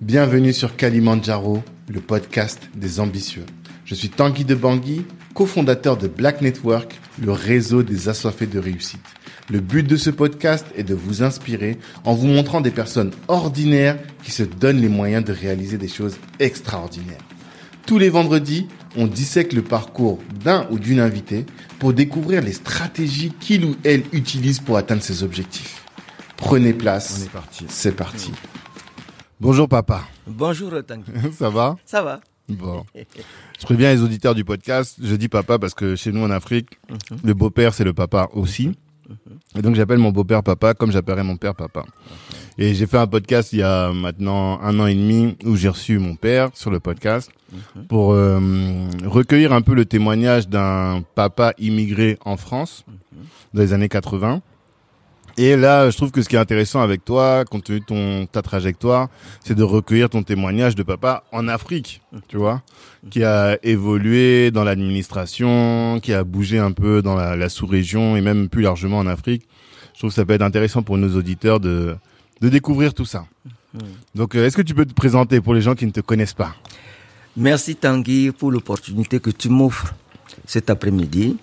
Bienvenue sur Kalimandjaro, le podcast des ambitieux. Je suis Tanguy de Bangui, cofondateur de Black Network, le réseau des assoiffés de réussite. Le but de ce podcast est de vous inspirer en vous montrant des personnes ordinaires qui se donnent les moyens de réaliser des choses extraordinaires. Tous les vendredis, on dissèque le parcours d'un ou d'une invitée pour découvrir les stratégies qu'il ou elle utilise pour atteindre ses objectifs. Prenez place, On est parti. C'est parti. Bonjour papa. Bonjour Tanguy. Ça va? Ça va. Bon. Je préviens les auditeurs du podcast, je dis papa parce que chez nous en Afrique, le beau-père c'est le papa aussi. Et donc j'appelle mon beau-père papa comme j'appellerais mon père papa. Et j'ai fait un podcast il y a maintenant 1 an et demi où j'ai reçu mon père sur le podcast pour recueillir un peu le témoignage d'un papa immigré en France dans les années 80. Et là, je trouve que ce qui est intéressant avec toi, compte tenu de ta trajectoire, c'est de recueillir ton témoignage de papa en Afrique, tu vois, qui a évolué dans l'administration, qui a bougé un peu dans la sous-région et même plus largement en Afrique. Je trouve que ça peut être intéressant pour nos auditeurs de découvrir tout ça. Donc, est-ce que tu peux te présenter pour les gens qui ne te connaissent pas? Merci Tanguy pour l'opportunité que tu m'offres cet après-midi,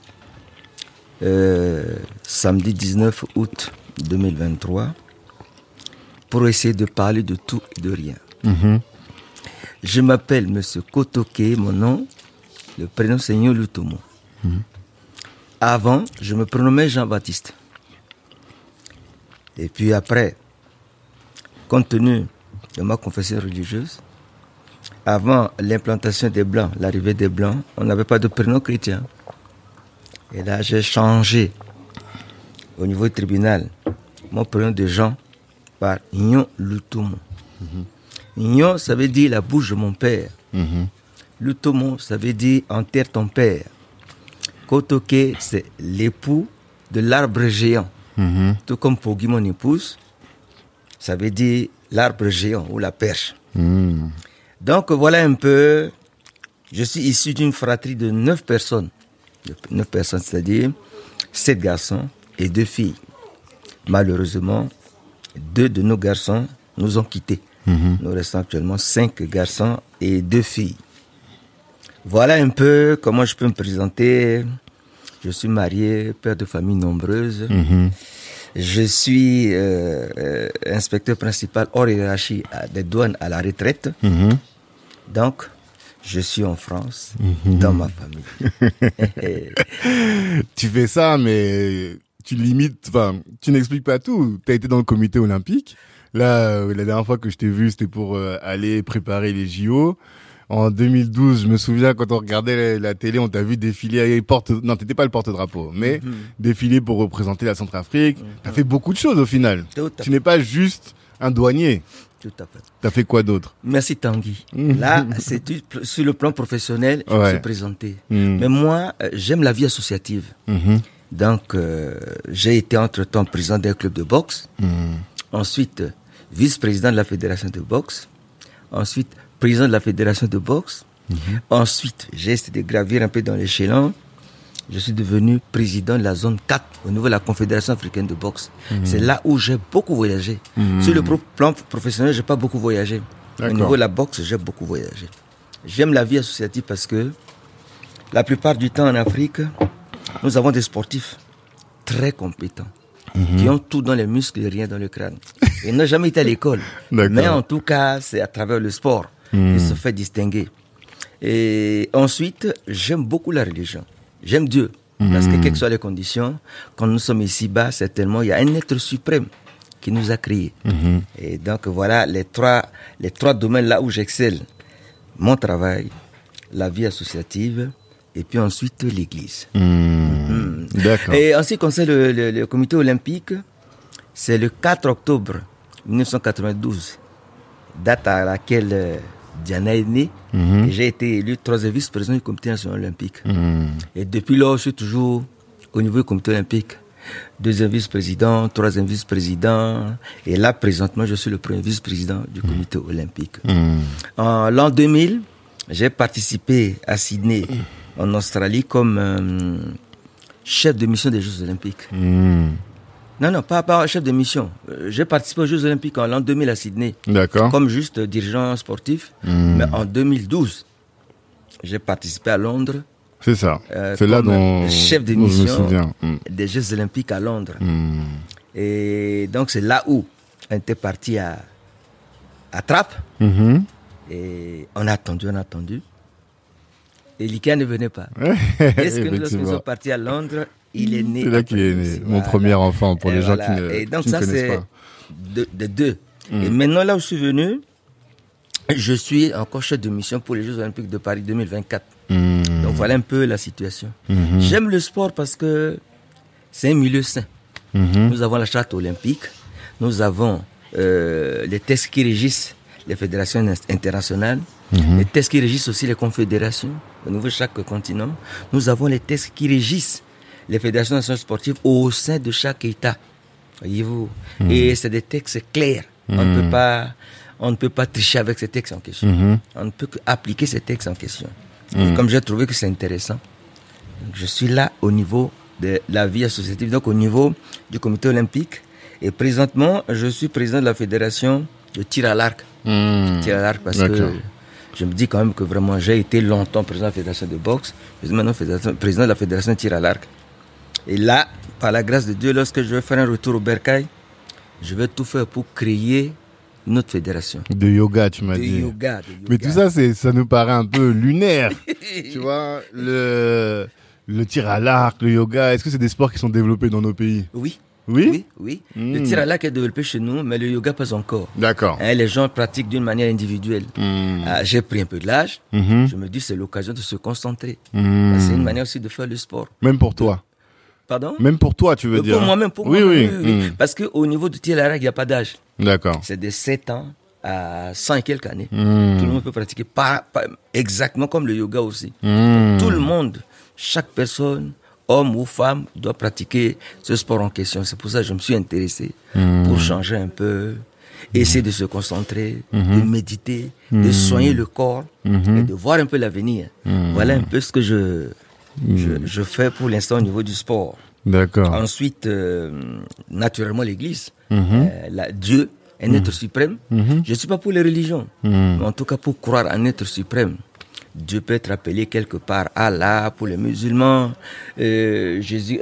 samedi 19 août 2023, pour essayer de parler de tout et de rien. Je m'appelle Monsieur Kotoké, mon nom, le prénom c'est Lutomo. Avant, je me prénommais Jean-Baptiste. Et puis après, compte tenu de ma confession religieuse, avant l'implantation des Blancs, l'arrivée des Blancs, on n'avait pas de prénom chrétien. Et là, j'ai changé au niveau du tribunal mon prénom de Jean par Nyon Lutomo. Nyon, ça veut dire la bouche de mon père. Lutomo, ça veut dire enterre ton père. Kotoké, c'est l'époux de l'arbre géant. Tout comme Pogui, mon épouse, ça veut dire l'arbre géant ou la perche. Donc voilà un peu, je suis issu d'une fratrie de 9 personnes. 9 personnes, c'est-à-dire 7 garçons et 2 filles. Malheureusement, 2 de nos garçons nous ont quittés. Nous restons actuellement 5 garçons et 2 filles. Voilà un peu comment je peux me présenter. Je suis marié, père de famille nombreuse. Je suis inspecteur principal hors hiérarchie des douanes à la retraite. Donc, je suis en France, dans ma famille. Tu fais ça, mais tu limites, tu n'expliques pas tout. Tu as été dans le comité olympique. Là, la dernière fois que je t'ai vu, c'était pour aller préparer les JO. En 2012, je me souviens, quand on regardait la télé, on t'a vu défiler non, t'étais pas le porte-drapeau, mais défiler pour représenter la Centrafrique. T'as fait beaucoup de choses au final. Tu n'es pas juste un douanier. Tout à fait. T'as fait quoi d'autre? Merci Tanguy. Là, c'est sur le plan professionnel, je me suis présenté. Mais moi, j'aime la vie associative. Donc, j'ai été entre-temps président d'un club de boxe. Ensuite, vice-président de la fédération de boxe. Ensuite, président de la fédération de boxe. Ensuite, j'ai essayé de gravir un peu dans l'échelon. Je suis devenu président de la zone 4 au niveau de la Confédération africaine de boxe. C'est là où j'ai beaucoup voyagé. Sur le plan professionnel, j'ai pas beaucoup voyagé. Au niveau de la boxe, j'ai beaucoup voyagé. J'aime la vie associative parce que la plupart du temps en Afrique, nous avons des sportifs très compétents qui ont tout dans les muscles et rien dans le crâne. Ils n'ont jamais été à l'école. Mais en tout cas, c'est à travers le sport qu'ils se fait distinguer. Et ensuite, j'aime beaucoup la religion. J'aime Dieu, parce que quelles que soient les conditions, quand nous sommes ici-bas, certainement, il y a un être suprême qui nous a créés. Et donc, voilà les trois domaines là où j'excelle. Mon travail, la vie associative, et puis ensuite l'église. D'accord. Et en ce qui concerne le comité olympique, c'est le 4 octobre 1992, date à laquelle Diana est née, et j'ai été élu 3e vice-président du comité national olympique. Et depuis lors, je suis toujours au niveau du comité olympique. 2e vice-président, 3e vice-président, et là, présentement, je suis le 1er vice-président du comité olympique. En l'an 2000, j'ai participé à Sydney, en Australie, comme chef de mission des Jeux olympiques. Non, pas chef de mission. J'ai participé aux Jeux Olympiques en l'an 2000 à Sydney. D'accord. Comme juste dirigeant sportif. Mais en 2012, j'ai participé à Londres. C'est ça. C'est là dont chef de dont je me mission souviens. des Jeux Olympiques à Londres. Et donc, c'est là où on était parti à Trappes. Et on a attendu. Et Lika ne venait pas. Est-ce que lorsque nous sommes partis à Londres, il est né. C'est là qu'il est né, mon premier enfant, pour les gens qui ne, et donc qui ne ça, connaissent c'est pas. de deux. Et maintenant, là où je suis venu, je suis encore chef de mission pour les Jeux Olympiques de Paris 2024. Donc voilà un peu la situation. J'aime le sport parce que c'est un milieu sain. Nous avons la charte olympique, nous avons les textes qui régissent les fédérations internationales, les textes qui régissent aussi les confédérations au niveau de chaque continent. Nous avons les textes qui régissent les fédérations nationales sportives au sein de chaque État. Voyez-vous. Et c'est des textes clairs. On ne peut pas tricher avec ces textes en question. On ne peut qu'appliquer ces textes en question. Et comme j'ai trouvé que c'est intéressant, donc je suis là au niveau de la vie associative, donc au niveau du comité olympique. Et présentement, je suis président de la fédération de tir à l'arc. Tir à l'arc parce que je me dis quand même que vraiment j'ai été longtemps président de la fédération de boxe. Je suis maintenant président de la fédération de tir à l'arc. Et là, par la grâce de Dieu, lorsque je vais faire un retour au Bercail, je vais tout faire pour créer une autre fédération. De yoga, tu m'as dit. De yoga. Mais tout ça, ça nous paraît un peu lunaire. Tu vois, le tir à l'arc, le yoga, est-ce que c'est des sports qui sont développés dans nos pays? Oui. Oui? Oui. Le tir à l'arc est développé chez nous, mais le yoga pas encore. D'accord. Les gens pratiquent d'une manière individuelle. J'ai pris un peu de l'âge. Je me dis c'est l'occasion de se concentrer. C'est une manière aussi de faire le sport. Même pour toi? Pardon? Même pour toi, tu veux dire? Pour moi-même, Oui. Parce qu'au niveau du tir à l'arc, il n'y a pas d'âge. D'accord. C'est de 7 ans à 100 et quelques années. Tout le monde peut pratiquer, pas exactement comme le yoga aussi. Tout le monde, chaque personne, homme ou femme, doit pratiquer ce sport en question. C'est pour ça que je me suis intéressé, pour changer un peu, essayer de se concentrer, de méditer, de soigner le corps et de voir un peu l'avenir. Voilà un peu ce que je fais pour l'instant au niveau du sport. D'accord. Ensuite, naturellement, l'Église, Dieu, un être suprême. Je ne suis pas pour les religions, mais en tout cas pour croire en un être suprême. Dieu peut être appelé quelque part Allah pour les musulmans, Jésus,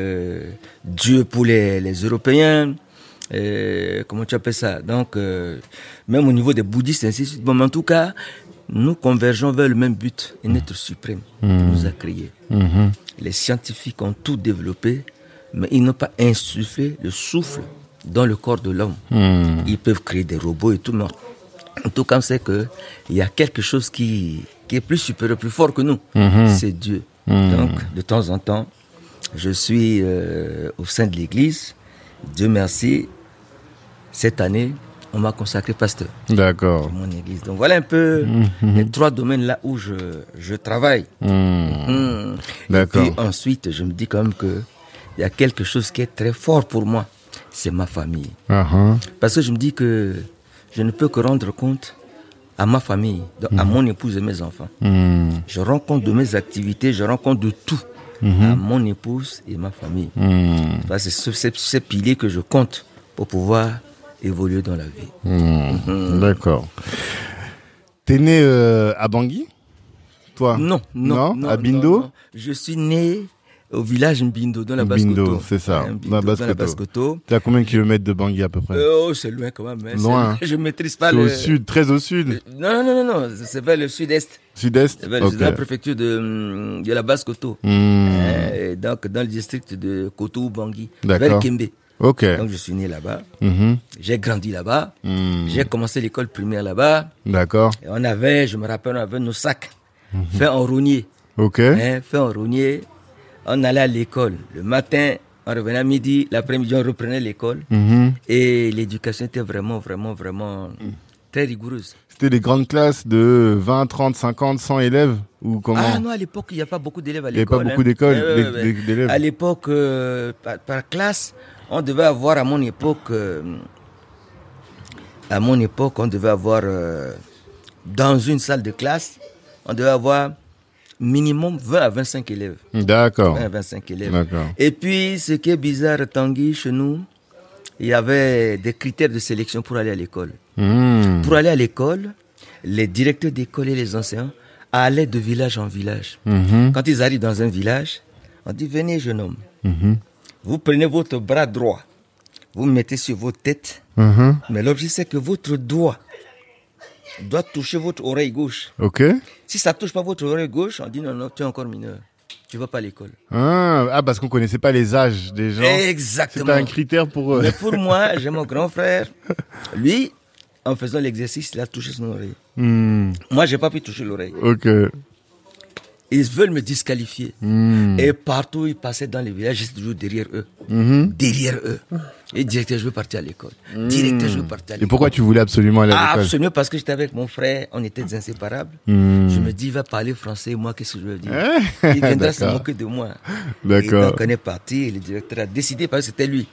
Dieu pour les Européens. Comment tu appelles ça? Donc, même au niveau des bouddhistes, ainsi de suite. Bon, mais en tout cas, nous convergeons vers le même but, un être suprême qui nous a créés. Les scientifiques ont tout développé, mais ils n'ont pas insufflé le souffle dans le corps de l'homme. Ils peuvent créer des robots et tout, mais en tout cas, on sait qu'il y a quelque chose qui est plus supérieur, plus fort que nous. C'est Dieu. Donc, de temps en temps, je suis au sein de l'église. Dieu merci. Cette année, on m'a consacré pasteur. D'accord. Pour mon église. Donc, voilà un peu les 3 domaines là où je travaille. D'accord. Et puis ensuite, je me dis quand même qu'il y a quelque chose qui est très fort pour moi. C'est ma famille. Parce que je me dis que je ne peux que rendre compte à ma famille, donc à mon épouse et mes enfants. Je rends compte de mes activités, je rends compte de tout à mon épouse et ma famille. C'est ces piliers que je compte pour pouvoir évoluer dans la vie. D'accord. T'es né à Bangui, toi? Non, à Bindo? Non. Je suis né au village Mbindo, dans la Basse-Coto. Bindo, c'est ça, dans la Basse-Coto. T'es à combien de kilomètres de Bangui à peu près? C'est loin quand même. Loin. Je maîtrise pas au sud, très au sud. Non, c'est vers le sud-est. Sud-est? C'est vers la préfecture de la Basse-Coto. Donc dans le district de Koto-Bangui, vers Kembe. Ok. Donc je suis né là-bas. J'ai grandi là-bas. J'ai commencé l'école primaire là-bas. D'accord. Et je me rappelle, on avait nos sacs faits en rognier. Ok. Faits en rognier. On allait à l'école. Le matin, on revenait à midi. L'après-midi, on reprenait l'école. Et l'éducation était vraiment très rigoureuse. C'était des grandes classes de 20, 30, 50, 100 élèves ou comment? Ah non, à l'époque, il n'y a pas beaucoup d'élèves à l'école. Il n'y a pas beaucoup d'écoles, d'élèves. À l'époque, par classe, on devait avoir, à mon époque, on devait avoir, dans une salle de classe, on devait avoir minimum 20 à 25 élèves. D'accord. 20 à 25 élèves. D'accord. Et puis, ce qui est bizarre, Tanguy, chez nous, il y avait des critères de sélection pour aller à l'école. Pour aller à l'école, les directeurs d'école et les enseignants allaient de village en village. Quand ils arrivent dans un village, on dit, venez jeune homme, vous prenez votre bras droit, vous le mettez sur votre tête, mais l'objectif c'est que votre doigt doit toucher votre oreille gauche. Ok. Si ça touche pas votre oreille gauche, on dit non, tu es encore mineur, tu vas pas à l'école. Parce qu'on connaissait pas les âges des gens. Exactement. C'était un critère pour eux. Mais pour moi, j'ai mon grand frère, lui, en faisant l'exercice, il a touché son oreille. Moi, j'ai pas pu toucher l'oreille. Ok. Ils veulent me disqualifier. Et partout où ils passaient dans les villages, j'étais toujours derrière eux. Derrière eux. Et directeur, je veux partir à l'école. Directeur, je veux partir à l'école. Et pourquoi tu voulais absolument aller à l'école? Absolument, parce que j'étais avec mon frère, on était des inséparables. Je me dis, il va parler français, moi, qu'est-ce que je veux dire? Il viendra se moquer de moi. D'accord. Et donc, on est parti, et le directeur a décidé, parce que c'était lui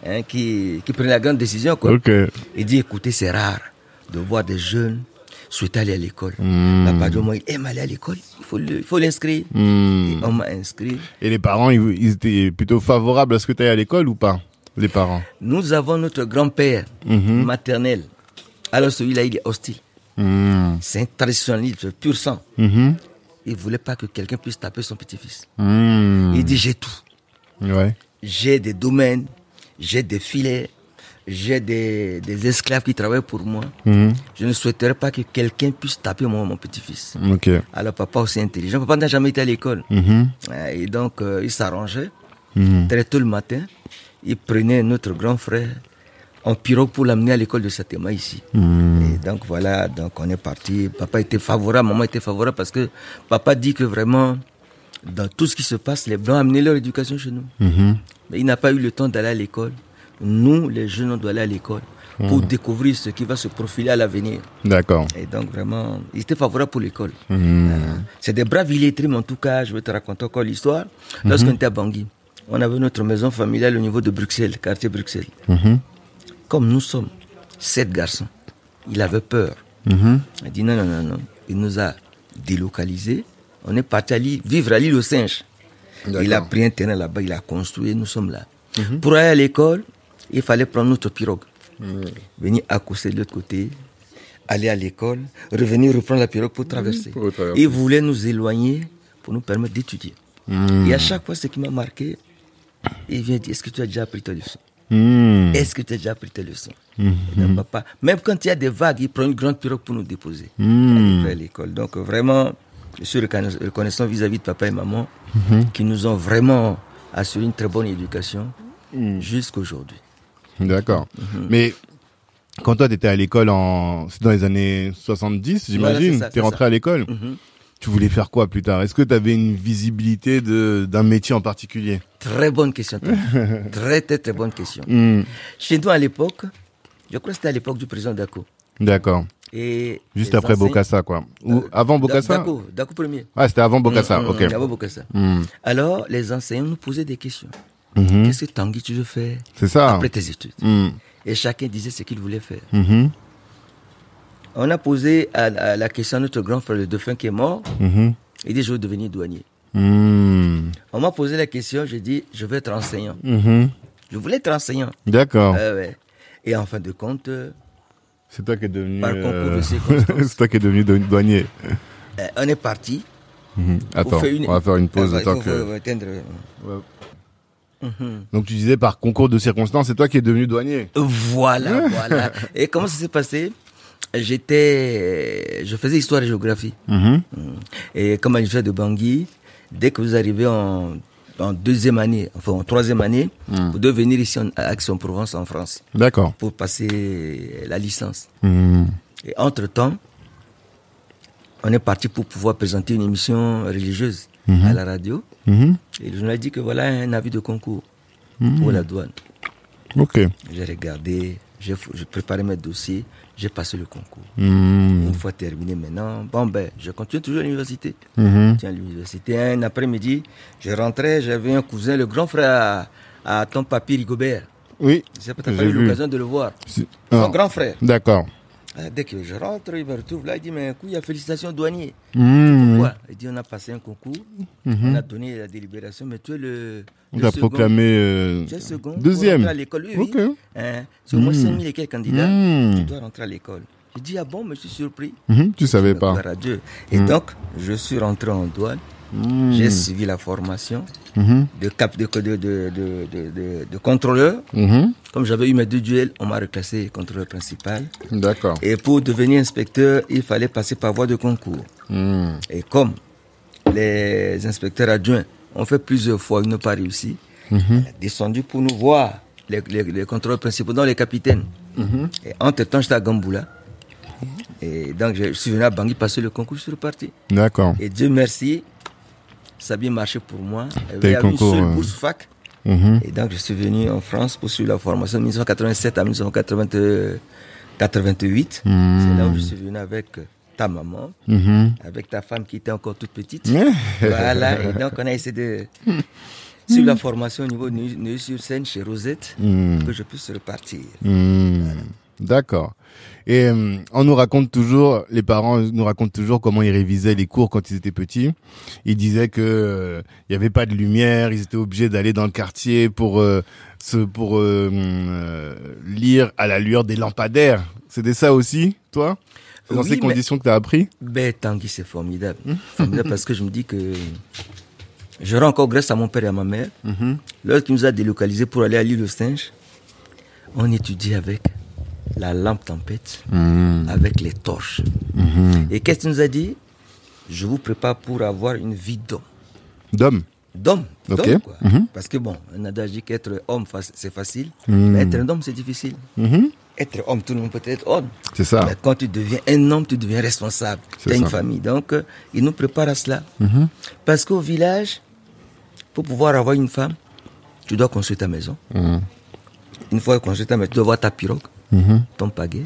qui prenait la grande décision, quoi. Ok. Il dit, écoutez, c'est rare de voir des jeunes souhaiter aller à l'école. À partir du moment où il aime aller à l'école, il faut l'inscrire. Et on m'a inscrit. Et les parents, ils étaient plutôt favorables à ce que tu ailles à l'école ou pas? Les parents. Nous avons notre grand-père maternel. Alors celui-là, il est hostile. C'est un traditionnaliste pur sang. Il ne voulait pas que quelqu'un puisse taper son petit-fils. Il dit, j'ai tout. Ouais. J'ai des domaines, j'ai des filets, j'ai des esclaves qui travaillent pour moi. Je ne souhaiterais pas que quelqu'un puisse taper mon petit-fils. Ok. Alors papa aussi intelligent. Papa n'a jamais été à l'école. Et donc, il s'arrangeait. Très tôt le matin, il prenait notre grand frère en pirogue pour l'amener à l'école de Satéma ici. Et donc voilà, donc on est parti. Papa était favorable, maman était favorable parce que papa dit que vraiment, dans tout ce qui se passe, les Blancs ont amené leur éducation chez nous. Mais il n'a pas eu le temps d'aller à l'école. Nous, les jeunes, on doit aller à l'école pour découvrir ce qui va se profiler à l'avenir. D'accord. Et donc vraiment, il était favorable pour l'école. C'est des braves illettrés, mais en tout cas, je vais te raconter encore l'histoire. Lorsqu'on était à Bangui, on avait notre maison familiale au niveau de Bruxelles, quartier Bruxelles. Comme nous sommes 7 garçons, il avait peur. Il a dit non. Il nous a délocalisés. On est parti vivre à l'île aux Singes. Il a pris un terrain là-bas, il a construit, nous sommes là. Pour aller à l'école, il fallait prendre notre pirogue. Venir accoster de l'autre côté, aller à l'école, revenir reprendre la pirogue pour traverser. Il voulait nous éloigner pour nous permettre d'étudier. Et à chaque fois, ce qui m'a marqué, il vient dire, est-ce que tu as déjà appris ta leçon? Est-ce que tu as déjà appris ta leçon? Donc, papa, même quand il y a des vagues, il prend une grande pirogue pour nous déposer à l'école. Donc vraiment, je suis reconnaissant vis-à-vis de papa et maman qui nous ont vraiment assuré une très bonne éducation jusqu'à aujourd'hui. D'accord. Mais quand toi, tu étais à l'école c'est dans les années 70, j'imagine, voilà, tu es rentré à l'école. Tu voulais faire quoi plus tard? Est-ce que tu avais une visibilité d'un métier en particulier? Très bonne question. Très bonne question. Chez nous, à l'époque, je crois que c'était à l'époque du président Dako. D'accord. Et juste après Bokassa, quoi. Ou avant Bokassa? Dako premier. Ah, c'était avant Bokassa, ok. Avant Bokassa. Alors, les enseignants nous posaient des questions. Qu'est-ce que Tanguy, tu veux faire? C'est ça. Après tes études. Et chacun disait ce qu'il voulait faire. On a posé la question à notre grand frère, le dauphin qui est mort. Il dit, je veux devenir douanier. On m'a posé la question, j'ai dit, je veux être enseignant. Je voulais être enseignant. D'accord. Ouais. Et en fin de compte, c'est toi qui es devenu... par concours de circonstances. c'est toi qui es devenu douanier. On est parti. Attends, on va faire une pause. Donc tu disais par concours de circonstances, c'est toi qui es devenu douanier. Voilà. Et comment ça s'est passé? Je faisais histoire et géographie. Et comme à l'université de Bangui, dès que vous arrivez en deuxième année, enfin en troisième année, vous devez venir ici à Aix-en-Provence en France. D'accord. Pour passer la licence. Et entre-temps, on est parti pour pouvoir présenter une émission religieuse à la radio. Et le journal dit que voilà un avis de concours pour la douane. Ok. J'ai regardé, j'ai préparé mes dossiers, j'ai passé le concours. Une fois terminé maintenant, je continue toujours à l'université. À l'université, un après-midi, je rentrais, j'avais un cousin, le grand frère à ton papy Rigobert. Oui. J'ai peut-être pas eu l'occasion de le voir. Son grand frère. D'accord. Dès que je rentre, il me retrouve là, il dit, mais il y a félicitations douanier. Mmh. Pourquoi? Il dit, on a passé un concours, on a donné la délibération, mais tu es le On a second. proclamé Tu es second. deuxième. Pour rentrer à l'école, oui. Ok. Hein, c'est au moins 5000 et quelques candidats, tu dois rentrer à l'école. Je dis, ah bon, mais je suis surpris. Tu savais pas. Gloire à Dieu. Et donc, je suis rentré en douane, j'ai suivi la formation de contrôleur. Comme j'avais eu mes 2 duels, on m'a reclassé contrôleur principal. D'accord. Et pour devenir inspecteur, il fallait passer par voie de concours. Et comme les inspecteurs adjoints ont fait plusieurs fois, ils n'ont pas réussi, on est descendu pour nous voir, les contrôleurs principaux, dont les capitaines. Et entre-temps, j'étais à Gamboula. Et donc, je suis venu à Bangui passer le concours, je suis reparti. D'accord. Et Dieu merci, ça a bien marché pour moi. Il y T'as avait une concours, seule bourse fac. Et donc, je suis venu en France pour suivre la formation de 1987 à 1988. C'est là où je suis venu avec ta maman, avec ta femme qui était encore toute petite. Voilà, et donc on a essayé de suivre la formation au niveau de Neuilly-sur-Seine chez Rosette, pour que je puisse repartir. Voilà. D'accord. Et on nous raconte toujours, les parents nous racontent toujours comment ils révisaient les cours quand ils étaient petits. Ils disaient que il y avait pas de lumière, ils étaient obligés d'aller dans le quartier pour lire à la lueur des lampadaires. C'était ça aussi, toi? C'est dans ces conditions que tu as appris? Ben, Tanguy, c'est formidable. Formidable parce que je me dis que je rends encore grâce à mon père et à ma mère. Lorsqu'il nous a délocalisés pour aller à l'île de Singe, on étudie avec la lampe tempête, avec les torches. Et qu'est-ce qu'il nous a dit? Je vous prépare pour avoir une vie d'homme. D'homme, okay. Quoi. Parce que bon, on a dit qu'être homme, c'est facile, mais être un homme, c'est difficile. Être homme, tout le monde peut être homme. C'est ça. Mais quand tu deviens un homme, tu deviens responsable. Tu as une famille. Donc, il nous prépare à cela. Parce qu'au village, pour pouvoir avoir une femme, tu dois construire ta maison. Une fois construit ta maison, tu dois avoir ta pirogue, ton pagaie.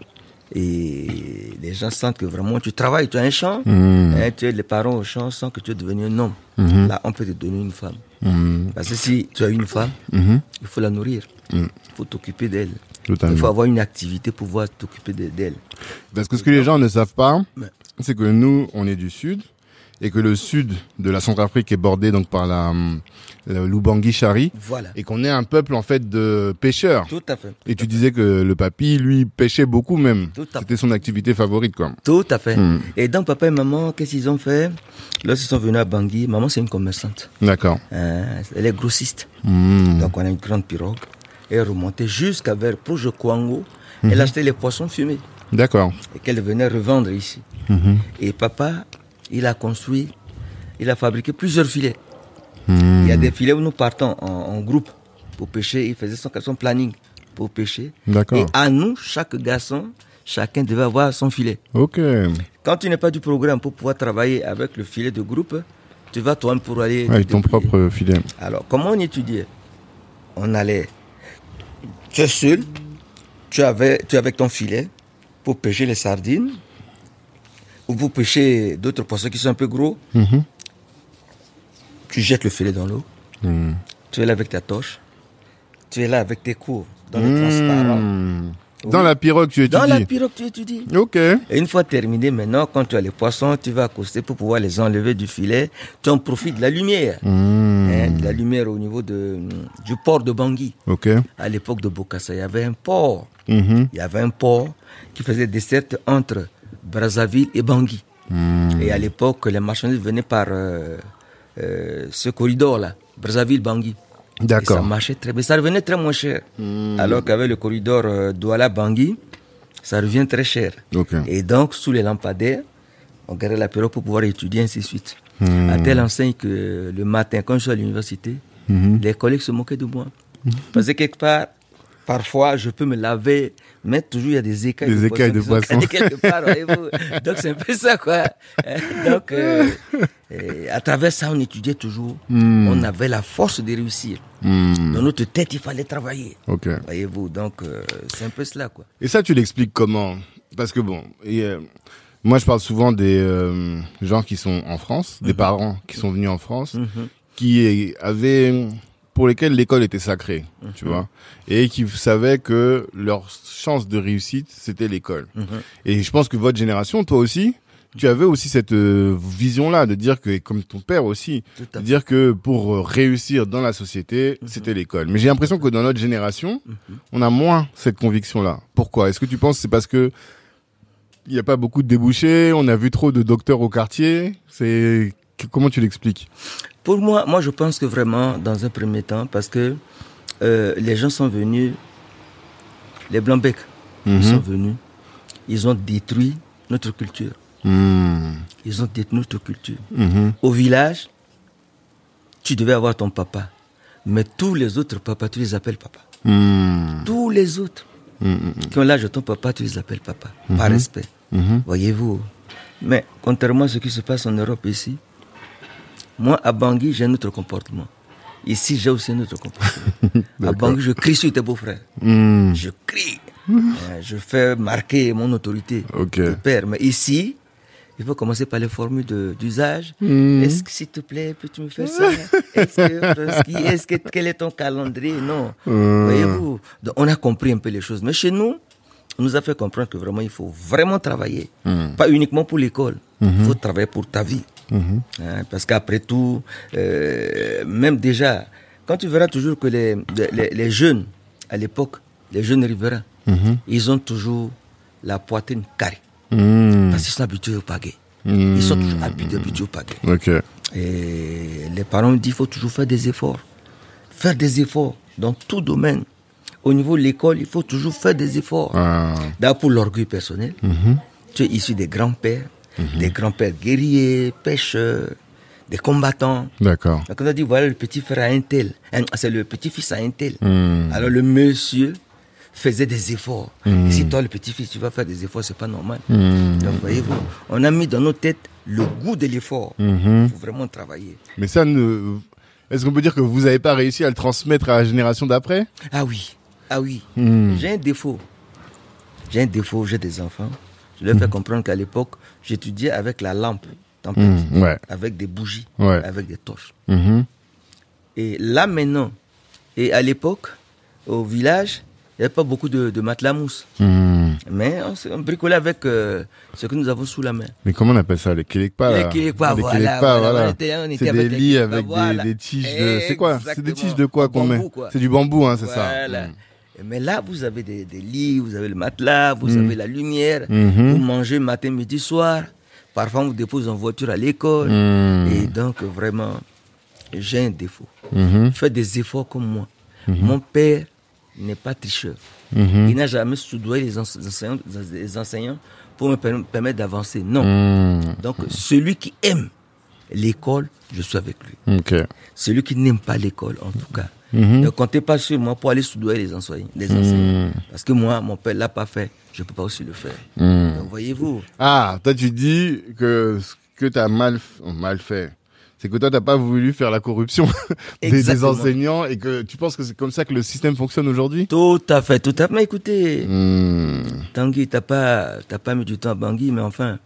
Et les gens sentent que vraiment tu travailles, tu as un champ, tu es les parents au champ sans que tu es devenu un homme. Là, on peut te donner une femme. Parce que si tu as une femme, il faut la nourrir, il faut t'occuper d'elle. Il faut avoir une activité pour pouvoir t'occuper d'elle. Parce que ce que les gens ne savent pas, c'est que nous, on est du sud, et que le sud de la Centrafrique est bordé donc par la l'Oubangui-Chari, voilà. Et qu'on est un peuple en fait de pêcheurs. Tout à fait. Et tu disais que le papy, lui, pêchait beaucoup même. C'était son activité favorite, quoi. Tout à fait. Et donc papa et maman, qu'est-ce qu'ils ont fait? Lorsqu'ils sont venus à Bangui, maman c'est une commerçante. D'accord. Elle est grossiste. Donc on a une grande pirogue. Elle remontait jusqu'à vers Proche Kwango. Elle achetait les poissons fumés. D'accord. Et qu'elle venait revendre ici. Et papa, il a fabriqué plusieurs filets. Il y a des filets où nous partons en groupe pour pêcher. Il faisait son planning pour pêcher. D'accord. Et à nous, chaque garçon, chacun devait avoir son filet. Ok. Quand tu n'es pas du programme pour pouvoir travailler avec le filet de groupe, tu vas toi-même pour aller... Avec ton propre filet. Alors, comment on étudiait? On allait... Tu es seul, tu es avec ton filet pour pêcher les sardines ou pour pêcher d'autres poissons qui sont un peu gros. Tu jettes le filet dans l'eau. Tu es là avec ta torche. Tu es là avec tes cours dans le transparent. Dans la pirogue, tu étudies. Dans la pirogue, tu étudies. Ok. Et une fois terminé, maintenant, quand tu as les poissons, tu vas accoster pour pouvoir les enlever du filet. Tu en profites de la lumière. De la lumière au niveau du port de Bangui. Ok. À l'époque de Bokassa, il y avait un port. Il y avait un port qui faisait desserte entre Brazzaville et Bangui. Et à l'époque, les marchandises venaient par ce corridor-là, Brazzaville-Bangui. D'accord. Et ça marchait très bien. Ça revenait très moins cher. Alors qu'avec le corridor Douala-Bangui, ça revient très cher. Okay. Et donc, sous les lampadaires, on gardait la pirogue pour pouvoir étudier, ainsi de suite. À telle enseigne que le matin, quand je suis à l'université, les collègues se moquaient de moi. Parce que quelque part, parfois, je peux me laver, mais toujours il y a des écailles de poisson. Quelque part, donc c'est un peu ça, quoi. Donc, à travers ça, on étudiait toujours. On avait la force de réussir. Dans notre tête, il fallait travailler. Okay. Voyez-vous, donc c'est un peu cela, quoi. Et ça, tu l'expliques comment? Parce que bon, moi je parle souvent des gens qui sont en France, des parents qui sont venus en France, qui avaient pour lesquels l'école était sacrée, tu vois, et qui savaient que leur chance de réussite, c'était l'école. Et je pense que votre génération, toi aussi, tu avais aussi cette vision-là de dire que, comme ton père aussi, de dire que pour réussir dans la société, c'était l'école. Mais j'ai l'impression que dans notre génération, on a moins cette conviction-là. Pourquoi? Est-ce que tu penses que c'est parce que il n'y a pas beaucoup de débouchés, on a vu trop de docteurs au quartier? Comment tu l'expliques? Pour moi, je pense que vraiment, dans un premier temps, parce que les gens sont venus, les Blancs-Becs, ils sont venus, ils ont détruit notre culture. Ils ont détruit notre culture. Au village, tu devais avoir ton papa. Mais tous les autres papas, tu les appelles papa. Tous les autres qui ont l'âge de ton papa, tu les appelles papa. Par respect. Voyez-vous. Mais contrairement à ce qui se passe en Europe ici, moi, à Bangui, j'ai un autre comportement. Ici, j'ai aussi un autre comportement. À Bangui, je crie sur tes beaux-frères. Je crie. Je fais marquer mon autorité de père. Mais ici, il faut commencer par les formules d'usage. Est-ce que, s'il te plaît, peux-tu me faire ça? Quel est ton calendrier? Non. Voyez-vous? Donc, on a compris un peu les choses. Mais chez nous, on nous a fait comprendre que vraiment, il faut vraiment travailler. Pas uniquement pour l'école. Il faut travailler pour ta vie. Parce qu'après tout, même déjà, quand tu verras toujours que les jeunes, à l'époque, les jeunes riverains, ils ont toujours la poitrine carrée. Parce qu'ils sont habitués au pagaie. Ils sont toujours habitués au pagaie. Et les parents disent qu'il faut toujours faire des efforts. Faire des efforts dans tout domaine. Au niveau de l'école, il faut toujours faire des efforts. D'abord pour l'orgueil personnel. Tu es issu des grands-pères. Des grands-pères guerriers, pêcheurs, des combattants. D'accord. Donc on a dit, voilà le petit frère à un tel. C'est le petit-fils à un tel. Alors le monsieur faisait des efforts. Et si toi, le petit-fils, tu vas faire des efforts, c'est pas normal. Donc voyez-vous, on a mis dans nos têtes le goût de l'effort. Il faut vraiment travailler. Mais ça, est-ce qu'on peut dire que vous n'avez pas réussi à le transmettre à la génération d'après? Ah oui. J'ai un défaut. J'ai des enfants. Je leur fais comprendre qu'à l'époque, j'étudiais avec la lampe tempête, avec des bougies, avec des torches. Et là maintenant, et à l'époque, au village, il n'y avait pas beaucoup de matelas mousse. Mais on bricolait avec ce que nous avons sous la main. Mais comment on appelle ça? Les Kélékpa? Les Kélékpa, voilà. C'est des lits avec des tiges de... C'est quoi? C'est des tiges de quoi qu'on met? C'est du bambou, hein, c'est ça. Mais là, vous avez des lits, vous avez le matelas, vous avez la lumière, vous mangez matin, midi, soir. Parfois, on vous dépose en voiture à l'école. Et donc, vraiment, j'ai un défaut. Faites des efforts comme moi. Mon père n'est pas tricheur. Il n'a jamais soudoyé les enseignants pour me permettre d'avancer. Non. Donc, celui qui aime l'école, je suis avec lui. Celui qui n'aime pas l'école, en tout cas, ne comptez pas sur moi pour aller soudoyer les enseignants. Parce que moi, mon père l'a pas fait, je peux pas aussi le faire. Donc, voyez-vous. Ah, toi, tu dis que ce que tu as mal fait, c'est que toi, t'as pas voulu faire la corruption des enseignants et que tu penses que c'est comme ça que le système fonctionne aujourd'hui? Tout à fait. Mais écoutez, Tanguy, t'as pas mis du temps à Bangui, mais enfin,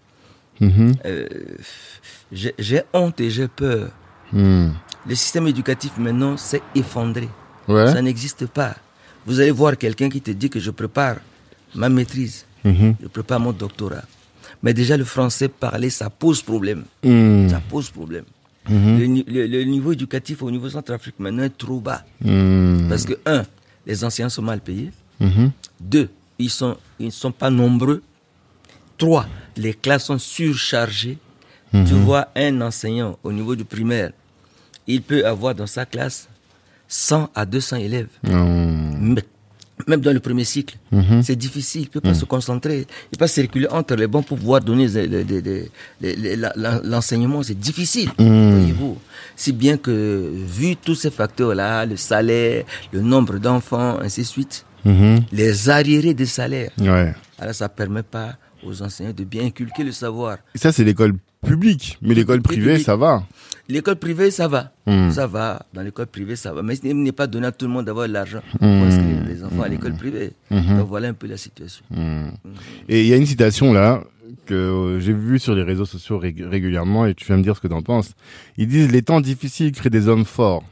j'ai honte et j'ai peur. Le système éducatif maintenant s'est effondré. Ça n'existe pas. Vous allez voir quelqu'un qui te dit que je prépare ma maîtrise, je prépare mon doctorat. Mais déjà le français parler, ça pose problème. Ça pose problème. Le niveau éducatif au niveau Centrafrique maintenant est trop bas. Parce que, 1, les enseignants sont mal payés. 2, ils ne sont pas nombreux. 3, les classes sont surchargées. Tu vois, un enseignant au niveau du primaire, il peut avoir dans sa classe 100 à 200 élèves. Même dans le premier cycle, c'est difficile. Il ne peut pas se concentrer. Il ne peut pas circuler entre les bancs pour pouvoir donner l'enseignement. C'est difficile, voyez-vous. Si bien que, vu tous ces facteurs-là, le salaire, le nombre d'enfants, ainsi de suite, les arriérés des salaires, alors ça ne permet pas aux enseignants de bien inculquer le savoir. Et ça, c'est l'école publique. Mais l'école privée, ça va. L'école privée, ça va. Ça va. Dans l'école privée, ça va. Mais il n'est pas donné à tout le monde d'avoir de l'argent pour inscrire les enfants à l'école privée. Donc voilà un peu la situation. Et il y a une citation là que j'ai vue sur les réseaux sociaux régulièrement et tu vas me dire ce que tu en penses. Ils disent « Les temps difficiles créent des hommes forts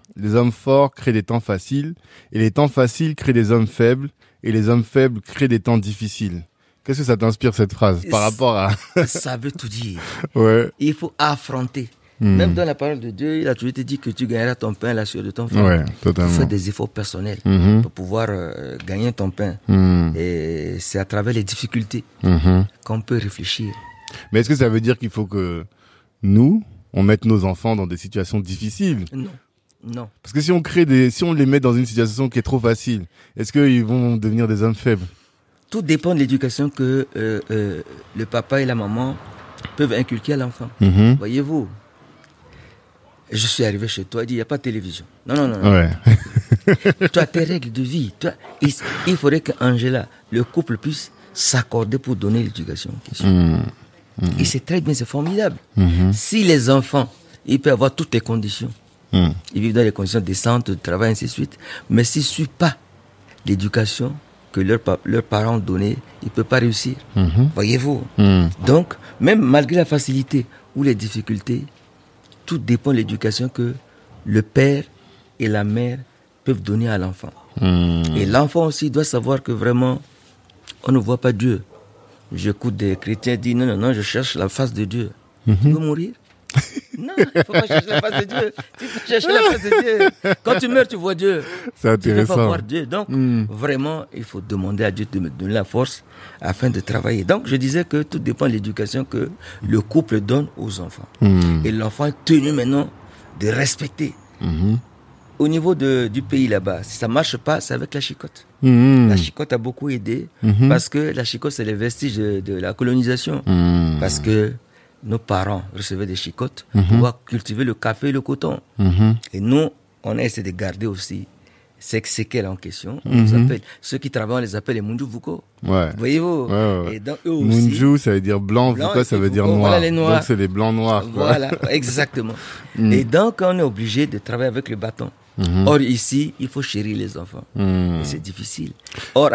les hommes forts créent des temps faciles, et les temps faciles créent des hommes faibles, et les hommes faibles créent des temps difficiles. Qu'est-ce que ça t'inspire, cette phrase, par rapport à... Ça veut tout dire. Ouais. Il faut affronter. Même dans la parole de Dieu, il a toujours été dit que tu gagneras ton pain à la sueur de ton frère. Ouais, totalement. Il faut faire des efforts personnels pour pouvoir gagner ton pain. Et c'est à travers les difficultés qu'on peut réfléchir. Mais est-ce que ça veut dire qu'il faut que nous, on mette nos enfants dans des situations difficiles? Non. Parce que si on les met dans une situation qui est trop facile, est-ce qu'ils vont devenir des hommes faibles? Tout dépend de l'éducation que le papa et la maman peuvent inculquer à l'enfant. Voyez-vous, je suis arrivé chez toi, il dit, il n'y a pas de télévision. Non. Ouais. Tu as tes règles de vie. Il faudrait qu'Angela, le couple, puisse s'accorder pour donner l'éducation en question. Et c'est très bien, c'est formidable. Si les enfants, ils peuvent avoir toutes les conditions, ils vivent dans les conditions décentes de travail, ainsi de suite, mais s'ils ne suivent pas l'éducation que leurs parents ont donnée, ils ne peuvent pas réussir. Voyez-vous. Donc, même malgré la facilité ou les difficultés, tout dépend de l'éducation que le père et la mère peuvent donner à l'enfant. Et l'enfant aussi doit savoir que vraiment, on ne voit pas Dieu. J'écoute des chrétiens dire non, je cherche la face de Dieu. Tu veux mourir? Non, il ne faut pas chercher la face de Dieu. Tu peux chercher la face de Dieu. Quand tu meurs, tu vois Dieu. C'est intéressant. Tu ne peux pas voir Dieu. Donc, vraiment, il faut demander à Dieu de me donner la force afin de travailler. Donc, je disais que tout dépend de l'éducation que le couple donne aux enfants. Et l'enfant est tenu maintenant de respecter. Au niveau du pays là-bas, si ça ne marche pas, c'est avec la chicotte. La chicotte a beaucoup aidé parce que la chicotte, c'est les vestiges de la colonisation. Parce que nos parents recevaient des chicottes pour pouvoir cultiver le café et le coton. Et nous, on a essayé de garder aussi ces séquelles en question. On les appelle, ceux qui travaillent, on les appelle les Munju Vuko. Ouais. Voyez-vous. Ouais. Et donc, eux aussi, Munju, ça veut dire blanc, Vuko, ça veut dire noir. Voilà les noirs. Donc c'est les blancs noirs. Quoi. Voilà, exactement. Et donc, on est obligé de travailler avec le bâton. Or, ici, il faut chérir les enfants. Et c'est difficile. Or,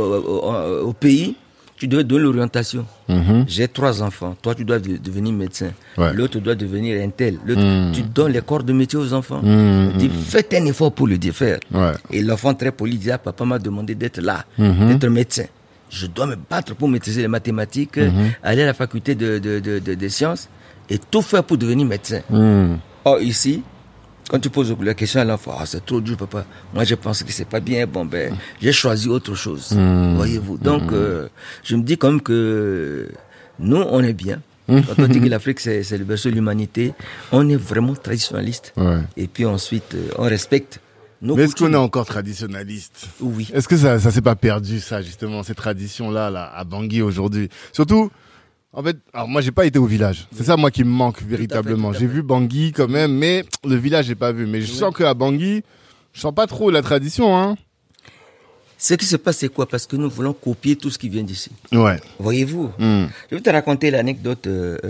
au pays, tu dois donner l'orientation. J'ai 3 enfants. Toi, tu dois devenir médecin. Ouais. L'autre doit devenir un tel. Tu donnes les corps de métier aux enfants. Tu fais un effort pour le faire. Ouais. Et l'enfant très poli dit, papa m'a demandé d'être là, d'être médecin. Je dois me battre pour maîtriser les mathématiques, aller à la faculté de sciences et tout faire pour devenir médecin. Or, ici, quand tu poses la question à l'enfant, c'est trop dur, papa. Moi, je pense que c'est pas bien. Bon, j'ai choisi autre chose. Voyez-vous. Donc, je me dis quand même que nous, on est bien. Quand on dit que l'Afrique, c'est le berceau de l'humanité, on est vraiment traditionnaliste. Ouais. Et puis ensuite, on respecte nos coutumes. Mais est-ce qu'on est encore traditionnaliste? Oui. Est-ce que ça s'est pas perdu, ça, justement, ces traditions-là, à Bangui aujourd'hui? Surtout, en fait, alors moi j'ai pas été au village. C'est ça moi qui me manque véritablement. J'ai vu Bangui quand même, mais le village j'ai pas vu. Mais je sens qu'à Bangui, je sens pas trop la tradition, hein. Ce qui se passe c'est quoi? Parce que nous voulons copier tout ce qui vient d'ici. Ouais. Voyez-vous. Je vais te raconter l'anecdote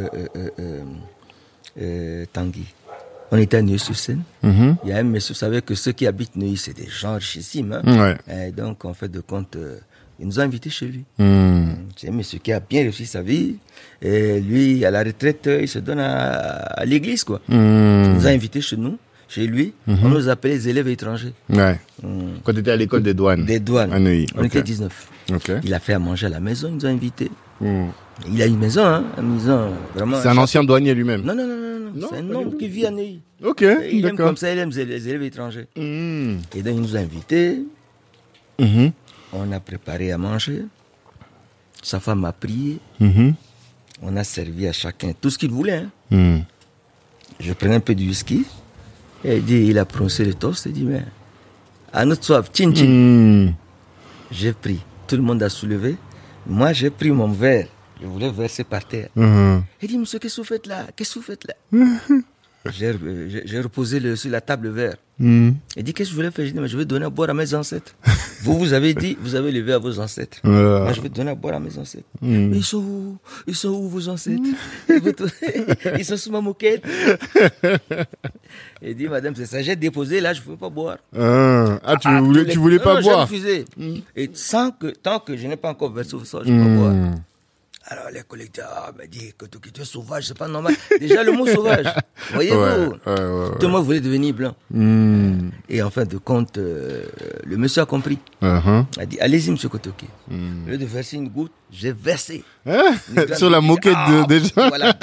Tanguy. On était à Neuilly-sur-Seine. Il y a un monsieur, vous savez que ceux qui habitent Neuilly, c'est des gens richissimes. Hein? Ouais. Et donc, en fait de compte, il nous a invités chez lui. C'est un monsieur qui a bien réussi sa vie. Et lui, à la retraite, il se donne à l'église, quoi. Il nous a invités chez lui. On nous appelait les élèves étrangers. Ouais. Quand tu étais à l'école des douanes. Des douanes. À Neuilly. On était 19. Okay. Il a fait à manger à la maison, il nous a invités. Il a une maison, hein. Une maison vraiment. C'est un ancien douanier lui-même. Non. C'est un homme qui vit à Neuilly. Ok. Il aime comme ça, il aime les élèves étrangers. Et donc, il nous a invités. On a préparé à manger. Sa femme a prié. On a servi à chacun tout ce qu'il voulait. Hein. Je prenais un peu de whisky. Et il a prononcé le toast. Il dit, mais à notre soif, tchin tchin. J'ai pris. Tout le monde a soulevé. Moi, j'ai pris mon verre. Je voulais verser par terre. Il dit, monsieur, qu'est-ce que vous faites là? Qu'est-ce que vous faites là? J'ai reposé sur la table le verre. Il dit, qu'est-ce que je voulais faire? Je dis, mais je vais donner à boire à mes ancêtres. Vous avez dit, vous avez levé à vos ancêtres. Moi, je vais donner à boire à mes ancêtres. Mais ils sont où? Ils sont où vos ancêtres? Ils sont sous ma moquette. Il dit, madame, c'est ça, j'ai déposé, là, je ne peux pas boire. Tu voulais pas boire? J'ai refusé. Et tant que je n'ai pas encore versé au sol, je ne peux pas boire. Alors les collègues disent, mais dis que tu es sauvage, c'est pas normal. Déjà le mot sauvage, voyez-vous. Tout le monde voulait devenir blanc. Et en fin de compte, le monsieur a compris. A dit, allez-y monsieur Kotoké. Au lieu de verser une goutte, j'ai versé. Sur la moquette des gens. Voilà,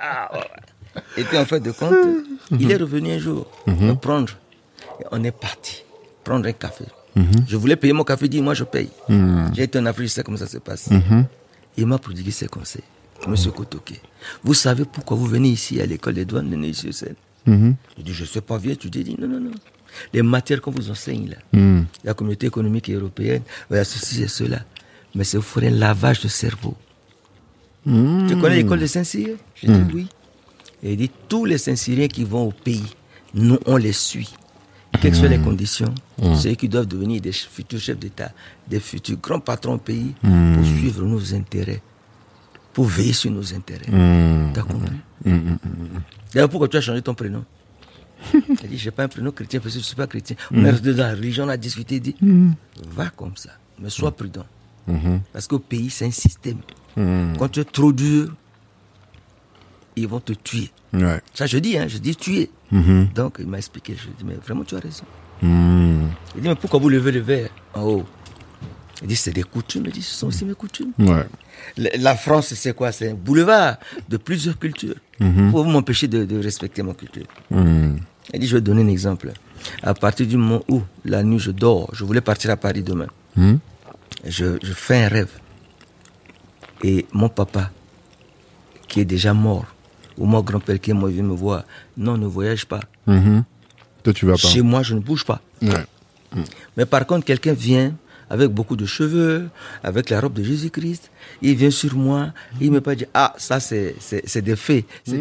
Et puis en fin de compte, il est revenu un jour me prendre. Et on est parti prendre un café. Je voulais payer mon café, il dit, moi je paye. J'ai été en Afrique, je sais comment ça se passe. Il m'a prodigué ses conseils. Monsieur Kotoké, vous savez pourquoi vous venez ici à l'école des douanes de Neuilly-sur-Seine? Je dis, je ne sais pas, viens, tu dis, non. Les matières qu'on vous enseigne là, la communauté économique européenne, voilà, ceci et cela. Mais c'est vous ferez un lavage de cerveau. Tu connais l'école de Saint-Cyr? Je dis oui. Et il dit, tous les Saint-Cyriens qui vont au pays, nous, on les suit. Quelles que soient les conditions, c'est eux qui doivent devenir des futurs chefs d'État, des futurs grands patrons au pays, pour suivre nos intérêts, pour veiller sur nos intérêts. T'as compris? D'ailleurs, pourquoi tu as changé ton prénom? Il dit, je n'ai pas un prénom chrétien parce que je ne suis pas chrétien. On est resté dans la religion, on a discuté, il dit, va comme ça, mais sois prudent. Parce qu'au pays, c'est un système. Quand tu es trop dur, ils vont te tuer. Ouais. Ça, je dis tuer. Donc, il m'a expliqué. Je dis, mais vraiment, tu as raison. Il dit, mais pourquoi vous levez le verre en haut? Il dit, c'est des coutumes. Il dit, ce sont aussi mes coutumes. Ouais. La France, c'est quoi? C'est un boulevard de plusieurs cultures. Pour vous m'empêcher de respecter ma culture. Il dit, je vais donner un exemple. À partir du moment où, la nuit, je dors, je voulais partir à Paris demain. Je fais un rêve. Et mon papa, qui est déjà mort, ou mon grand-père qui est mort, vient me voir. Non, ne voyage pas. Toi, tu vas pas. Chez moi, je ne bouge pas. Ouais. Mais par contre, quelqu'un vient avec beaucoup de cheveux, avec la robe de Jésus-Christ. Il vient sur moi, il me dit, ah, ça, c'est des faits.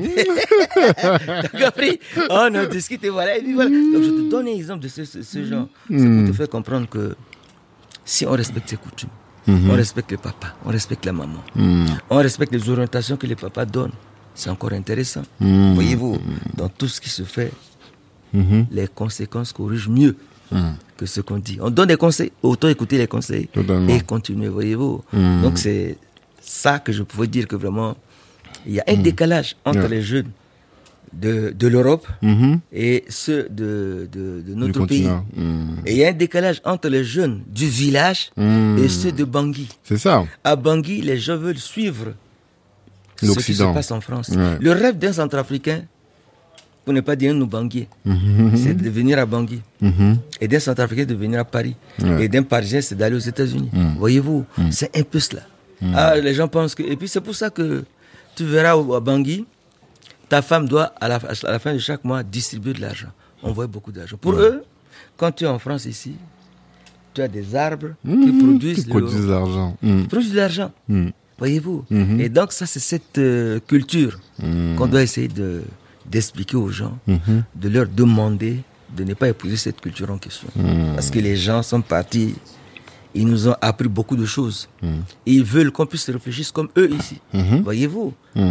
T'as compris? On a discuté, voilà. Et puis, voilà. Donc, je te donne un exemple de ce genre. C'est pour te faire comprendre que si on respecte ses coutumes, on respecte le papa, on respecte la maman, on respecte les orientations que les papas donnent, c'est encore intéressant. Voyez-vous, dans tout ce qui se fait, les conséquences corrigent mieux que ce qu'on dit. On donne des conseils, autant écouter les conseils et continuer, voyez-vous. Donc c'est ça que je pouvais dire que vraiment, il y a un décalage entre les jeunes de l'Europe et ceux de notre pays. Et il y a un décalage entre les jeunes du village et ceux de Bangui. C'est ça. À Bangui, les gens veulent suivre ce qui se passe en France. Ouais. Le rêve d'un Centrafricain, pour ne pas dire un Banguier, c'est de venir à Bangui. Et d'un Centrafricain, de venir à Paris. Et d'un Parisien, c'est d'aller aux États-Unis. Voyez-vous, c'est un peu cela. Ah, les gens pensent que... Et puis c'est pour ça que tu verras à Bangui, ta femme doit, à la fin de chaque mois, distribuer de l'argent. On voit beaucoup d'argent. Pour eux, quand tu es en France ici, tu as des arbres qui produisent de l'argent. Produisent de l'argent. Voyez-vous. Et donc, ça, c'est cette culture qu'on doit essayer d'expliquer aux gens, de leur demander de ne pas épouser cette culture en question. Parce que les gens sont partis, ils nous ont appris beaucoup de choses. Et ils veulent qu'on puisse réfléchir comme eux ici. Voyez-vous.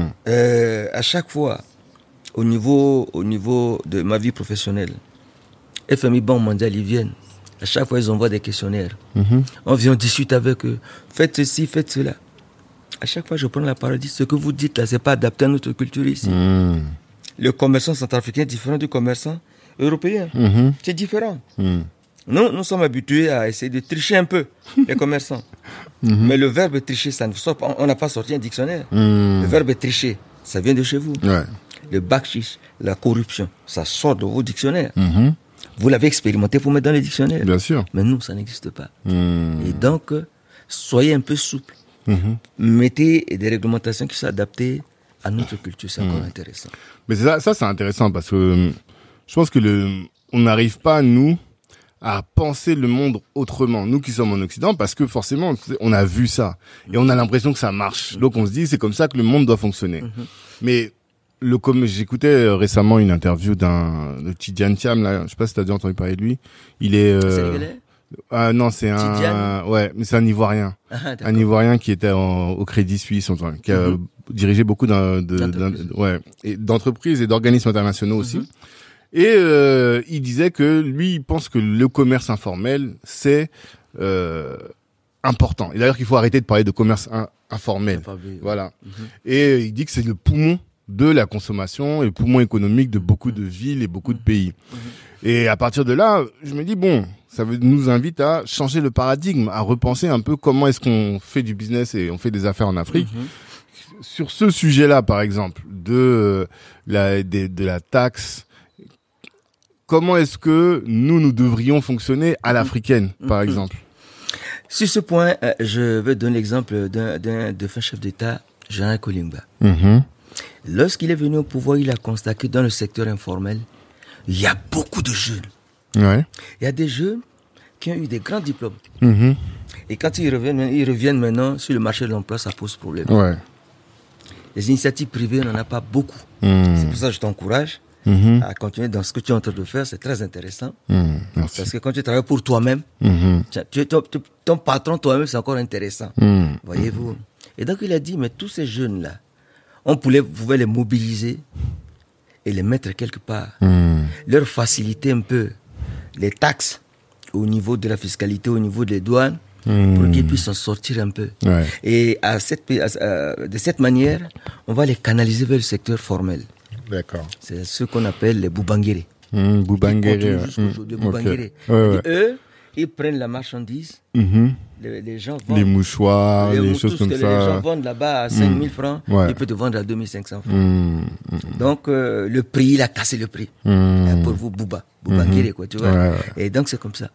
À chaque fois, au niveau de ma vie professionnelle, FMI Banque mondiale, ils viennent. À chaque fois, ils envoient des questionnaires. On vient, on discute avec eux. Faites ceci, faites cela. À chaque fois, je prends la parole, je dis, ce que vous dites là, c'est pas adapté à notre culture ici. Le commerçant centrafricain est différent du commerçant européen. C'est différent. Nous sommes habitués à essayer de tricher un peu, les commerçants. Mais le verbe tricher, ça ne sort pas. On n'a pas sorti un dictionnaire. Le verbe tricher, ça vient de chez vous. Le bakshish, la corruption, ça sort de vos dictionnaires. Vous l'avez expérimenté pour mettre dans les dictionnaires. Bien sûr. Mais nous, ça n'existe pas. Et donc, soyez un peu souple. Mettez des réglementations qui sont adaptées à notre culture. C'est encore intéressant. Mais ça c'est intéressant parce que je pense que on n'arrive pas, nous, à penser le monde autrement, nous qui sommes en Occident, parce que forcément, on a vu ça. Et on a l'impression que ça marche. Donc on se dit, c'est comme ça que le monde doit fonctionner. Mais j'écoutais récemment une interview de Tidjane Thiam, là. Je sais pas si t'as déjà entendu parler de lui. Il est... Sénégalais? Ah non, c'est ouais, mais c'est un Ivoirien. Un Ivoirien qui était au Crédit Suisse, enfin, qui a dirigé beaucoup d'entreprises et d'organismes internationaux aussi. Et il disait que lui, il pense que le commerce informel, c'est important. Et d'ailleurs qu'il faut arrêter de parler de commerce informel. Informel, Voilà. Et il dit que c'est le poumon de la consommation et le poumon économique de beaucoup de villes et beaucoup de pays. Et à partir de là, je me dis, bon, nous invite à changer le paradigme, à repenser un peu comment est-ce qu'on fait du business et on fait des affaires en Afrique. Sur ce sujet-là, par exemple, de la taxe, comment est-ce que nous devrions fonctionner à l'africaine, par exemple? Sur ce point, je vais donner l'exemple d'un défunt chef d'État, Général Kolimba. Lorsqu'il est venu au pouvoir, il a constaté que dans le secteur informel, il y a beaucoup de jeunes. Ouais. Il y a des jeunes qui ont eu des grands diplômes. Et quand ils reviennent maintenant sur le marché de l'emploi, ça pose problème. Ouais. Les initiatives privées, on n'en a pas beaucoup. C'est pour ça que je t'encourage à continuer dans ce que tu es en train de faire. C'est très intéressant. Merci. Parce que quand tu travailles pour toi-même, ton patron toi-même, c'est encore intéressant. Voyez-vous. Et donc il a dit, mais tous ces jeunes-là, on pouvait les mobiliser et les mettre quelque part. Leur faciliter un peu les taxes au niveau de la fiscalité, au niveau des douanes, pour qu'ils puissent s'en sortir un peu. Ouais. Et de cette manière, on va les canaliser vers le secteur formel. D'accord. C'est ce qu'on appelle les Boubanguéré. Boubanguéré. Les Boubanguéré. Ouais. Eux, ils prennent la marchandise, les gens vendent. Les mouchoirs, les choses comme ça. Les ça. gens vendent là-bas à 5 000 francs, ils peuvent te vendre à 2 500 francs. Donc, le prix, il a cassé le prix. Pour vous, Boubanguéré, quoi, tu vois. Ouais. Et donc, c'est comme ça.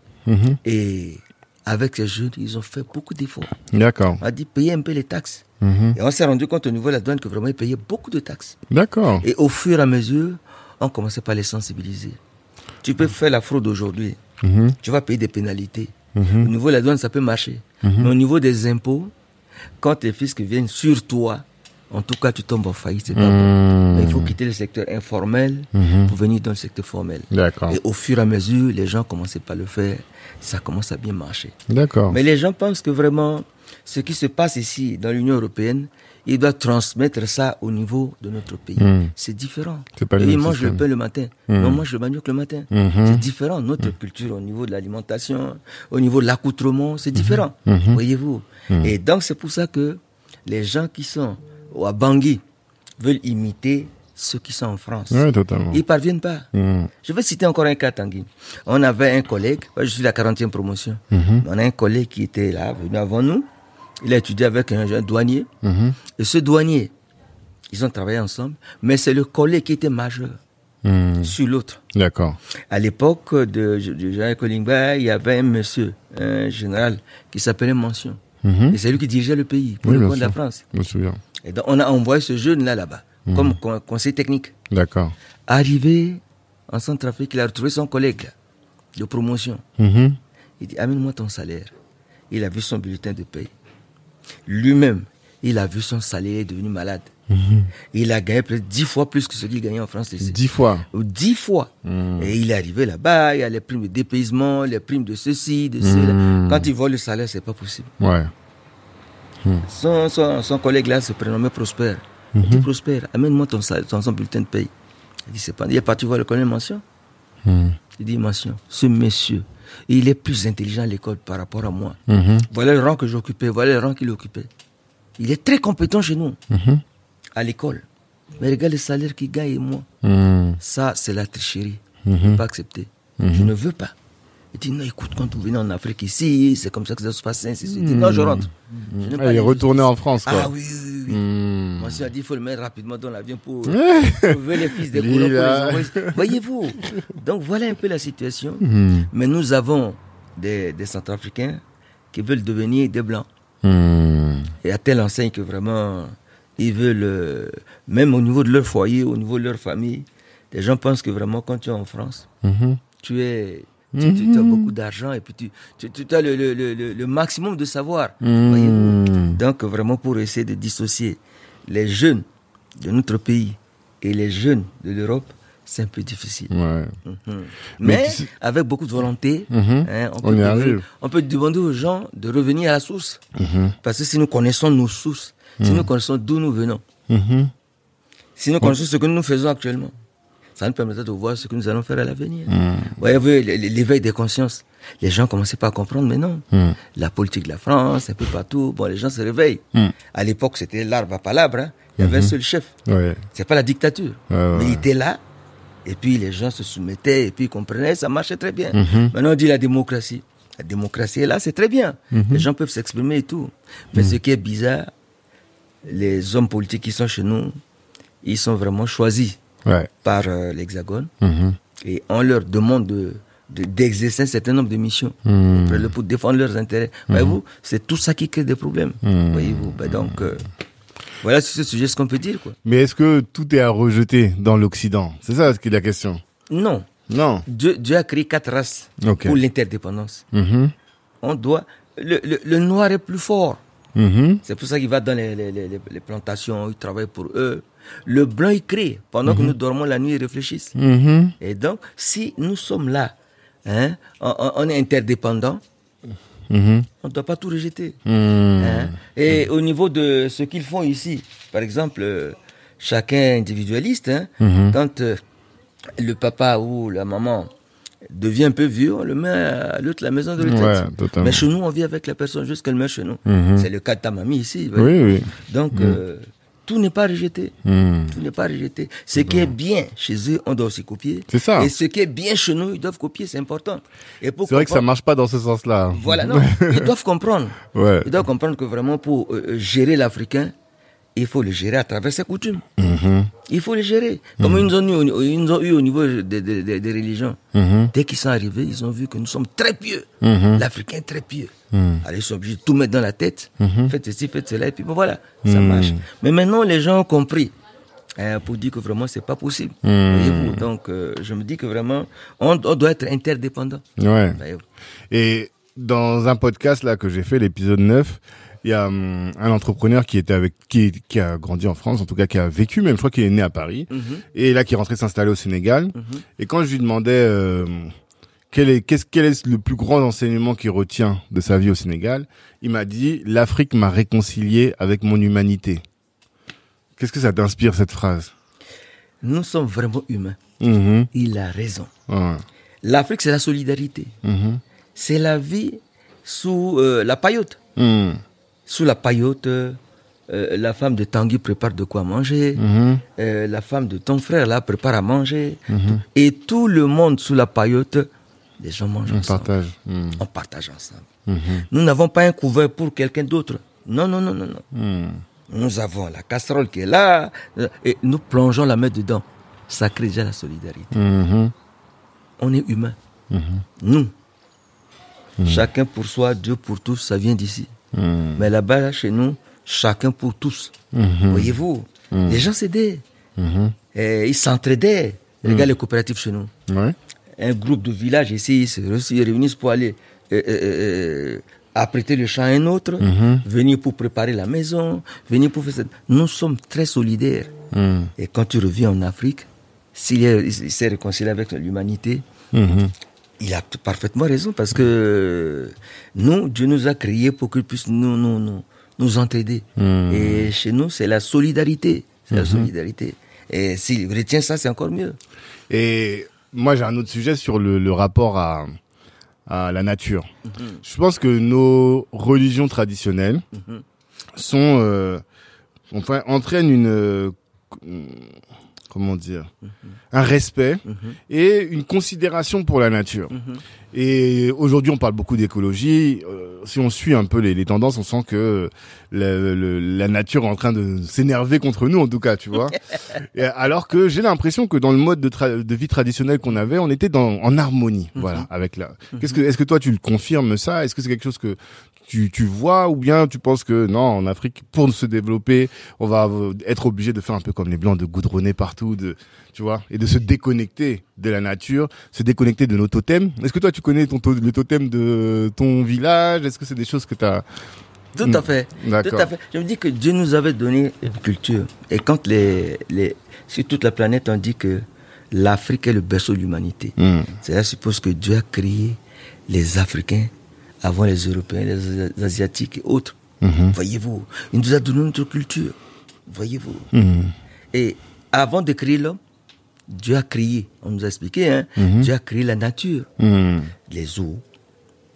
Et avec ces jeunes, ils ont fait beaucoup d'efforts. D'accord. On a dit payer un peu les taxes. Et on s'est rendu compte au niveau de la douane que vraiment ils payaient beaucoup de taxes. D'accord. Et au fur et à mesure, on commençait par les sensibiliser. Tu peux faire la fraude aujourd'hui. Tu vas payer des pénalités. Au niveau de la douane, ça peut marcher. Mais au niveau des impôts, quand les fiscs viennent sur toi, en tout cas, tu tombes en faillite. C'est pas bon. Mais il faut quitter le secteur informel pour venir dans le secteur formel. D'accord. Et au fur et à mesure, les gens commençaient par le faire. Ça commence à bien marcher. D'accord. Mais les gens pensent que vraiment, ce qui se passe ici, dans l'Union européenne, ils doivent transmettre ça au niveau de notre pays. C'est différent. C'est pas le Eux, même ils mangent système. le pain le matin. Nous, on mange le manioc le matin. C'est différent. Notre culture au niveau de l'alimentation, au niveau de l'accoutrement, c'est différent. Voyez-vous. Et donc, c'est pour ça que les gens qui sont à Bangui veulent imiter ceux qui sont en France. Oui, totalement. Ils ne parviennent pas. Je vais citer encore un cas, Tanguy. On avait un collègue, je suis la 40e promotion. On a un collègue qui était là, venu avant nous. Il a étudié avec un douanier. Et ce douanier, ils ont travaillé ensemble, mais c'est le collègue qui était majeur sur l'autre. D'accord. À l'époque de Général Kolimba, il y avait un monsieur, un général, qui s'appelait Mention. Et c'est lui qui dirigeait le pays pour le compte de la France. Je me souviens. Et donc, on a envoyé ce jeune-là là-bas, comme conseiller technique. D'accord. Arrivé en Centrafrique, il a retrouvé son collègue là, de promotion. Il dit, amène-moi ton salaire. Il a vu son bulletin de paye. Lui-même, il a vu son salaire, il est devenu malade. Il a gagné presque 10 fois plus que ce qu'il gagnait en France ici. 10 fois. 10 fois. Et il est arrivé là-bas, il y a les primes de dépaysement, les primes de ceci, de cela. Quand il voit le salaire, c'est pas possible. Ouais. Son collègue là se prénommait Prosper. Il dit, Prosper, amène-moi son bulletin de paye. Il dit, c'est pas. Il est parti voir le colonel Mention. Il dit, Mention, ce monsieur, il est plus intelligent à l'école par rapport à moi. Voilà le rang que j'occupais, voilà le rang qu'il occupait. Il est très compétent chez nous, à l'école. Mais regarde le salaire qu'il gagne et moi. Ça, c'est la tricherie. Je ne peux pas accepter. Je ne veux pas. Il dit, non, écoute, quand vous venez en Afrique ici, c'est comme ça que ça se passe. Il dit, non, je rentre. Il est retourné en France, quoi. Ah oui. Moi, je a dit, il faut le mettre rapidement dans l'avion pour trouver les fils des colons pour les envoyer. Voyez-vous. Donc, voilà un peu la situation. Mais nous avons des Centrafricains qui veulent devenir des Blancs. Et à telle enseigne que vraiment, ils veulent, même au niveau de leur foyer, au niveau de leur famille, les gens pensent que vraiment, quand tu es en France, tu as beaucoup d'argent et puis tu as le maximum de savoir. Voyez-vous. Donc, vraiment, pour essayer de dissocier les jeunes de notre pays et les jeunes de l'Europe, c'est un peu difficile. Ouais. Mais avec beaucoup de volonté, on peut demander aux gens de revenir à la source. Parce que si nous connaissons nos sources, si nous connaissons d'où nous venons, si nous connaissons ce que nous faisons actuellement, ça nous permettra de voir ce que nous allons faire à l'avenir. Voyez-vous, l'éveil des consciences, Les gens commençaient pas à comprendre, mais non. La politique de la France, un peu partout, bon, les gens se réveillent. À l'époque, c'était l'arbre à palabre, hein. Il y avait un seul chef. Ouais. C'est pas la dictature. Ouais. Mais il était là, et puis les gens se soumettaient, et puis ils comprenaient, ça marchait très bien. Maintenant, on dit la démocratie. La démocratie est là, c'est très bien. Les gens peuvent s'exprimer et tout. Mais ce qui est bizarre, les hommes politiques qui sont chez nous, ils sont vraiment choisis par l'Hexagone. Et on leur demande d'exercer un certain nombre de missions pour défendre leurs intérêts. Voyez-vous, c'est tout ça qui crée des problèmes. Voyez-vous, donc voilà sur ce sujet ce qu'on peut dire, quoi. Mais est-ce que tout est à rejeter dans l'Occident? C'est ça qui est la question. Non. Dieu a créé 4 races pour l'interdépendance. On doit le noir est plus fort. C'est pour ça qu'il va dans les plantations, il travaille pour eux. Le blanc, il crée. Pendant que nous dormons la nuit, ils réfléchissent. Et donc, si nous sommes là, hein, on est interdépendants, on ne doit pas tout rejeter. Et au niveau de ce qu'ils font ici, par exemple, chacun individualiste, hein, quand le papa ou la maman devient un peu vieux, on le met à l'autre la maison de retraite. Mais chez nous, on vit avec la personne jusqu'à qu'elle meurt chez nous. C'est le cas de ta mamie ici. Oui. Donc, tout n'est pas rejeté. Tout n'est pas rejeté. Ce qui est bien chez eux, on doit aussi copier. C'est ça. Et ce qui est bien chez nous, ils doivent copier, c'est important. C'est vrai que ça marche pas dans ce sens-là. Voilà, non. Ils doivent comprendre. Ils doivent comprendre que vraiment pour gérer l'Africain, il faut le gérer à travers ses coutumes. Il faut le gérer. Comme ils nous ont eu au niveau des religions. Dès qu'ils sont arrivés, ils ont vu que nous sommes très pieux. L'Africain est très pieux. Alors ils sont obligés de tout mettre dans la tête. Faites ceci, faites cela, et puis bon voilà, ça marche. Mais maintenant, les gens ont compris. Pour dire que vraiment, c'est pas possible. Voyez-vous. Donc, je me dis que vraiment, on doit être interdépendant. Et dans un podcast là que j'ai fait, l'épisode 9, il y a un entrepreneur qui a grandi en France, en tout cas qui a vécu, même je crois qu'il est né à Paris, et là qui est rentré s'installer au Sénégal. Et quand je lui demandais quel est le plus grand enseignement qu'il retient de sa vie au Sénégal, il m'a dit: l'Afrique m'a réconcilié avec mon humanité. Qu'est-ce que ça t'inspire, cette phrase? Nous sommes vraiment humains. Il a raison. L'Afrique, c'est la solidarité. C'est la vie sous la paillote. Sous la paillote, la femme de Tanguy prépare de quoi manger. La femme de ton frère, là, prépare à manger. Et tout le monde sous la paillote, les gens mangent ensemble. On partage ensemble. Nous n'avons pas un couvert pour quelqu'un d'autre. Non. Nous avons la casserole qui est là, et nous plongeons la main dedans. Ça crée déjà la solidarité. On est humains. Nous. Chacun pour soi, Dieu pour tous, ça vient d'ici. Mais là-bas, là, chez nous, chacun pour tous. Voyez-vous, les gens s'aidaient. Et ils s'entraidaient. Regarde les coopératives chez nous. Un groupe de villages ici, ils se réunissent pour aller apprêter le champ à un autre, venir pour préparer la maison, venir pour faire ça. Nous sommes très solidaires. Et quand tu reviens en Afrique, s'il s'est réconcilié avec l'humanité, il a parfaitement raison, parce que Dieu nous a créés pour qu'il puisse nous entraider. Et chez nous, c'est la solidarité. C'est la solidarité. Et s'il retient ça, c'est encore mieux. Et moi, j'ai un autre sujet sur le rapport à la nature. Je pense que nos religions traditionnelles entraînent comment dire, un respect et une considération pour la nature. Et aujourd'hui, on parle beaucoup d'écologie. Si on suit un peu les tendances, on sent que la nature est en train de s'énerver contre nous, en tout cas, tu vois. Et alors que j'ai l'impression que dans le mode de vie traditionnel qu'on avait, on était en harmonie, voilà, avec est-ce que toi tu le confirmes ça? Est-ce que c'est quelque chose que tu vois, ou bien tu penses que non, en Afrique, pour se développer, on va être obligé de faire un peu comme les Blancs, de goudronner partout, tu vois, et de se déconnecter de la nature, se déconnecter de nos totems. Est-ce que toi, tu connais le totem de ton village? Est-ce que c'est des choses que tu as... Tout à fait. D'accord. Tout à fait. Je me dis que Dieu nous avait donné une culture. Et quand sur toute la planète, on dit que l'Afrique est le berceau de l'humanité. Cela suppose que Dieu a créé les Africains avant les Européens, les Asiatiques et autres. Voyez-vous, il nous a donné notre culture. Voyez-vous. Et avant de créer l'homme, Dieu a créé, on nous a expliqué, Dieu a créé la nature, les eaux,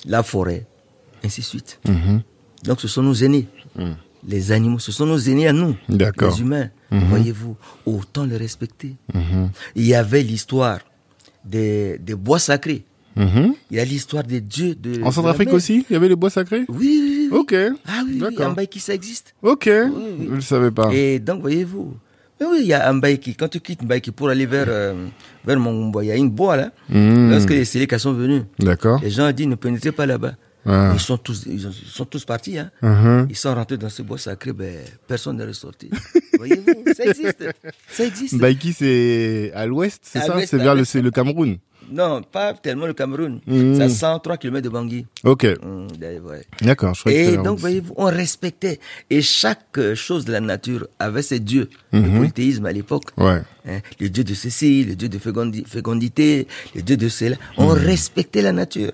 la forêt, ainsi de suite. Donc ce sont nos aînés. Les animaux, ce sont nos aînés à nous, les humains. Voyez-vous, autant les respecter. Il y avait l'histoire des bois sacrés. Il y a l'histoire des dieux de... En Centrafrique aussi, il y avait les bois sacrés? Oui. Ok. Ah oui, d'accord. Ambaïki, ça existe. Ok, Oui. je ne savais pas. Et donc, voyez-vous, mais oui, il y a Ambaïki. Quand tu quittes Ambaïki pour aller vers Mongombo, il y a une bois là. Lorsque les Sélékas sont venus, D'accord. les gens ont dit ne pénétrez pas là-bas. Ils sont tous partis. Hein. Ils sont rentrés dans ce bois sacré, personne n'est ressorti. Voyez-vous, ça existe. Baïki, c'est à l'ouest, c'est ça? C'est vers le Cameroun? Non, pas tellement le Cameroun. C'est à 103 km de Bangui. Ok. Ouais. D'accord, je crois que Et donc, voyez-vous, on respectait. Et chaque chose de la nature avait ses dieux. Le polythéisme à l'époque. Ouais. Hein, le dieu de ceci, le dieu de fécondité, le dieu de cela. On respectait la nature.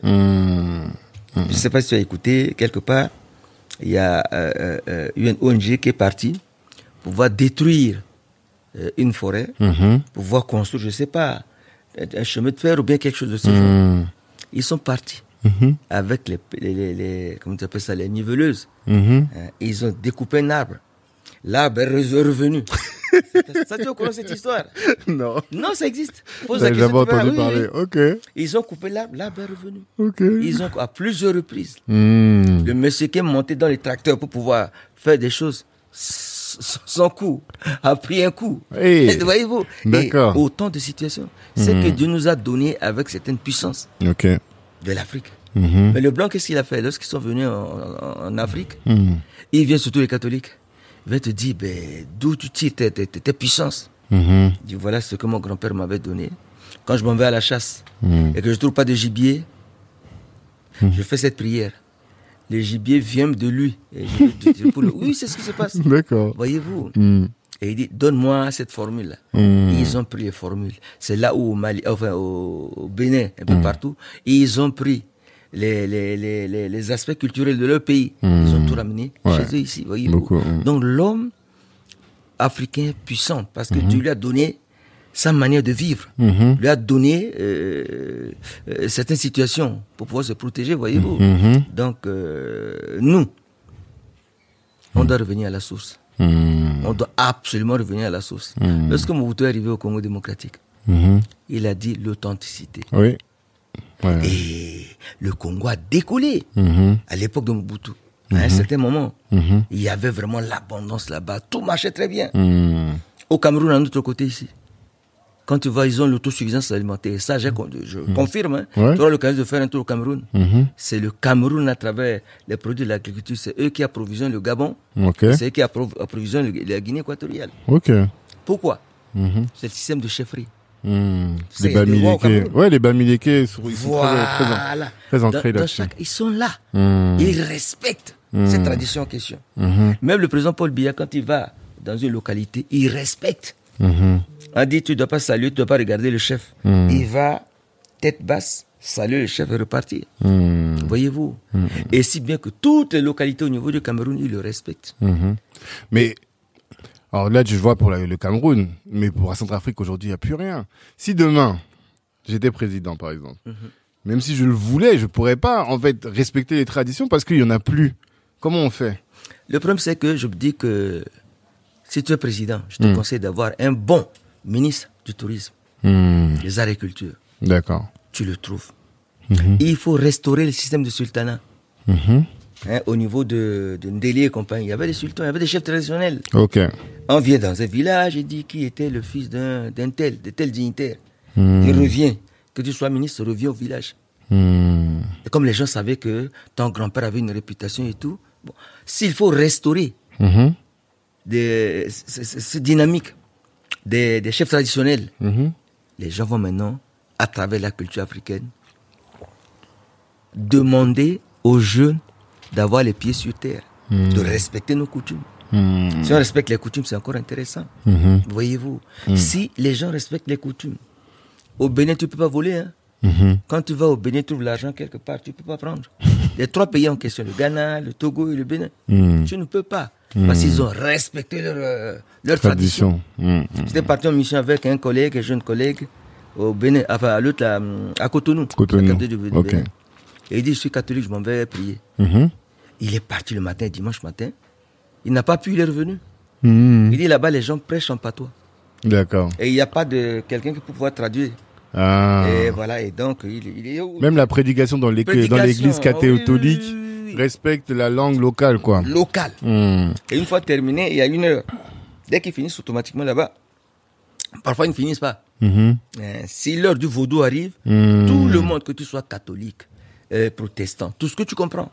Je ne sais pas si tu as écouté, quelque part, il y a une ONG qui est partie pour pouvoir détruire une forêt, pour pouvoir construire, je ne sais pas, un chemin de fer ou bien quelque chose de ce genre. Ils sont partis avec les comment tu appelles ça, les niveleuses. Ils ont découpé un arbre. L'arbre est revenu. Ça, tu connais cette histoire? Non. Non, ça existe. Pose la question. J'avais entendu parler. Oui. Ok. Ils ont coupé l'arbre est revenu. Ok. Ils ont, à plusieurs reprises. Le monsieur qui est monté dans les tracteurs pour pouvoir faire des choses, son coup a pris un coup. Hey. Voyez-vous? D'accord. Et autant de situations. C'est que Dieu nous a donné avec certaines puissances de l'Afrique. Mais le blanc, qu'est-ce qu'il a fait? Lorsqu'ils sont venus en Afrique, il vient surtout les catholiques. Il va te dire, d'où tu tires tes puissances. Il dit, voilà ce que mon grand-père m'avait donné. Quand je m'en vais à la chasse et que je ne trouve pas de gibier, je fais cette prière. Le gibier vient de lui. Et oui, c'est ce qui se passe. D'accord. Voyez-vous. Et il dit, donne-moi cette formule-là. Ils ont pris les formules. C'est là où au Mali, enfin au Bénin, un peu partout, ils ont pris les aspects culturels de leur pays. Ils ont tout ramené chez eux ici, voyez-vous. Donc l'homme africain est puissant parce que Dieu lui a donné sa manière de vivre, lui a donné certaines situations pour pouvoir se protéger, voyez-vous. Donc nous, on doit revenir à la source. On doit absolument revenir à la source. Lorsque Mobutu est arrivé au Congo démocratique, il a dit l'authenticité. Oui. Ouais. Et le Congo a décollé à l'époque de Mobutu. À un certain moment, il y avait vraiment l'abondance là-bas. Tout marchait très bien. Au Cameroun, à notre côté ici, quand tu vois, ils ont l'autosuffisance alimentaire. Ça, je confirme. Hein. Tu auras l'occasion de faire un tour au Cameroun. C'est le Cameroun, à travers les produits de l'agriculture, c'est eux qui approvisionnent le Gabon. C'est eux qui approvisionnent la Guinée équatoriale. Pourquoi? C'est le système de chefferie. Les Bamileke. Ouais, les Bamileke, ils sont très ancrés là-dessus. Ils sont là. Ils respectent cette tradition en question. Même le président Paul Biya, quand il va dans une localité, il respecte. On dit, tu ne dois pas saluer, tu ne dois pas regarder le chef. Il va, tête basse, saluer le chef et repartir. Voyez-vous. Et si bien que toutes les localités au niveau du Cameroun, ils le respectent. Mais... alors là, je vois pour le Cameroun, mais pour la Centrafrique, aujourd'hui, il n'y a plus rien. Si demain, j'étais président, par exemple, même si je le voulais, je ne pourrais pas, en fait, respecter les traditions parce qu'il n'y en a plus. Comment on fait? Le problème, c'est que je me dis que si tu es président, je te conseille d'avoir un bon ministre du tourisme, des agricultures. D'accord. Tu le trouves. Il faut restaurer le système de sultanat. Au niveau de Ndélé et compagnie, il y avait des sultans, il y avait des chefs traditionnels. On vient dans un village et dit qui était le fils de tel dignitaire. Il revient, que tu sois ministre, reviens au village. Et comme les gens savaient que ton grand-père avait une réputation et tout, bon, s'il faut restaurer cette dynamique des chefs traditionnels, les gens vont maintenant, à travers la culture africaine, demander aux jeunes d'avoir les pieds sur terre, de respecter nos coutumes. Si on respecte les coutumes, c'est encore intéressant. Voyez-vous, si les gens respectent les coutumes, au Bénin, tu ne peux pas voler. Hein? Quand tu vas au Bénin, tu trouves l'argent quelque part, tu ne peux pas prendre. Les trois pays en question, le Ghana, le Togo et le Bénin, tu ne peux pas. Parce qu'ils ont respecté leur tradition. J'étais parti en mission avec un collègue, un jeune collègue, au Bénin, enfin à l'autre, à Cotonou. Et il dit, je suis catholique, je m'en vais prier. Mhm. Il est parti le matin, dimanche matin. Il n'a pas pu, il est revenu. Mhm. Il dit, là-bas, les gens prêchent en patois. D'accord. Et il n'y a pas de quelqu'un qui peut pouvoir traduire. Ah. Et voilà, et donc, il est où? Même la prédication dans l'église catholique respecte la langue locale, quoi. Locale. Mhm. Et une fois terminé, il y a 1 heure. Dès qu'ils finissent automatiquement là-bas, parfois ils ne finissent pas. Mhm. Si l'heure du vaudou arrive, Mhm. tout le monde, que tu sois catholique, protestant, tout ce que tu comprends,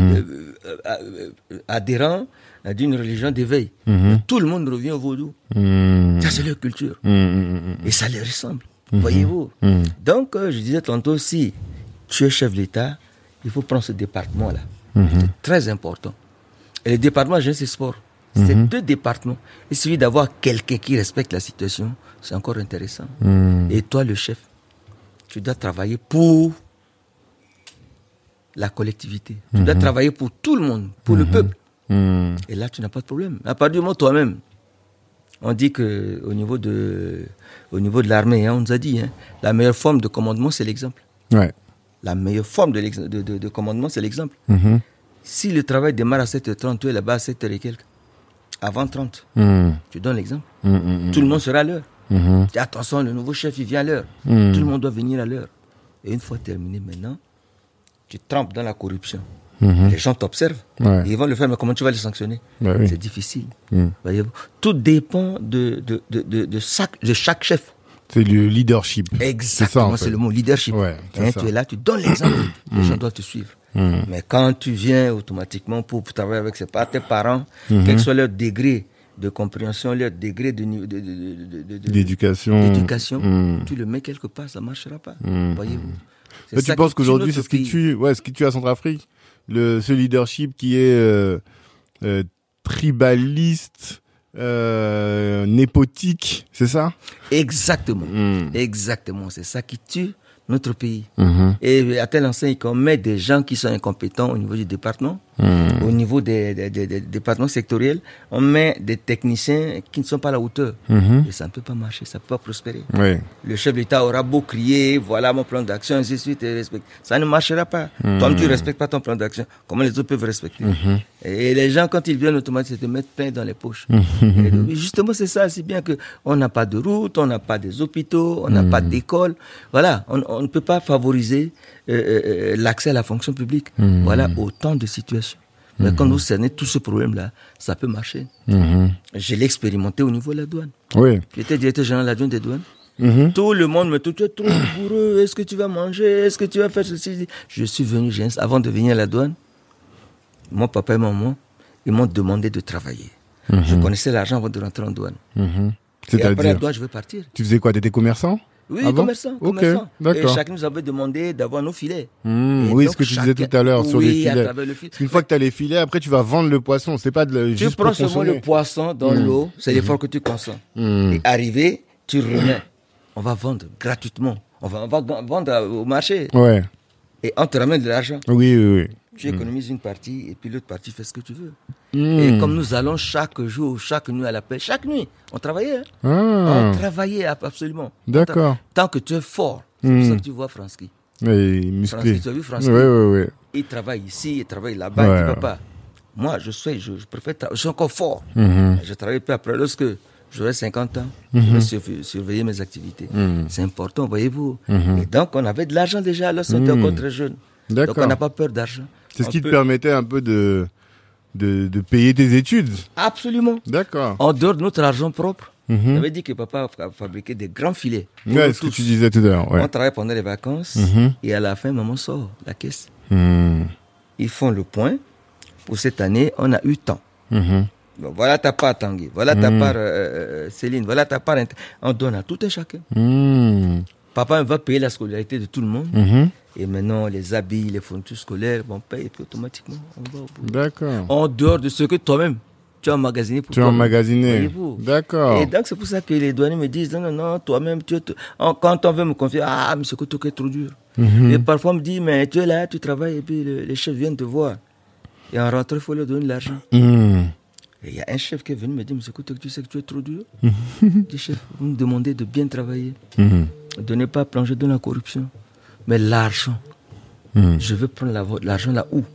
adhérent d'une religion d'éveil, tout le monde revient au vaudou. Mhm. Ça, c'est leur culture. Mhm. Et ça leur ressemble. Voyez-vous. Donc, je disais tantôt, si tu es chef de l'État, il faut prendre ce département-là. C'est très important. Et le département jeunesse et sport, c'est 2 départements. Il suffit d'avoir quelqu'un qui respecte la situation, c'est encore intéressant. Et toi, le chef, tu dois travailler pour la collectivité. Tu dois travailler pour tout le monde, pour le peuple. Et là, tu n'as pas de problème. À partir du moment toi-même, on dit que au niveau de l'armée, on nous a dit, la meilleure forme de commandement, c'est l'exemple. Ouais. La meilleure forme de commandement, c'est l'exemple. Si le travail démarre à 7h30, tu es là-bas à 7h et quelques, avant 30, tu donnes l'exemple. Tout le monde sera à l'heure. Dis, attention, le nouveau chef, il vient à l'heure. Tout le monde doit venir à l'heure. Et une fois terminé maintenant, tu trempes dans la corruption. Les gens t'observent. Ouais. Et ils vont le faire, mais comment tu vas les sanctionner? Bah oui. C'est difficile. Voyez-vous. Tout dépend de chaque chef. C'est le leadership. C'est ça, en Exactement, fait. c'est le mot leadership. Ouais, c'est ça. Tu es là, tu donnes l'exemple. Les gens doivent te suivre. Mais quand tu viens automatiquement pour travailler avec tes parents, quel que soit leur degré de compréhension, leur degré d'éducation, tu le mets quelque part, ça ne marchera pas. Voyez-vous. Mais tu penses qu'aujourd'hui, c'est ce qui tue à Centrafrique, ce leadership qui est tribaliste, népotique, c'est ça? Exactement. Exactement. C'est ça qui tue notre pays. Et à telle enseigne qu'on met des gens qui sont incompétents au niveau du département, au niveau des départements sectoriels, on met des techniciens qui ne sont pas à la hauteur. Et ça ne peut pas marcher, ça ne peut pas prospérer. Ouais. Le chef de l'État aura beau crier, voilà mon plan d'action, ainsi de suite, et respecte. Ça ne marchera pas. Toi, tu ne respectes pas ton plan d'action. Comment les autres peuvent respecter? Et les gens, quand ils viennent automatiquement, se mettent plein dans les poches. Et donc, justement, c'est ça, c'est bien qu'on n'a pas de route, on n'a pas des hôpitaux, on n'a pas d'école. Voilà, on ne peut pas favoriser l'accès à la fonction publique. Voilà, autant de situations. Mais quand vous cernez tout ce problème-là, ça peut marcher. Je l'ai expérimenté au niveau de la douane. Oui. J'étais directeur général de la douane des douanes. Tout le monde me dit, tu es trop rigoureux, est-ce que tu vas manger, est-ce que tu vas faire ceci? Je suis venu, avant de venir à la douane, mon papa et maman, ils m'ont demandé de travailler. Je connaissais l'argent avant de rentrer en douane. Et après la douane, je vais partir. Tu faisais quoi? Tu étais commerçant? Oui, Ah bon? commerçant. D'accord. Et chacun nous avait demandé d'avoir nos filets. Oui, ce que tu disais tout à l'heure sur les filets. À travers le filet. Une fois que tu as les filets, après tu vas vendre le poisson. C'est pas Tu juste prends pour seulement consommer. le poisson dans l'eau, c'est l'effort que tu consommes. Et arrivé, tu remets. On va vendre gratuitement. On va vendre au marché. Ouais. Et on te ramène de l'argent. Oui. Tu économises une partie et puis l'autre partie, fais ce que tu veux. Et comme nous allons chaque jour, chaque nuit à la paix, chaque nuit, on travaillait. On travaillait absolument. D'accord. Tant que tu es fort, c'est pour ça que tu vois Franski. Oui, musclé. Franski, tu as vu Franski? Oui. Il travaille ici, il travaille là-bas. Il dit, papa, moi, je préfère je suis encore fort. Je travaille peu après. Lorsque j'aurai 50 ans, je vais surveiller mes activités. C'est important, voyez-vous. Et donc, on avait de l'argent déjà lorsqu'on était encore très jeune. Donc, on n'a pas peur d'argent. C'est ce qui te permettait un peu de payer tes études. Absolument. D'accord. En dehors de notre argent propre, j'avais dit que papa a fabriqué des grands filets. Ouais, ce que tu disais tout à l'heure. Ouais. On travaille pendant les vacances et à la fin, maman sort la caisse. Ils font le point. Pour cette année, on a eu tant. Bon, voilà ta part, Tanguy. Voilà ta part, Céline. Voilà ta part. On donne à tout un chacun. Papa va payer la scolarité de tout le monde. Et maintenant, les habits, les fournitures scolaires, on paye et puis automatiquement, on va au bout. D'accord. En dehors de ce que toi-même, tu as emmagasiné pour toi. Tu as emmagasiné. D'accord. Et donc, c'est pour ça que les douaniers me disent, non, toi-même, quand on veut me confier, mais ce que tu es trop dur. Et parfois, on me dit, mais tu es là, tu travailles, et puis les chefs viennent te voir. Et en rentrant, il faut leur donner de l'argent. Et il y a un chef qui est venu me dire, mais écoute, tu sais que tu es trop dur. Je dis, chef, vous me demandez de bien travailler, de ne pas plonger dans la corruption. Mais l'argent, Je veux prendre l'argent là où?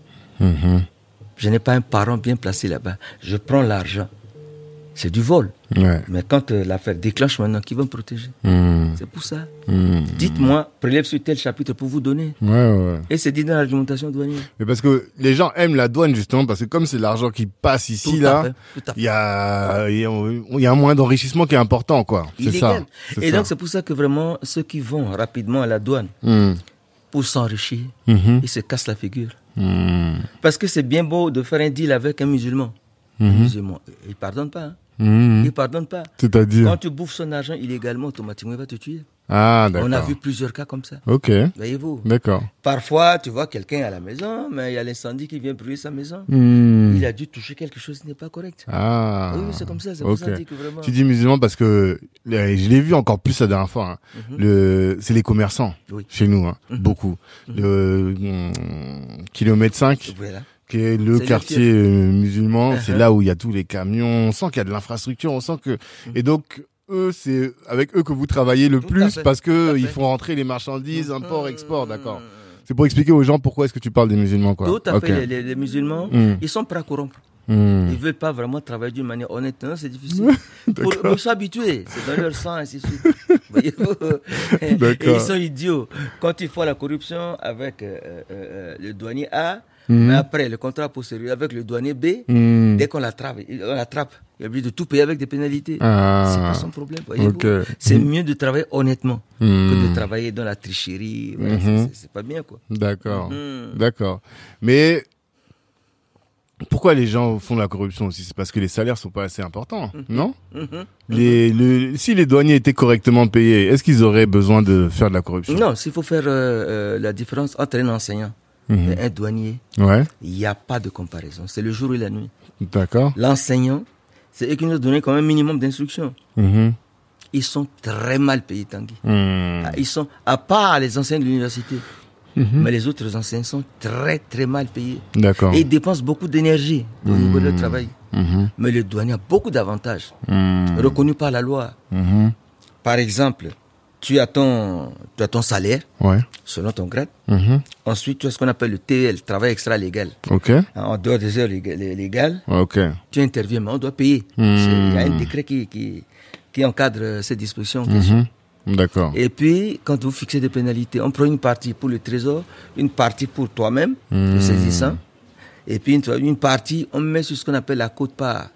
Je n'ai pas un parent bien placé là-bas. Je prends l'argent. C'est du vol. Ouais. Mais quand l'affaire déclenche maintenant, qui va me protéger? C'est pour ça. Dites-moi, prélève sur tel chapitre pour vous donner. Ouais. Et c'est dit dans l'argumentation douanière. Mais parce que les gens aiment la douane justement parce que comme c'est l'argent qui passe ici Tout là, à fait. il y a un moyen d'enrichissement qui est important quoi. C'est Illégal. ça. Et donc c'est pour ça que vraiment ceux qui vont rapidement à la douane pour s'enrichir, ils se cassent la figure. Parce que c'est bien beau de faire un deal avec un musulman. Un musulman, il pardonne pas. Il pardonne pas. C'est-à-dire Quand tu bouffes son argent illégalement, automatiquement, il va te tuer. Ah, d'accord. On a vu plusieurs cas comme ça. Ok. Voyez-vous. D'accord. Parfois, tu vois quelqu'un à la maison, mais il y a l'incendie qui vient brûler sa maison. Il a dû toucher quelque chose qui n'est pas correct. Ah. Oui, c'est comme ça. C'est pour ça que je dis que vraiment... Tu dis musulman parce que je l'ai vu encore plus la dernière fois. C'est les commerçants chez nous, beaucoup. Le kilomètre 5. Voilà. Qui est le quartier musulman, c'est là où il y a tous les camions, on sent qu'il y a de l'infrastructure, on sent que et donc eux c'est avec eux que vous travaillez le plus parce que ils font rentrer les marchandises import export, d'accord. C'est pour expliquer aux gens pourquoi est-ce que tu parles des musulmans quoi. Tout à fait, les musulmans, ils sont prêts à corrompre. Ils veulent pas vraiment travailler d'une manière honnête, non, c'est difficile. Pour s'habituer, c'est dans leur sang, ainsi de suite. Voyez-vous. Et ils sont idiots. Quand ils font la corruption avec le douanier A, mais après, le contrat postérieur avec le douanier B, dès qu'on l'attrape, il est obligé de tout payer avec des pénalités. C'est pas son problème, voyez-vous. C'est mieux de travailler honnêtement que de travailler dans la tricherie. Voilà, c'est pas bien, quoi. D'accord. D'accord. Mais pourquoi les gens font de la corruption aussi? C'est parce que les salaires sont pas assez importants, non? Si les douaniers étaient correctement payés, est-ce qu'ils auraient besoin de faire de la corruption? Non, s'il faut faire la différence entre un enseignant et un douanier, il n'y a pas de comparaison. C'est le jour et la nuit. D'accord. L'enseignant, c'est eux qui nous ont donné quand même un minimum d'instruction. Ils sont très mal payés, Tanguy. Ils sont, à part les enseignants de l'université, mais les autres enseignants sont très très mal payés. D'accord. Et ils dépensent beaucoup d'énergie au niveau de leur travail. Mais le douanier a beaucoup d'avantages reconnus par la loi. Par exemple, tu as ton salaire selon ton grade. Ensuite, tu as ce qu'on appelle le TL, travail extra-légal. En dehors des heures légales, tu interviens, mais on doit payer. Il y a un décret qui encadre ces dispositions. D'accord. Et puis, quand vous fixez des pénalités, on prend une partie pour le trésor, une partie pour toi-même, le saisissant, et puis une partie, on met sur ce qu'on appelle la quote-part.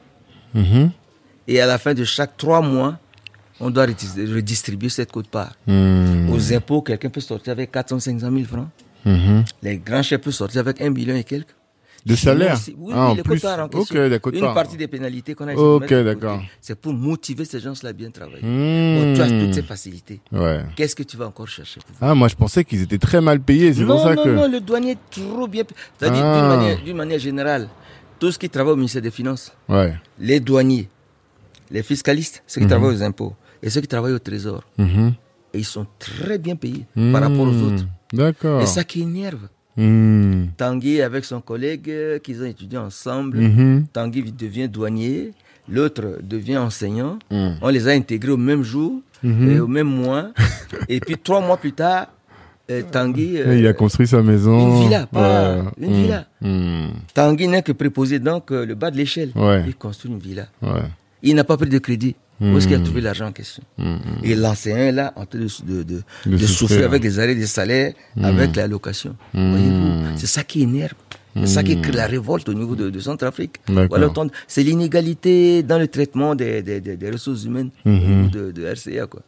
Et à la fin de chaque 3 mois, on doit redistribuer cette quote-part. Aux impôts, quelqu'un peut sortir avec 400 500 000 francs. Les grands chefs peuvent sortir avec 1 million et quelques. De salaire? Oui, en les plus. quote-part en question. Une partie des pénalités qu'on a d'accord. C'est pour motiver ces gens-là à bien travailler. Donc, tu as toutes ces facilités. Qu'est-ce que tu vas encore chercher pour moi je pensais qu'ils étaient très mal payés, c'est pour ça que... Non, le douanier est trop bien payé. C'est-à-dire, d'une manière générale, tous ceux qui travaillent au ministère des Finances, les douaniers, les fiscalistes, ceux qui travaillent aux impôts, et ceux qui travaillent au trésor, et ils sont très bien payés par rapport aux autres. D'accord. Et ça qui énerve. Tanguy avec son collègue qu'ils ont étudié ensemble, Tanguy devient douanier, l'autre devient enseignant. On les a intégrés au même jour et au même mois. Et puis 3 mois plus tard, Tanguy il a construit sa maison. Une villa, une villa. Tanguy n'est que préposé donc le bas de l'échelle. Il construit une villa. Il n'a pas pris de crédit. Où est-ce qu'il a trouvé l'argent en question? Et l'enseignant est là en train de souffrir avec les arrêts des salaires, avec la location. Voyez-vous, c'est ça qui énerve. C'est ça qui crée la révolte au niveau de Centrafrique. Voilà, c'est l'inégalité dans le traitement des ressources humaines au niveau de RCA, quoi.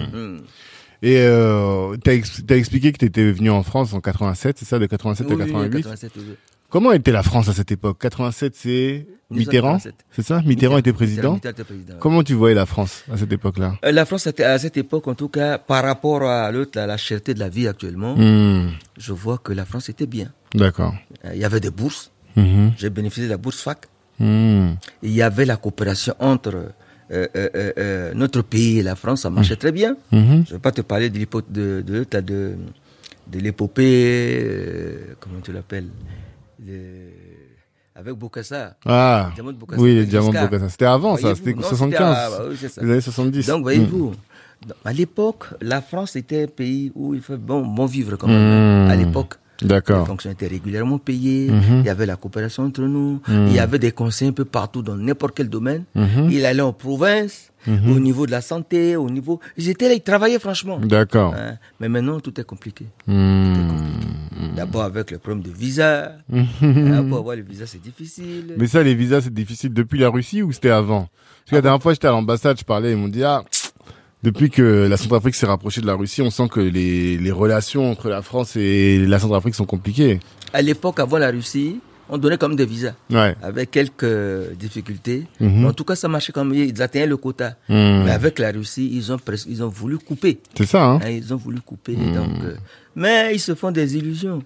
Et t'as expliqué que t'étais venu en France en 87, c'est ça, de 87 à 88? 87, oui. Comment était la France à cette époque? 87, c'est Mitterrand, c'est ça? Mitterrand était président. Mitterrand était président. Comment tu voyais la France à cette époque-là? La France, à cette époque, en tout cas, par rapport à l'autre, la cherté de la vie actuellement, je vois que la France était bien. D'accord. Il y avait des bourses. J'ai bénéficié de la bourse FAC. Il y avait la coopération entre notre pays et la France, ça marchait très bien. Je ne vais pas te parler de l'épopée, comment tu l'appelles, avec Bokassa. Ah, Bokassa, oui, les diamants de Bokassa. C'était avant, ça, c'était 75, c'est ça. Les années 70. Donc, voyez-vous, à l'époque, la France était un pays où il fait bon vivre quand même, à l'époque. D'accord. Les fonctions étaient régulièrement payées. Il y avait la coopération entre nous. Il y avait des conseils un peu partout dans n'importe quel domaine. Il allait en province, au niveau de la santé, au niveau... Ils étaient là, ils travaillaient franchement. D'accord. Hein? Mais maintenant, tout est compliqué. Tout est compliqué. D'abord avec le problème de visa. Pour avoir le visa, c'est difficile. Mais ça, les visas, c'est difficile depuis la Russie ou c'était avant? Parce que la dernière fois, j'étais à l'ambassade, je parlais, ils m'ont dit, depuis que la Centrafrique s'est rapprochée de la Russie, on sent que les relations entre la France et la Centrafrique sont compliquées. À l'époque, avant la Russie, on donnait comme des visas. Ouais. Avec quelques difficultés. Mais en tout cas, ça marchait comme ils atteignaient le quota. Mais avec la Russie, ils ont voulu couper. C'est ça, hein? Ils ont voulu couper. Donc, mais ils se font des illusions.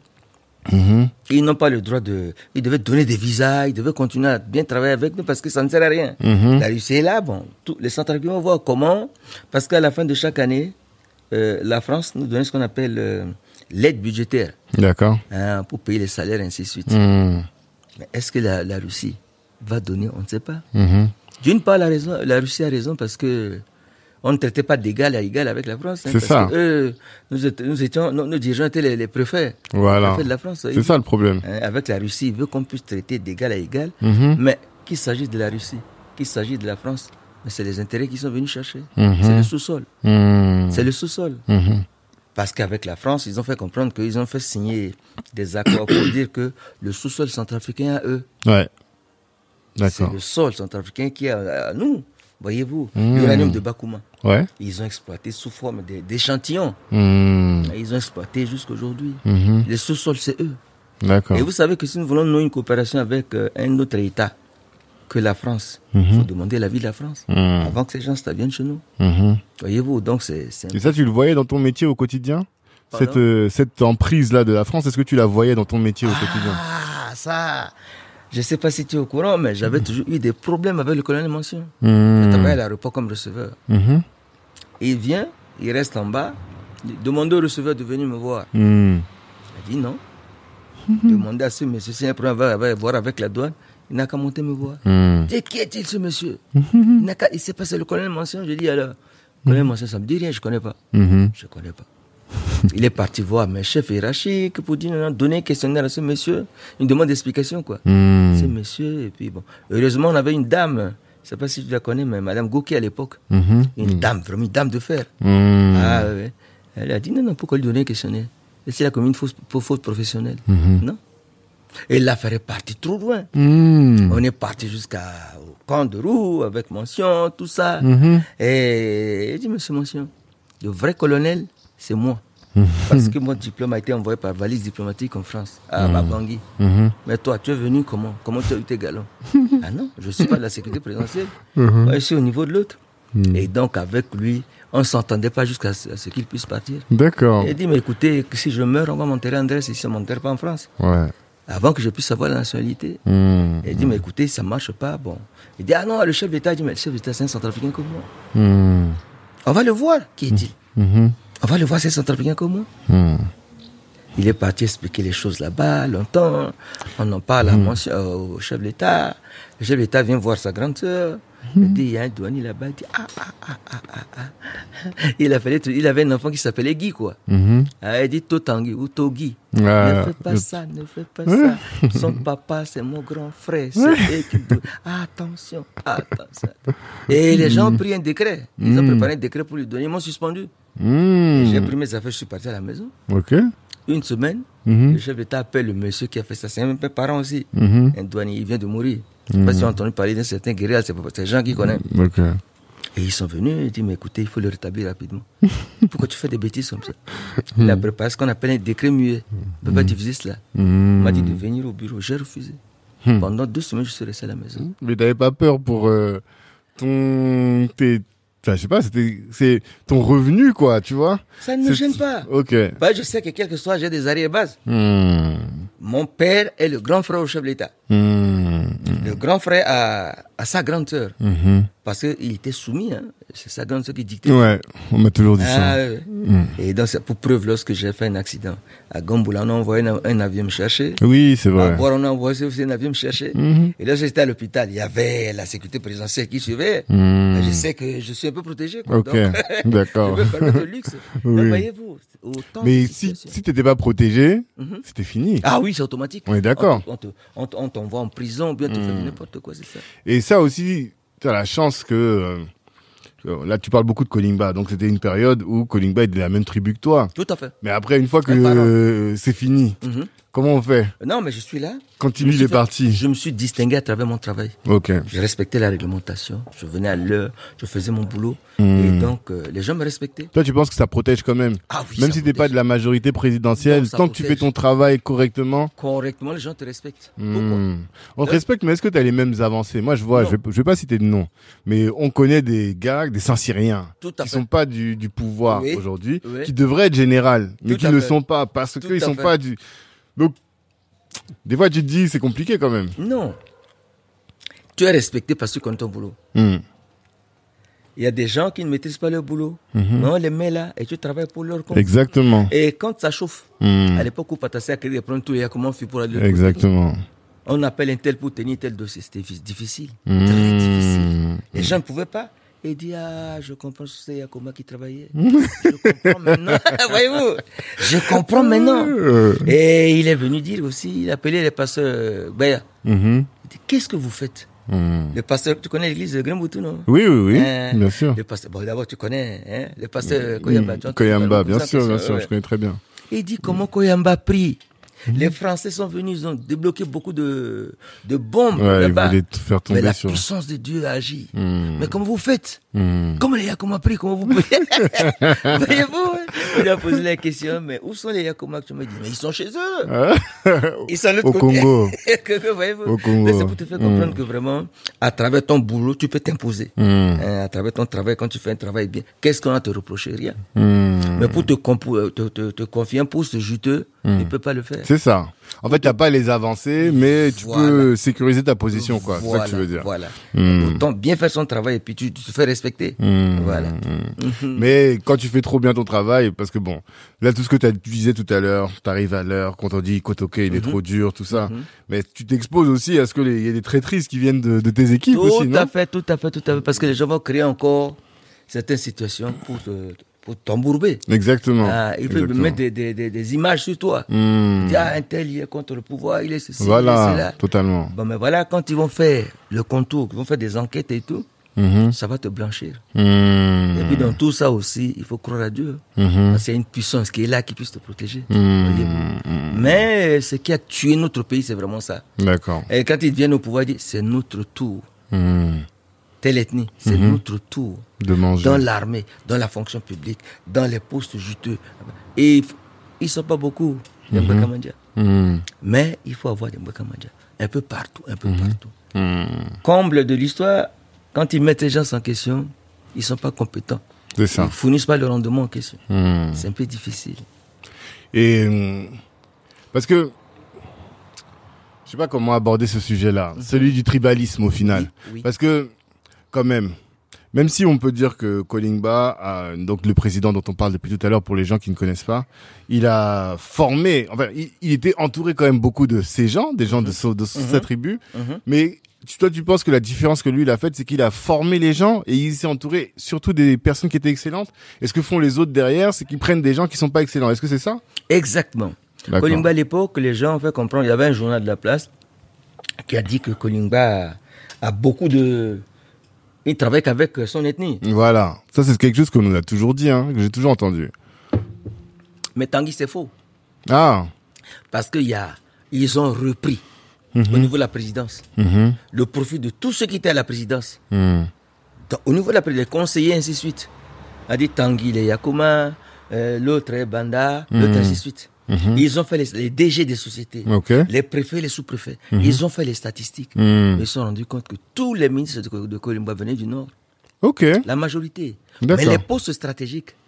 Ils n'ont pas le droit ils devaient donner des visas, ils devaient continuer à bien travailler avec nous parce que ça ne sert à rien. La Russie est là, bon, les Centrafricains vont voir comment, parce qu'à la fin de chaque année, la France nous donnait ce qu'on appelle l'aide budgétaire. D'accord. Hein, pour payer les salaires, ainsi de suite. Mais est-ce que la Russie va donner? On ne sait pas. D'une part, la Russie a raison parce que on ne traitait pas d'égal à égal avec la France. C'est ça. Que nos dirigeants étaient les préfets. Voilà. Les préfets de la France. C'est ça le problème. Avec la Russie, il veut qu'on puisse traiter d'égal à égal. Mais qu'il s'agisse de la Russie, qu'il s'agisse de la France, mais c'est les intérêts qu'ils sont venus chercher. C'est le sous-sol. C'est le sous-sol. Parce qu'avec la France, ils ont fait comprendre qu'ils ont fait signer des accords pour dire que le sous-sol centrafricain à eux. Ouais. C'est D'accord. le sol centrafricain qui est à nous. Voyez-vous, l'uranium de Bakouma. Ouais. Ils ont exploité sous forme d'échantillons. Ils ont exploité jusqu'aujourd'hui. Le sous-sol, c'est eux. D'accord. Et vous savez que si nous voulons nouer une coopération avec un autre État que la France, il faut demander l'avis de la France avant que ces gens viennent chez nous. Voyez-vous, donc c'est... Et ça, tu le voyais dans ton métier au quotidien? Pardon? Cette emprise-là de la France, est-ce que tu la voyais dans ton métier au quotidien? Ah, ça... Je ne sais pas si tu es au courant, mais j'avais toujours eu des problèmes avec le colonel Mention. Je travaillais à l'aéroport comme receveur. Il vient, il reste en bas, demandez au receveur de venir me voir. Il a dit non. Demandez à ce monsieur, si un problème va voir avec la douane, il n'a qu'à monter me voir. Dis, qui est-il ce monsieur? Il s'est passé le colonel Mention. Je dis alors, le colonel Mention, ça ne me dit rien, je ne connais pas. Je ne connais pas. Il est parti voir mes chefs hiérarchiques pour dire, non, donner un questionnaire à ce monsieur, une demande d'explication, quoi. Ce monsieur, et puis bon. Heureusement, on avait une dame, je ne sais pas si tu la connais, mais Madame Gauquet à l'époque. Une dame, vraiment une dame de fer. Ah, ouais. Elle a dit, non, pourquoi lui donner un questionnaire? Et s'il a commis une faute professionnelle? Non. Et l'affaire est partie trop loin. On est parti jusqu'au camp de roue, avec Mention, tout ça. Et il dit, monsieur Mention, le vrai colonel, c'est moi. Parce que mon diplôme a été envoyé par valise diplomatique en France, à Bangui. Mais toi, tu es venu comment? Comment tu as eu tes galons? Ah non, je ne suis pas de la sécurité présidentielle. Moi, je suis au niveau de l'autre. Et donc, avec lui, on ne s'entendait pas jusqu'à ce qu'il puisse partir. D'accord. Il dit, mais écoutez, si je meurs, on va m'enterrer en Grèce, ici, on ne m'enterre pas en France. Ouais. Avant que je puisse avoir la nationalité. Il dit, mais écoutez, ça ne marche pas. Bon. Il dit, ah non, le chef d'État dit, mais le chef d'État, c'est un centrafricain comme moi. On va le voir, qui est-il? On va le voir, c'est centrafricain comme moi. Il est parti expliquer les choses là-bas, longtemps. On en parle au chef de l'État. Le chef de l'État vient voir sa grande sœur. Il dit, il y a un douanier là-bas. Il dit, il avait un enfant qui s'appelait Guy, quoi. Il dit, Totangi ou Togi. Ne fais pas ça, ne fais pas ça. Son papa, c'est mon grand frère. C'est qui doit... Attention. Et les gens ont pris un décret. Ils ont préparé un décret pour lui donner. Ils m'ont suspendu. J'ai pris mes affaires, je suis parti à la maison. Ok. Une semaine, le chef d'État appelle le monsieur qui a fait ça. C'est un peu parent aussi. Un douanier, il vient de mourir. Je ne sais pas si on a entendu parler d'un certain guerrier, c'est des gens qui connaissent. Okay. Et ils sont venus, ils disent, mais écoutez, il faut le rétablir rapidement. Pourquoi tu fais des bêtises comme ça? Il a préparé ce qu'on appelle un décret muet. Il ne peut pas diviser cela. Il m'a dit de venir au bureau, j'ai refusé. Pendant 2 semaines, je suis resté à la maison. Mais tu n'avais pas peur pour enfin, je sais pas, c'est ton revenu, quoi, tu vois? Ça ne me gêne pas. Ok. Bah, je sais que quel que soit, j'ai des arrière-bases. Mon père est le grand frère au chef de l'État. Le grand frère à sa grande sœur. Parce qu'il était soumis. Hein. C'est Sagam qui dictait. Ouais, on m'a toujours dit ça. Ouais. Et donc, c'est pour preuve, lorsque j'ai fait un accident à Gamboula, on a envoyé un avion me chercher. Oui, c'est vrai. À Boire, on a envoyé aussi un avion me chercher. Et là, j'étais à l'hôpital. Il y avait la sécurité présidentielle qui suivait. Mais je sais que je suis un peu protégé, quoi. Ok, Donc, d'accord. je peux permettre le luxe. Oui. Mais voyez-vous, autant Mais de si situations. t'étais pas protégé, c'était fini. Ah oui, c'est automatique. On est d'accord. On t'envoie en prison, ou bien tu fais n'importe quoi, c'est ça. Et ça aussi, tu as la chance que... là, tu parles beaucoup de Kolingba. Donc, c'était une période où Kolingba est de la même tribu que toi. Tout à fait. Mais après, une fois Un que c'est fini, comment on fait Non, mais je suis là. quand lui, il est parti? Je me suis distingué à travers mon travail. Ok. Je respectais la réglementation. Je venais à l'heure. Je faisais mon boulot. Et donc, les gens me respectaient. Toi, tu penses que ça protège quand même? Ah oui, Même ça si t'es pas protège. de la majorité présidentielle, Non, ça tant que tu fais protège. ton travail correctement, Correctement, les gens te respectent. Pourquoi on te respecte, mais est-ce que tu as les mêmes avancées? Moi, je vois, Non. je vais pas citer de nom, mais on connaît des gars, des Saint-Cyriens, Tout à qui fait. sont pas du pouvoir Oui. aujourd'hui, Oui. qui devraient être général, mais Tout qui à ne fait. sont pas, parce Tout qu'ils à sont fait. pas du... Donc, des fois, tu te dis, c'est compliqué quand même. Non. Tu es respecté parce que tu connais ton boulot. Il y a des gens qui ne maîtrisent pas leur boulot. Mais on les met là et tu travailles pour leur compte. Exactement. Et quand ça chauffe, à l'époque où Patassi a créé des problèmes, tout les comment on fait pour aller le Exactement. On appelle un tel pour tenir tel dossier. C'était difficile. Très difficile. Les gens ne pouvaient pas. Et il dit, ah, je comprends, c'est Yakoma qui travaillait. Je comprends maintenant. Voyez-vous, je comprends maintenant. Et il est venu dire aussi, il appelait les pasteurs Baya. Il dit, qu'est-ce que vous faites? Le pasteur, tu connais l'église de Grimboutou, non? Oui, oui, oui, Hein, bien sûr. Le pasteur, bon, d'abord, tu connais, hein, le pasteur Koyamba. tu vois, Koyamba, tu bien vois, sûr, ça, je connais très bien. il dit comment Koyamba prie. Les Français sont venus, ils ont débloqué beaucoup de bombes Ouais, ils là-bas. voulaient te faire tomber Mais la sur... puissance de Dieu a agi. Mais comment vous faites? Comment les Yakoma prient? Comment vous priez? Voyez-vous? Il a posé la question, mais où sont les Yakoma? Tu me dis, mais ils sont chez eux. Ils sont de l'autre Au côté. Congo. Voyez-vous? Au Congo. Mais c'est pour te faire comprendre que vraiment, à travers ton boulot, tu peux t'imposer. À travers ton travail, quand tu fais un travail bien, qu'est-ce qu'on a à te reprocher? Rien. Mais pour te confier un poste juteux, tu ne peux pas le faire. C'est ça. En fait, t'as pas les avancées, mais tu Voilà. peux sécuriser ta position, quoi. C'est ça que tu veux dire. Voilà. Autant bien faire son travail et puis tu te fais respecter. Voilà. Mais quand tu fais trop bien ton travail, parce que bon, là, tout ce que tu disais tout à l'heure, t'arrives à l'heure, quand on dit Kotoke, il est trop dur, tout ça. Mais tu t'exposes aussi à ce que il y a des traîtrises qui viennent de tes équipes aussi, non? Tout à fait. Parce que les gens vont créer encore certaines situations pour t'embourber. Exactement. Ah, ils peuvent Exactement. mettre des images sur toi. Ils disent, ah, un tel, il est contre le pouvoir, il est ceci, il est Voilà, cela. totalement. Bon, mais voilà, quand ils vont faire le contour, ils vont faire des enquêtes et tout, ça va te blanchir. Et puis dans tout ça aussi, il faut croire à Dieu. Parce qu'il y a une puissance qui est là, qui puisse te protéger. Mais ce qui a tué notre pays, c'est vraiment ça. D'accord. Et quand ils viennent au pouvoir, ils disent, c'est notre tour. Telle ethnie, c'est notre tour. De manger. Dans l'armée, dans la fonction publique, dans les postes juteux. Et ils ne sont pas beaucoup, les Mbakamandia. Mais il faut avoir des Mbakamandia. Un peu partout, Comble de l'histoire, quand ils mettent les gens en question, ils ne sont pas compétents. C'est ça. Ils ne fournissent pas le rendement en question. C'est un peu difficile. Et parce que je sais pas comment aborder ce sujet-là, celui du tribalisme au final. Oui. Parce que quand même si on peut dire que Kolingba, donc le président dont on parle depuis tout à l'heure pour les gens qui ne connaissent pas, il a formé, enfin il était entouré quand même beaucoup de ces gens, des gens de sa tribu, mais toi tu penses que la différence que lui il a faite, c'est qu'il a formé les gens et il s'est entouré surtout des personnes qui étaient excellentes. Et ce que font les autres derrière, c'est qu'ils prennent des gens qui sont pas excellents. Est-ce que c'est ça? Exactement. D'accord. Kolingba, à l'époque, les gens ont fait comprendre, il y avait un journal de la place qui a dit que Kolingba a beaucoup de... Il travaille qu'avec son ethnie. Voilà. Ça, c'est quelque chose qu'on nous a toujours dit, que j'ai toujours entendu. Mais Tanguy, c'est faux. Ah. Parce ils ont repris au niveau de la présidence le profit de tous ceux qui étaient à la présidence. Donc, au niveau de la présidence, les conseillers, ainsi de suite. A dit Tanguy, les Yakoma, l'autre est Banda, l'autre ainsi de suite. Ils ont fait les DG des sociétés, les préfets, les sous-préfets. Ils ont fait les statistiques. Ils se sont rendus compte que tous les ministres de Kolingba venaient du Nord. Ok. La majorité. D'accord. Mais les postes stratégiques,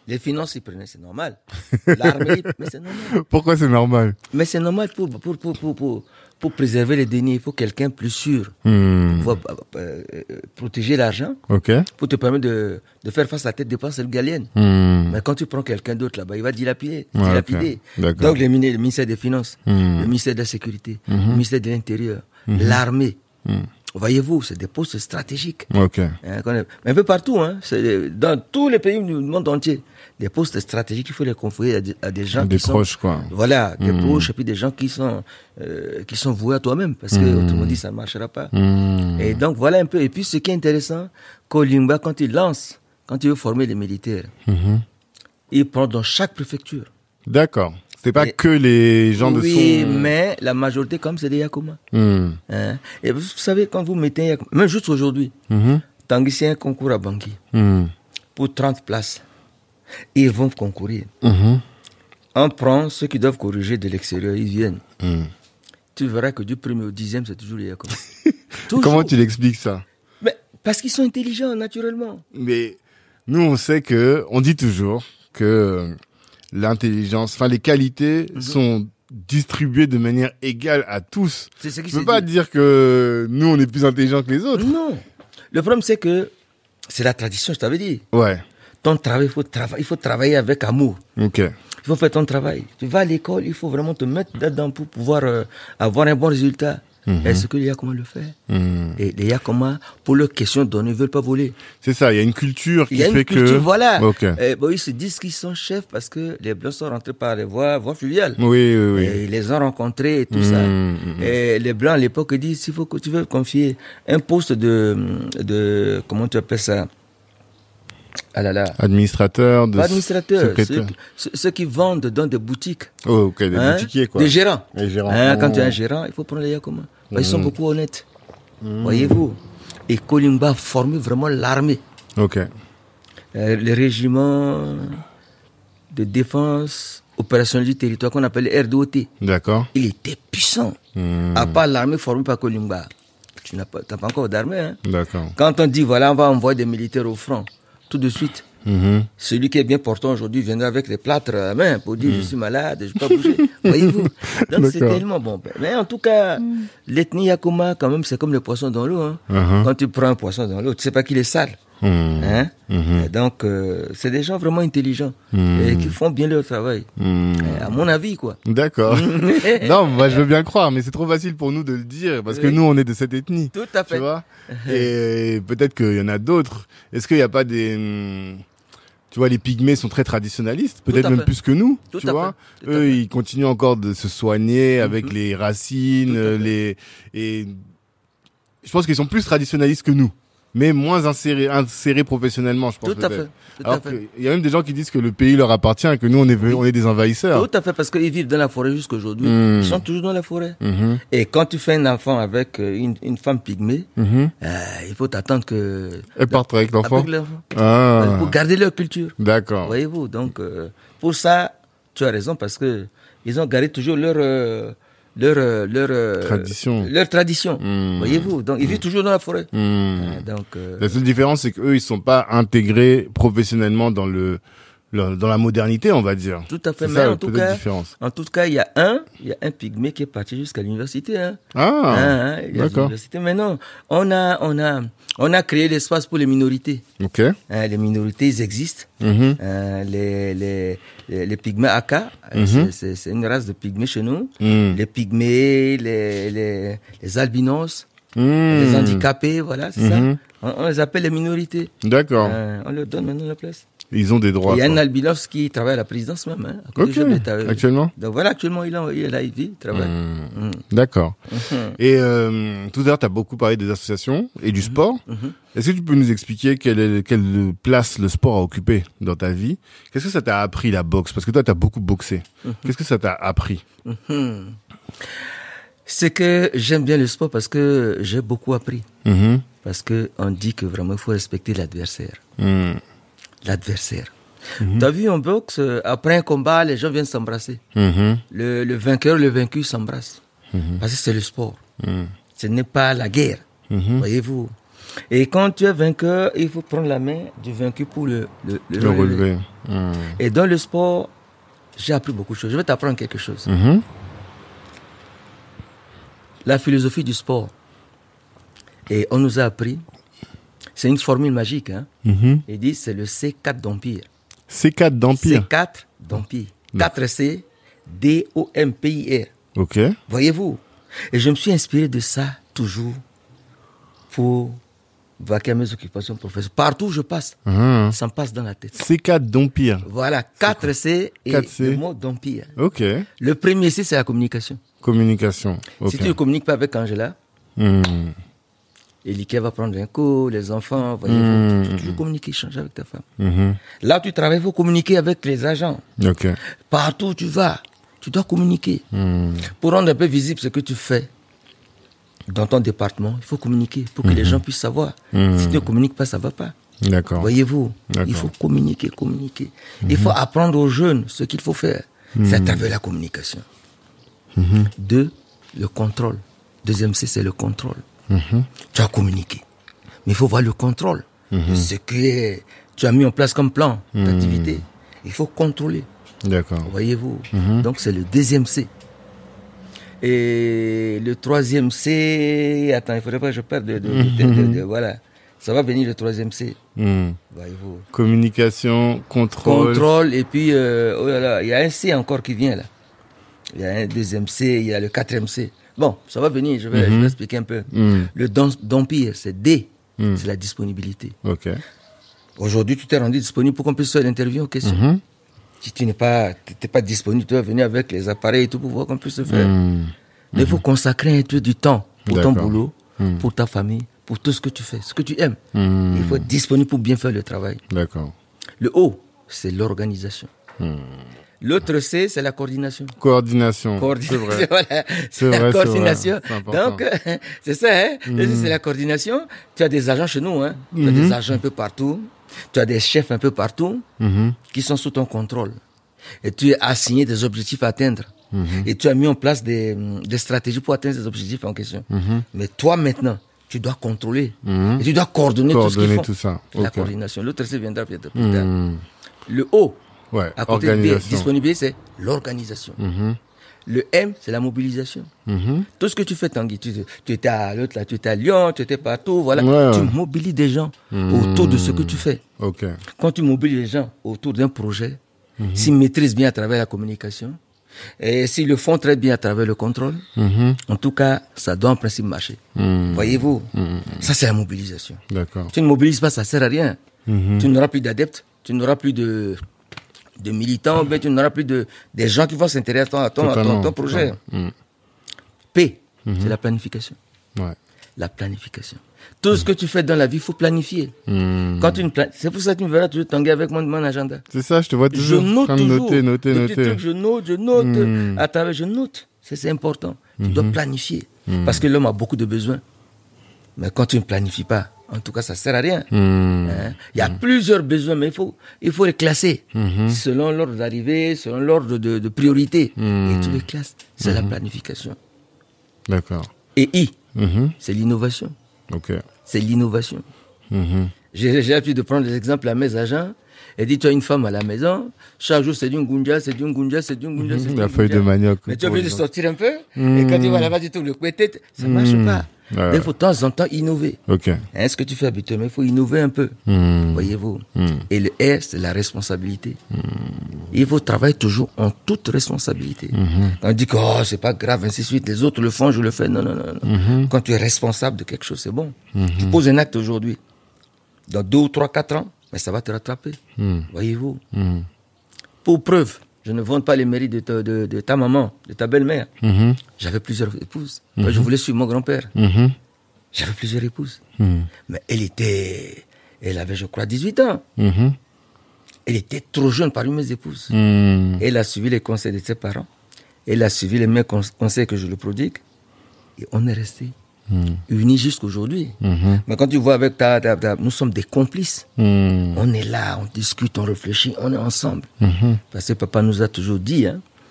Les finances, ils prenaient, c'est normal. L'armée, mais c'est normal. Pourquoi c'est normal? Mais c'est normal pour préserver les deniers. Il faut quelqu'un plus sûr. Pour protéger l'argent. Ok. Pour te permettre de faire face à tes dépenses régaliennes. Mais quand tu prends quelqu'un d'autre là-bas, il va dilapider. Ouais, okay. Donc le ministère des Finances, le ministère de la Sécurité, le ministère de l'Intérieur, l'armée. Voyez-vous, c'est des postes stratégiques. Ok. Mais un peu partout, c'est dans tous les pays du monde entier. Des postes stratégiques, il faut les confier à des gens des qui proches, sont... quoi. Voilà, des proches et puis des gens qui sont voués à toi-même. Parce que autrement dit, ça ne marchera pas. Et donc, voilà un peu. Et puis, ce qui est intéressant, Kolimba, quand il veut former les militaires, il prend dans chaque préfecture. D'accord. C'est pas que les gens de son... Oui, mais la majorité, comme c'est des Yakoma. Et vous savez, quand vous mettez un Yakoma, même juste aujourd'hui, Tanguy, c'est un concours à Bangui, pour 30 places. Ils vont concourir. On prend ceux qui doivent corriger de l'extérieur, ils viennent. Tu verras que du premier au 10e, c'est toujours les Yakoma. Comment tu l'expliques ça? Mais parce qu'ils sont intelligents, naturellement. Mais nous, on dit toujours que l'intelligence, les qualités sont distribuées de manière égale à tous. C'est ce qui je peux pas dire que nous, on est plus intelligents que les autres. Non. Le problème, c'est que c'est la tradition, je t'avais dit. Ouais. Ton travail, il faut travailler avec amour. Ok. Il faut faire ton travail. Tu vas à l'école, il faut vraiment te mettre dedans pour pouvoir avoir un bon résultat. Est-ce que les Yakoma le fait? Et les Yakoma, pour leurs questions données, ne veulent pas voler. C'est ça, il y a une culture qui fait que... Il y a une culture, voilà. Okay. Ils se disent qu'ils sont chefs parce que les Blancs sont rentrés par les voies fluviales. Oui. Et ils les ont rencontrés et tout ça. Et les Blancs, à l'époque, disent, s'il faut que tu veux confier un poste de comment tu appelles ça? Administrateur, ceux qui vendent dans des boutiques. Oh, ok, des boutiquiers, quoi. Des gérants. Les gérants. Quand tu es un gérant, il faut prendre les Yakoma. Ils sont beaucoup honnêtes. Voyez-vous. Et Kolimba formait vraiment l'armée. Ok. Les régiments de défense opérationnelle du territoire qu'on appelle les RDOT. D'accord. Il était puissant. À part l'armée formée par Kolimba. Tu n'as pas encore d'armée. D'accord. Quand on dit, voilà, on va envoyer des militaires au front, tout de suite, celui qui est bien portant aujourd'hui viendra avec les plâtres à la main pour dire, je suis malade, je ne peux pas bouger. Voyez-vous. Donc c'est tellement bon. Mais en tout cas, l'ethnie Yakoma, quand même, c'est comme le poisson dans l'eau. Quand tu prends un poisson dans l'eau, tu ne sais pas qu'il est sale. Donc, c'est des gens vraiment intelligents et qui font bien leur travail. À mon avis, quoi. D'accord. Non, moi je veux bien le croire, mais c'est trop facile pour nous de le dire parce que nous on est de cette ethnie. Tout à fait. Tu vois. Et peut-être qu'il y en a d'autres. Est-ce qu'il n'y a pas des... Tu vois, les pygmées sont très traditionnalistes, peut-être même plus que nous. Tu vois, eux, ils continuent encore de se soigner avec les racines, et je pense qu'ils sont plus traditionnalistes que nous, mais moins insérés professionnellement, je pense. Tout à fait. Alors il y a même des gens qui disent que le pays leur appartient et que nous, on est des envahisseurs. Tout à fait, parce qu'ils vivent dans la forêt jusqu'aujourd'hui. Ils sont toujours dans la forêt. Et quand tu fais un enfant avec une femme pygmée, il faut t'attendre que... Elle parte avec l'enfant. Pour garder leur culture. D'accord. Voyez-vous, donc pour ça, tu as raison, parce que ils ont gardé toujours leur tradition. Voyez-vous, donc ils vivent toujours dans la forêt. Donc la seule différence, c'est qu'eux, ils sont pas intégrés professionnellement dans la modernité, on va dire. Tout à fait. C'est Mais ça, en tout cas, il y a un pygmée qui est parti jusqu'à l'université. D'accord. Mais non, on a créé l'espace pour les minorités. Ok. Les minorités, ils existent. Les pygmées Aka, c'est une race de pygmées chez nous. Les pygmées, les albinos, les handicapés, voilà, c'est ça. On les appelle les minorités. D'accord. On leur donne maintenant la place. Ils ont des droits. Il y a un albinos qui travaille à la présidence même. Actuellement. Donc voilà, actuellement, il est là, il vit, il travaille. D'accord. Et tout à l'heure, tu as beaucoup parlé des associations et du sport. Est-ce que tu peux nous expliquer quelle place le sport a occupé dans ta vie? Qu'est-ce que ça t'a appris, la boxe? Parce que toi, tu as beaucoup boxé. Qu'est-ce que ça t'a appris? C'est que j'aime bien le sport parce que j'ai beaucoup appris. Parce que on dit que vraiment, il faut respecter l'adversaire. L'adversaire. T'as vu en boxe, après un combat, les gens viennent s'embrasser. Le vainqueur, le vaincu s'embrassent. Parce que c'est le sport. Ce n'est pas la guerre. Voyez-vous. Et quand tu es vainqueur, il faut prendre la main du vaincu pour le relever. Et dans le sport, j'ai appris beaucoup de choses. Je vais t'apprendre quelque chose. La philosophie du sport. Et on nous a appris, c'est une formule magique. Hein? Il dit c'est le C4 d'Empire. C4 d'Empire. C4 d'Empire. 4C, D-O-M-P-I-R. Ok. Voyez-vous? Et je me suis inspiré de ça toujours pour vaquer à mes occupations professionnelles. Partout où je passe, ça me passe dans la tête. C4 d'Empire. Voilà, 4C et 4C. le mot d'Empire. Ok. Le premier C, c'est la communication. Communication. Ok. Si tu ne communiques pas avec Angela, Elike va prendre un coup, les enfants, voyez-vous, tu peux toujours communiquer, échanger avec ta femme. Là où tu travailles, il faut communiquer avec les agents. Ok. Partout où tu vas, tu dois communiquer. Pour rendre un peu visible ce que tu fais dans ton département, il faut communiquer pour que les gens puissent savoir. Si tu ne communiques pas, ça ne va pas. D'accord. Voyez-vous, il faut communiquer. Il faut apprendre aux jeunes ce qu'il faut faire. C'est à travers la communication. 2, le contrôle. Deuxième C, c'est le contrôle. Tu as communiqué. Mais il faut voir le contrôle de ce que tu as mis en place comme plan d'activité. Il faut contrôler. D'accord. Voyez-vous. Donc, c'est le deuxième C. Et le troisième C... Attends, il ne faudrait pas que je perde voilà. Ça va venir le troisième C. Voyez-vous. Communication, contrôle. Contrôle, et puis, oh là là, il y a un C encore qui vient là. Il y a un deuxième C, il y a le quatrième C. Bon, ça va venir, je vais expliquer un peu. Le d'Empire, c'est D, c'est la disponibilité. Ok. Aujourd'hui, tu t'es rendu disponible pour qu'on puisse faire l'interview en question. Si tu n'es pas disponible, tu vas venir avec les appareils et tout pour voir qu'on puisse se faire. Mais il faut consacrer un peu du temps pour ton boulot, pour ta famille, pour tout ce que tu fais, ce que tu aimes. Il faut être disponible pour bien faire le travail. D'accord. Le O, c'est l'organisation. L'autre C, c'est la coordination. Coordination. C'est vrai. Voilà. C'est la coordination. Donc, c'est ça, hein. C'est la coordination. Tu as des agents chez nous, hein. Tu as des agents un peu partout. Tu as des chefs un peu partout qui sont sous ton contrôle. Et tu es assigné des objectifs à atteindre. Et tu as mis en place des stratégies pour atteindre ces objectifs en question. Mais toi, maintenant, tu dois contrôler. Et tu dois coordonner tout ce qu'ils font. Tout ça. La coordination. L'autre C viendra peut-être plus tard. Le O. Ouais, à côté de disponibilité, c'est l'organisation. Le M, c'est la mobilisation. Tout ce que tu fais, Tanguy, tu étais à l'autre, là, tu étais à Lyon, tu étais partout, voilà. Ouais. Tu mobilises des gens autour de ce que tu fais. Okay. Quand tu mobilises les gens autour d'un projet, s'ils maîtrisent bien à travers la communication, et s'ils le font très bien à travers le contrôle, en tout cas, ça doit en principe marcher. Voyez-vous, ça c'est la mobilisation. D'accord. Tu ne mobilises pas, ça sert à rien. Tu n'auras plus d'adeptes, tu n'auras plus de militants, mais tu n'auras plus des gens qui vont s'intéresser à ton projet. P, c'est la planification. Ouais. La planification. Tout ce que tu fais dans la vie, il faut planifier. Quand c'est pour ça que tu me verras toujours Tanguy avec mon agenda. C'est ça, je te vois toujours. Je note toujours. Noter. Je note. À travers, je note. C'est important. Tu dois planifier. Parce que l'homme a beaucoup de besoins. Mais quand tu ne planifies pas, en tout cas, ça ne sert à rien. Il y a plusieurs besoins, mais il faut les classer selon l'ordre d'arrivée, selon l'ordre de priorité. Et tu les classes. C'est la planification. D'accord. Et I, c'est l'innovation. Okay. C'est l'innovation. J'ai l'habitude de prendre des exemples à mes agents. Et dit, tu as une femme à la maison, chaque jour c'est d'une gunja, c'est d'une gunja. La feuille de manioc. Mais tu as envie de sortir un peu, et quand tu vas là-bas, tu trouves le couettet, ça ne marche pas. Il faut de temps en temps innover. Okay. Ce que tu fais habituellement, il faut innover un peu. Voyez-vous. Et le R, c'est la responsabilité. Il faut travailler toujours en toute responsabilité. Quand on dit que c'est pas grave, ainsi de suite, les autres le font, je le fais. Non. Quand tu es responsable de quelque chose, c'est bon. Tu poses un acte aujourd'hui. Dans 2 ou 3, 4 ans, mais ça va te rattraper. Voyez-vous. Pour preuve, je ne vante pas les mérites de ta maman, de ta belle-mère. J'avais plusieurs épouses. Moi, je voulais suivre mon grand-père. J'avais plusieurs épouses. Mais elle avait, je crois, 18 ans. Elle était trop jeune parmi mes épouses. Elle a suivi les conseils de ses parents. Elle a suivi les mêmes conseils que je le prodigue. Et on est restés unis jusqu'aujourd'hui. Mais quand tu vois avec nous sommes des complices. On est là, on discute, on réfléchit, on est ensemble. Parce que papa nous a toujours dit,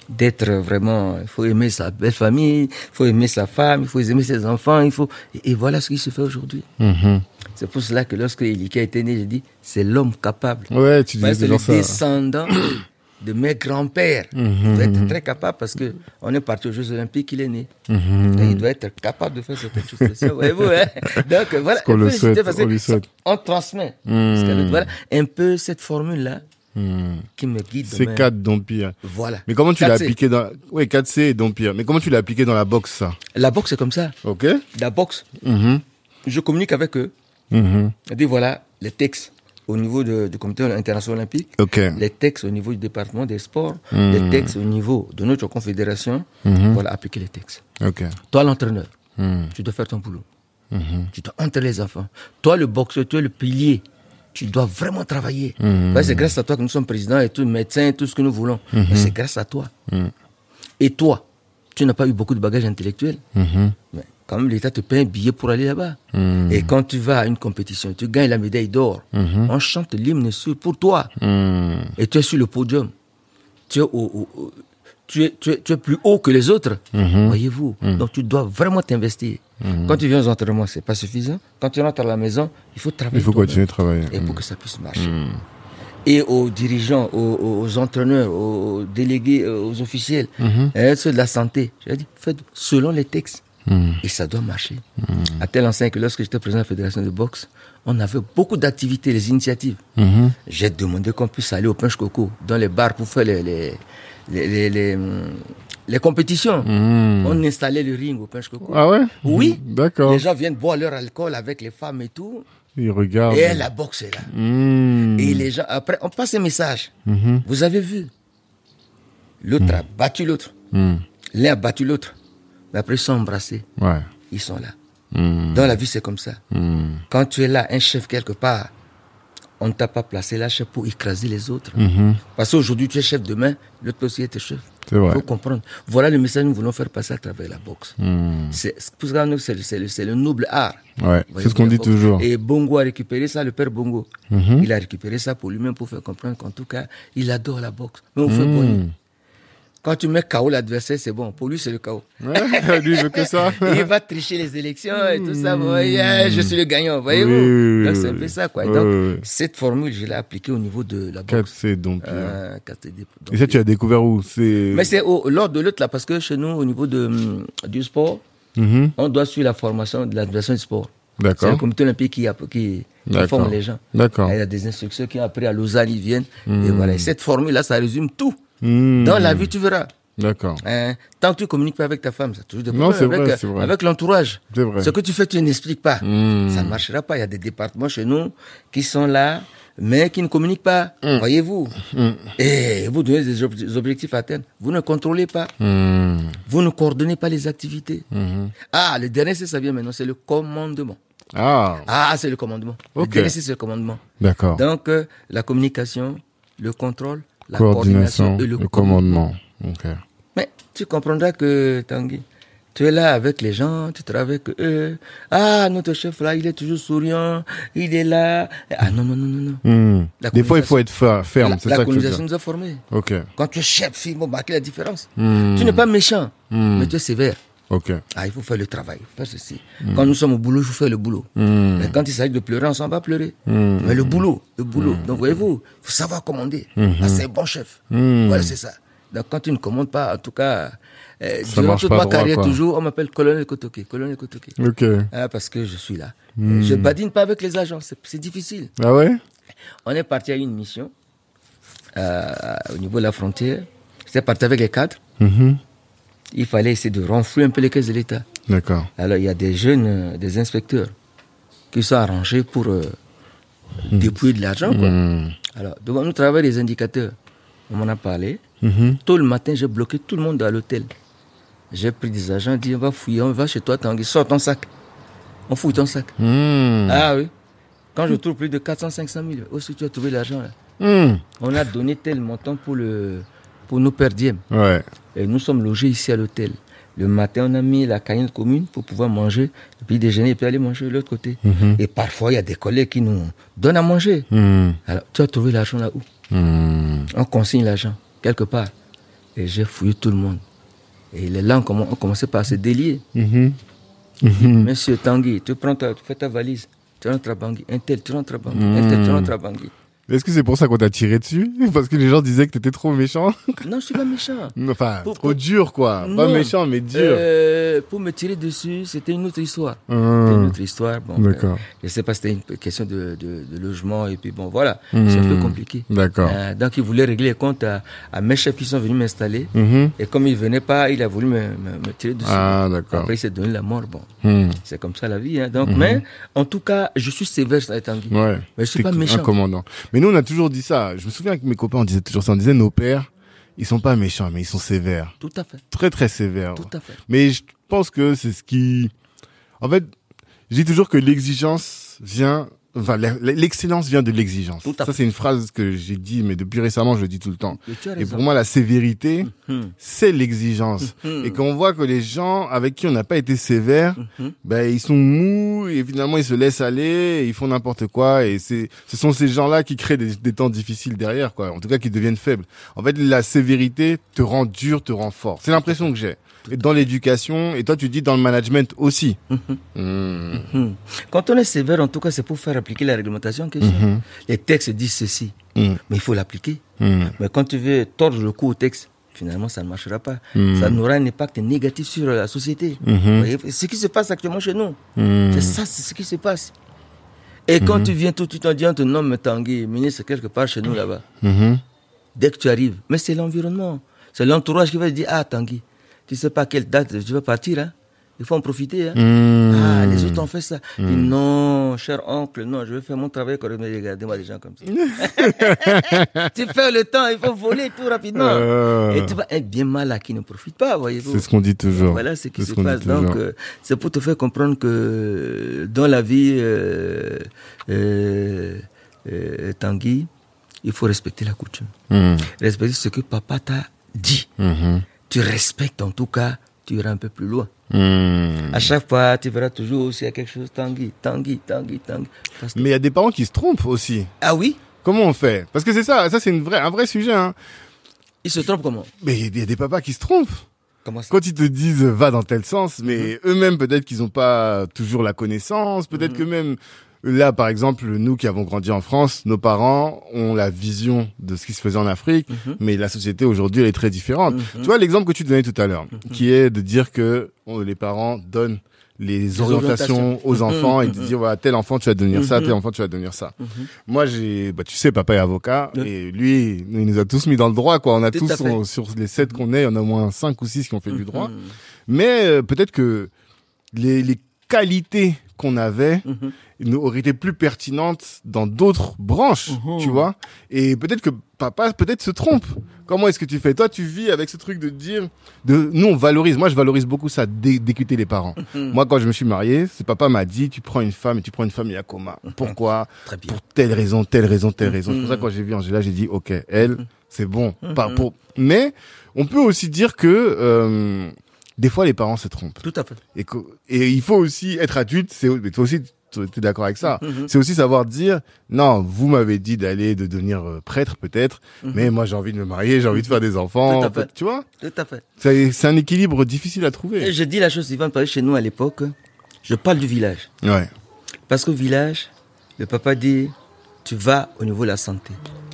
d'être vraiment, il faut aimer sa belle famille, il faut aimer sa femme, il faut aimer ses enfants, et voilà ce qui se fait aujourd'hui. C'est pour cela que lorsque Elika était né, j'ai dit, c'est l'homme capable. Ouais, tu disais c'est le ça. descendant de mes grands-pères. Il doit être très capable parce que on est parti aux Jeux Olympiques, il est né. Et il doit être capable de faire certaines choses. Voyez-vous, hein? Donc voilà, qu'on le souhaite, parce on lui que souhaite. on transmet. Voilà un peu cette formule-là qui me guide. C4 d'Empire. Voilà. Mais comment tu l'as 4C. appliqué dans... Oui, 4C et d'Empire. Mais comment tu l'as appliqué dans la boxe, ça? La boxe, c'est comme ça. Ok. La boxe, je communique avec eux. Je dis voilà les textes au niveau du comité international olympique, Ok. les textes au niveau du département des sports, les textes au niveau de notre confédération. Voilà, appliquer les textes. Ok. Toi, l'entraîneur, tu dois faire ton boulot. Tu dois entrer les enfants. Toi, le boxeur, tu es le pilier. Tu dois vraiment travailler. Ouais, c'est grâce à toi que nous sommes présidents et tout, médecins, tout ce que nous voulons. Mais c'est grâce à toi. Et toi, tu n'as pas eu beaucoup de bagages intellectuels. Mais quand même, l'État te paie un billet pour aller là-bas. Et quand tu vas à une compétition, tu gagnes la médaille d'or. On chante l'hymne pour toi. Et tu es sur le podium. Tu es plus haut que les autres. Voyez-vous. Donc tu dois vraiment t'investir. Quand tu viens aux entraînements, c'est pas suffisant. Quand tu rentres à la maison, il faut travailler. Il faut continuer de travailler. Et pour que ça puisse marcher. Et aux dirigeants, aux entraîneurs, aux délégués, aux officiels, ceux de la santé, j'ai dit, faites selon les textes. Et ça doit marcher. À tel enseigne que lorsque j'étais président de la fédération de boxe, on avait beaucoup d'activités, les initiatives. J'ai demandé qu'on puisse aller au Punch Coco, dans les bars pour faire les compétitions. On installait le ring au Punch Coco. Ah ouais? Oui. D'accord. Les gens viennent boire leur alcool avec les femmes et tout. Ils regardent. Et la boxe est là. Et les gens, après, on passe un message. Vous avez vu? L'autre a battu l'autre. L'un a battu l'autre. Mais après, ils sont embrassés. Ouais. Ils sont là. Dans la vie, c'est comme ça. Quand tu es là, un chef quelque part, on ne t'a pas placé là, chef, pour écraser les autres. Parce qu'aujourd'hui, tu es chef, demain, l'autre peut aussi être chef. C'est vrai. Il faut comprendre. Voilà le message que nous voulons faire passer à travers la boxe. C'est le noble art. Ouais, c'est ce qu'on dit toujours. Et Bongo a récupéré ça, le père Bongo. Il a récupéré ça pour lui-même, pour faire comprendre qu'en tout cas, il adore la boxe. Mais on fait bon. Quand tu mets KO l'adversaire, c'est bon. Pour lui, c'est le KO. Ouais, lui, il veut que ça. Il va tricher les élections et tout ça. Je suis le gagnant, voyez-vous. Donc, c'est un peu ça, quoi. Donc, cette formule, je l'ai appliquée au niveau de la boxe. 4C, donc. 4C, Et ça, tu as découvert où? Mais c'est lors de l'autre, là, parce que chez nous, au niveau du sport, on doit suivre la formation de l'administration du sport. D'accord. C'est le comité olympique qui forme les gens. D'accord. Il y a des instructeurs qui ont appris à Lausanne, ils viennent. Et voilà. Et cette formule-là, ça résume tout. Dans la vie, tu verras. D'accord. Tant que tu communiques pas avec ta femme, ça a toujours des Non, problèmes c'est vrai. avec l'entourage. C'est vrai. Ce que tu fais, tu n'expliques pas. Ça ne marchera pas. Il y a des départements chez nous qui sont là, mais qui ne communiquent pas. Voyez-vous. Et vous donnez des objectifs à atteindre. Vous ne contrôlez pas. Vous ne coordonnez pas les activités. Ah, le dernier, ça vient maintenant, c'est le commandement. Ah, c'est le commandement. Ok. Le dernier, c'est le commandement. D'accord. Donc, la communication, le contrôle, la Coordination coordination et le commandement. Ok. Mais tu comprendras que, Tanguy, tu es là avec les gens, tu travailles avec eux. Ah, notre chef là, il est toujours souriant, il est là. Ah non. Des fois, il faut être ferme, c'est ça La que tu veux colonisation dire. nous a formés. Ok. Quand tu es chef, il faut marquer la différence. Tu n'es pas méchant, mais tu es sévère. Ok. Ah, il faut faire le travail, faire ceci. Quand nous sommes au boulot, il faut faire le boulot. Mais quand il s'agit de pleurer, on s'en va pleurer. Mais le boulot. Donc, voyez-vous, il faut savoir commander. Ah, c'est un bon chef. Voilà, c'est ça. Donc, quand tu ne commandes pas, en tout cas, durant toute ma carrière, toujours, on m'appelle Colonel Kotoké. Ok. Ah, parce que je suis là. Je badine pas avec les agents, c'est difficile. Ah ouais? On est parti à une mission au niveau de la frontière. J'étais parti avec les cadres. Il fallait essayer de renflouer un peu les caisses de l'État. D'accord. Alors, il y a des jeunes, des inspecteurs, qui sont arrangés pour dépouiller de l'argent, quoi. Alors, devant nous travailler des indicateurs. On m'en a parlé. Tôt le matin, j'ai bloqué tout le monde à l'hôtel. J'ai pris des agents, dit, on va fouiller, on va chez toi, Tanguy, sors ton sac. On fouille ton sac. Ah oui. Quand je trouve plus de 400-500 000, aussi tu as trouvé l'argent là. On a donné tel montant pour nos pères diem. Ouais. Et nous sommes logés ici à l'hôtel. Le matin, on a mis la cagnotte commune pour pouvoir manger, et puis déjeuner, et puis aller manger de l'autre côté. Et parfois, il y a des collègues qui nous donnent à manger. Alors, tu as trouvé l'argent là où? On consigne l'argent, quelque part. Et j'ai fouillé tout le monde. Et les langues ont commencé par se délier. Monsieur Tanguy, tu fais ta valise, tu rentres à Bangui. Un tel, tu rentres à Bangui. Un tel, tu rentres à Bangui. Est-ce que c'est pour ça qu'on t'a tiré dessus? Parce que les gens disaient que t'étais trop méchant? Non, je suis pas méchant. Enfin, trop dur, quoi. Non. Pas méchant, mais dur. Pour me tirer dessus, c'était une autre histoire. C'était une autre histoire. Bon, d'accord. Je sais pas, c'était une question de logement. Et puis bon, voilà. C'est un peu compliqué. D'accord. Donc, il voulait régler les comptes à mes chefs qui sont venus m'installer. Et comme il venait pas, il a voulu me tirer dessus. Ah, d'accord. Après, il s'est donné la mort. Bon, c'est comme ça la vie. Hein. Donc, mais en tout cas, je suis sévère sur Tanguy. Ouais. Mais je suis pas méchant. Un commandant. Mais nous, on a toujours dit ça. Je me souviens que mes copains, on disait toujours ça. On disait, nos pères, ils sont pas méchants, mais ils sont sévères. Tout à fait. Très, très sévères. Tout à fait. Mais je pense que c'est ce qui... En fait, je dis toujours que l'exigence vient... Enfin, l'excellence vient de l'exigence. Ça, c'est une phrase que j'ai dit, mais depuis récemment, je le dis tout le temps. Et pour moi, la sévérité, c'est l'exigence. Et quand on voit que les gens avec qui on n'a pas été sévère, ben, ils sont mous, et finalement, ils se laissent aller, et ils font n'importe quoi, et ce sont ces gens-là qui créent des temps difficiles derrière, quoi. En tout cas, qui deviennent faibles. En fait, la sévérité te rend dur, te rend fort. C'est l'impression que j'ai. Et dans l'éducation, et toi tu dis dans le management aussi. Quand on est sévère, en tout cas, c'est pour faire appliquer la réglementation en question. Les textes disent ceci, mais il faut l'appliquer. Mais quand tu veux tordre le cou au texte, finalement, ça ne marchera pas. Ça aura un impact négatif sur la société. Vous voyez, ce qui se passe actuellement chez nous, c'est ça, c'est ce qui se passe. Et quand tu viens tout de suite, on dit, on te nomme Tanguy, ministre quelque part chez nous là-bas. Dès que tu arrives, mais c'est l'environnement, c'est l'entourage qui va te dire, ah Tanguy, tu sais pas à quelle date tu vas partir, hein? Il faut en profiter, hein? Ah, les autres ont fait ça. Dis, non, cher oncle, non, je vais faire mon travail quand même. Regardez-moi des gens comme ça. Tu perds le temps, il faut voler tout rapidement. Et tu vas être bien mal à qui ne profite pas, voyez-vous. C'est ce qu'on dit toujours. Voilà ce qui se passe. Donc, c'est pour te faire comprendre que dans la vie, Tanguy, il faut respecter la coutume. Respecter ce que papa t'a dit. Tu respectes en tout cas, tu iras un peu plus loin. À chaque fois, tu verras toujours aussi à quelque chose, Tanguy. Mais il y a des parents qui se trompent aussi. Ah oui? Comment on fait? Parce que c'est ça c'est un vrai sujet. Hein. Ils se trompent comment? Mais il y a des papas qui se trompent. Comment ça? Quand ils te disent va dans tel sens, mais eux-mêmes peut-être qu'ils n'ont pas toujours la connaissance, peut-être que même... Là, par exemple, nous qui avons grandi en France, nos parents ont la vision de ce qui se faisait en Afrique, mais la société aujourd'hui, elle est très différente. Tu vois l'exemple que tu donnais tout à l'heure, qui est de dire que les parents donnent les orientations aux enfants et de dire voilà, tel enfant tu vas devenir ça, tel enfant tu vas devenir ça. Moi tu sais, papa est avocat et lui il nous a tous mis dans le droit, quoi. On a tous sur les 7 qu'on est, on a au moins 5 ou 6 qui ont fait du droit. Mais peut-être que les qualités qu'on avait auraient été plus pertinentes dans d'autres branches, tu vois. Et peut-être que papa se trompe. Comment est-ce que tu fais? Toi, tu vis avec ce truc de dire, nous on valorise. Moi, je valorise beaucoup ça, d'écouter les parents. Moi, quand je me suis marié, papa m'a dit, tu prends une femme Yakoma. Pourquoi? Pour telle raison. C'est pour ça que quand j'ai vu Angela, j'ai dit, ok, elle, c'est bon. Mais on peut aussi dire que des fois, les parents se trompent. Tout à fait. Et il faut aussi être adulte. Mais toi aussi, tu es d'accord avec ça. C'est aussi savoir dire, non, vous m'avez dit de devenir prêtre peut-être, mais moi j'ai envie de me marier, j'ai envie de faire des enfants. Tout à fait. Tu vois? Tout à fait. C'est un équilibre difficile à trouver. Et je dis la chose suivante, parce que chez nous à l'époque, je parle du village. Ouais. Parce qu'au village, le papa dit, tu vas au niveau de la santé.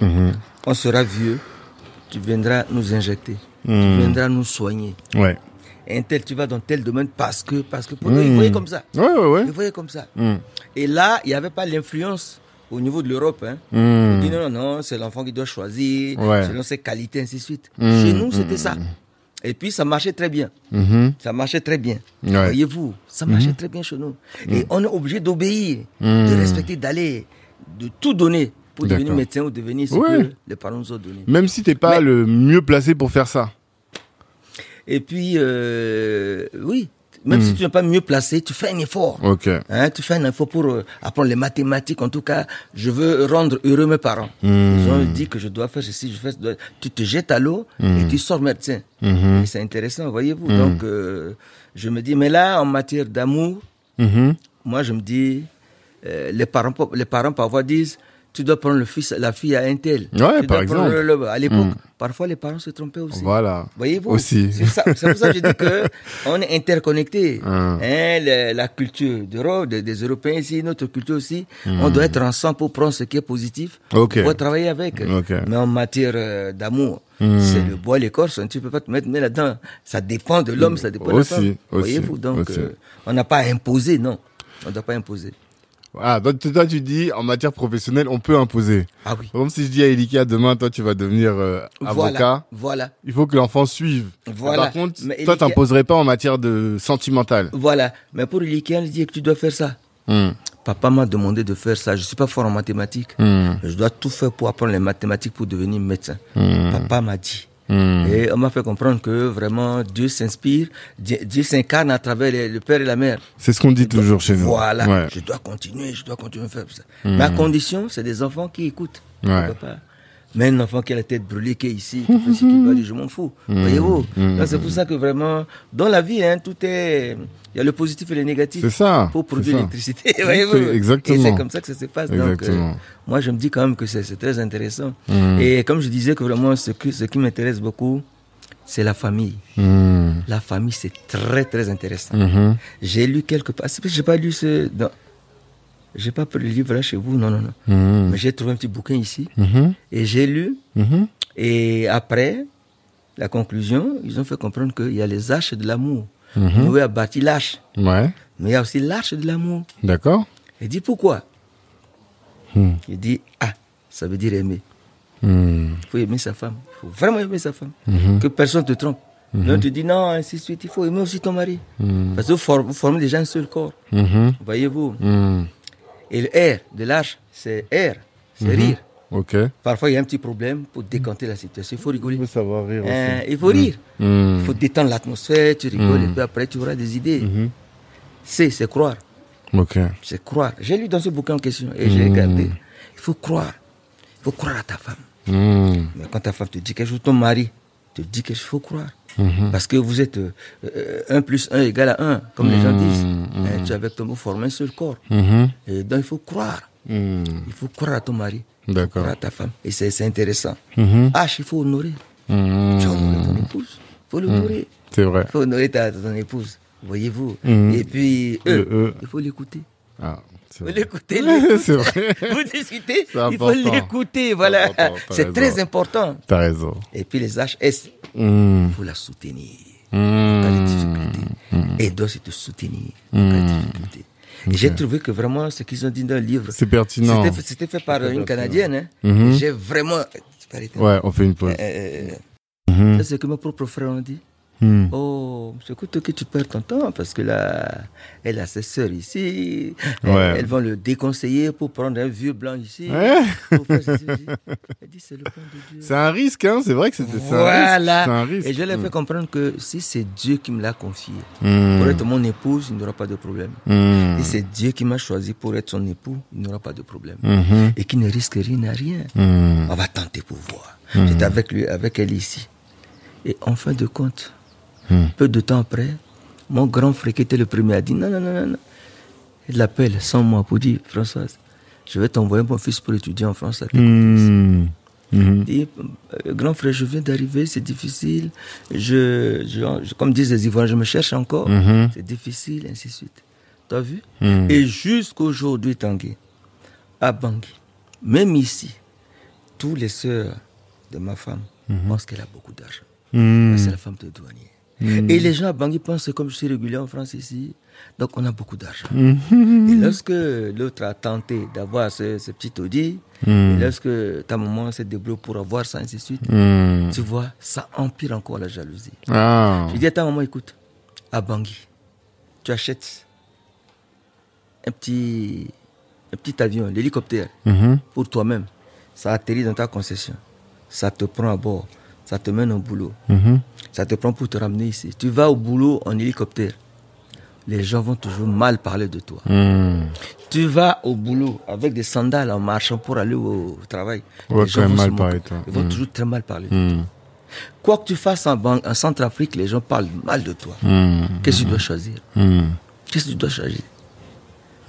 On sera vieux, tu viendras nous injecter, tu viendras nous soigner. Ouais. Et un tel, tu vas dans tel domaine parce que pour eux, ils voyaient comme ça. Ouais. Ils voyaient comme ça. Et là, il n'y avait pas l'influence au niveau de l'Europe. Hein. On dit non, c'est l'enfant qui doit choisir, selon ses qualités, ainsi de suite. Chez nous, c'était ça. Et puis, ça marchait très bien. Ça marchait très bien. Voyez-vous, ça marchait très bien chez nous. Et on est obligé d'obéir, de respecter, d'aller, de tout donner pour devenir médecin ou devenir ce que les parents nous ont donné. Même si tu n'es pas le mieux placé pour faire ça. Et puis, oui, même si tu n'es pas mieux placé, tu fais un effort. Hein, tu fais un effort pour apprendre les mathématiques. En tout cas, je veux rendre heureux mes parents. Ils ont dit que je dois faire ceci, je fais cela. Tu te jettes à l'eau et tu sors médecin. Et c'est intéressant, voyez-vous. Donc, je me dis, mais là, en matière d'amour, moi, je me dis, les parents parfois disent, tu dois prendre la fille à un tel. Ouais, par exemple. À l'époque, parfois les parents se trompaient aussi. Voilà. Voyez-vous? Aussi. C'est pour ça que je dis que on est interconnectés. La culture d'Europe, des Européens ici, notre culture aussi, on doit être ensemble pour prendre ce qui est positif, pour travailler avec. Mais en matière d'amour, c'est le bois et l'écorce, tu peux pas te mettre là-dedans. Ça dépend de l'homme, ça dépend de la femme. Voyez-vous? Donc, on n'a pas à imposer, non. On ne doit pas imposer. Ah, donc toi tu dis en matière professionnelle on peut imposer. Ah oui. Comme si je dis à Elika demain toi tu vas devenir avocat. Voilà. Il faut que l'enfant suive. Voilà. Par contre, toi t'imposerais pas en matière de sentimentale. Voilà. Mais pour Elika, elle dit que tu dois faire ça. Papa m'a demandé de faire ça. Je suis pas fort en mathématiques. Je dois tout faire pour apprendre les mathématiques pour devenir médecin. Papa m'a dit. Et on m'a fait comprendre que vraiment Dieu s'inspire, Dieu s'incarne à travers le père et la mère. C'est ce qu'on dit toujours chez nous. Voilà, ouais. je dois continuer à faire ça. Ma condition, c'est des enfants qui écoutent. Ouais. Mais un enfant qui a la tête brûlée, qui est ici, qui fait ce qu'il veut, je m'en fous. Voyez-vous? Donc c'est pour ça que vraiment, dans la vie, tout est... Il y a le positif et le négatif. C'est ça. Pour produire l'électricité. Voyez-vous? Exactement. Et c'est comme ça que ça se passe. Donc, moi, je me dis quand même que c'est très intéressant. Et comme je disais que vraiment, ce qui m'intéresse beaucoup, c'est la famille. La famille, c'est très, très intéressant. J'ai lu quelque part, c'est parce que j'ai pas lu j'ai pas pris le livre là chez vous, non. Mais j'ai trouvé un petit bouquin ici. Et j'ai lu. Et après, la conclusion, ils ont fait comprendre qu'il y a les arches de l'amour. Noé a bâti l'arche. Ouais. Mais il y a aussi l'arche de l'amour. D'accord. Il dit pourquoi? Il dit, ça veut dire aimer. Il faut aimer sa femme. Il faut vraiment aimer sa femme. Que personne ne te trompe. On te dit non, ainsi de suite. Il faut aimer aussi ton mari. Parce que vous formez déjà un seul corps. Voyez-vous? Et le R de l'arche, c'est R. C'est rire. Okay. Parfois, il y a un petit problème pour décanter la situation. Il faut rigoler. Il faut savoir rire aussi. Il faut rire. Il faut détendre l'atmosphère, tu rigoles et puis après, tu auras des idées. C'est croire. Okay. C'est croire. J'ai lu dans ce bouquin en question et j'ai regardé. Il faut croire. Il faut croire à ta femme. Mais quand ta femme te dit quelque chose, ton mari te dit quelque chose, il faut croire. Parce que vous êtes 1 plus 1 égale à 1, comme les gens disent. Tu es avec ton mot, forme un seul corps. Et donc, il faut croire. Il faut croire à ton mari. D'accord. À ta femme. Et c'est intéressant. Il faut honorer. Tu as honoré ton épouse. Il faut l'honorer. C'est vrai. Il faut honorer ton épouse. Voyez-vous. Et puis, il faut l'écouter. Ah, il faut l'écouter. C'est vrai. Vous discutez, il faut l'écouter. Voilà. C'est très important. T'as raison. Et puis, les HS, il faut la soutenir. Dans les difficultés. Et doit te soutenir dans les difficultés. Okay. J'ai trouvé que vraiment ce qu'ils ont dit dans le livre, c'est pertinent. C'était fait par une Canadienne. J'ai vraiment... Ouais, on fait une pause. C'est ce que mes propres frères ont dit. Oh, écoute que tu perds ton temps parce que là, elle a ses sœurs ici. Elles vont le déconseiller pour prendre un vieux blanc ici. Pour faire ceci. Elle dit c'est le plan de Dieu. C'est un risque, hein. C'est vrai que c'est un risque. Et je lui ai fait comprendre que si c'est Dieu qui me l'a confié pour être mon épouse, il n'y aura pas de problème. Et c'est Dieu qui m'a choisi pour être son époux, il n'y aura pas de problème. Et qui ne risque rien à rien. On va tenter pour voir. J'étais avec elle ici. Et en fin de compte, peu de temps après, mon grand frère qui était le premier a dit non. Il l'appelle sans moi pour dire Françoise, je vais t'envoyer mon fils pour étudier en France à tes côtés. Il dit, grand frère, je viens d'arriver, c'est difficile. Comme disent les Ivoiriens, je me cherche encore. C'est difficile, ainsi de suite. Tu as vu? Et jusqu'aujourd'hui, Tanguy, à Bangui, même ici, tous les sœurs de ma femme pensent qu'elle a beaucoup d'argent. C'est la femme de douanier. Et les gens à Bangui pensent que comme je suis régulier en France ici, donc on a beaucoup d'argent. Et lorsque l'autre a tenté d'avoir ce petit Audi, et lorsque ta maman s'est débrouillée pour avoir ça, ainsi de suite, tu vois, ça empire encore la jalousie. Je dis à ta maman, écoute, à Bangui, tu achètes un petit avion, l'hélicoptère, pour toi-même. Ça atterrit dans ta concession. Ça te prend à bord. Ça te mène au boulot. Ça te prend pour te ramener ici. Tu vas au boulot en hélicoptère. Les gens vont toujours mal parler de toi. Tu vas au boulot avec des sandales en marchant pour aller au travail. Les gens vont mal parler de toi. Ils vont toujours très mal parler de toi. Quoi que tu fasses en Centrafrique, les gens parlent mal de toi. Qu'est-ce que tu dois choisir? Qu'est-ce que tu dois choisir?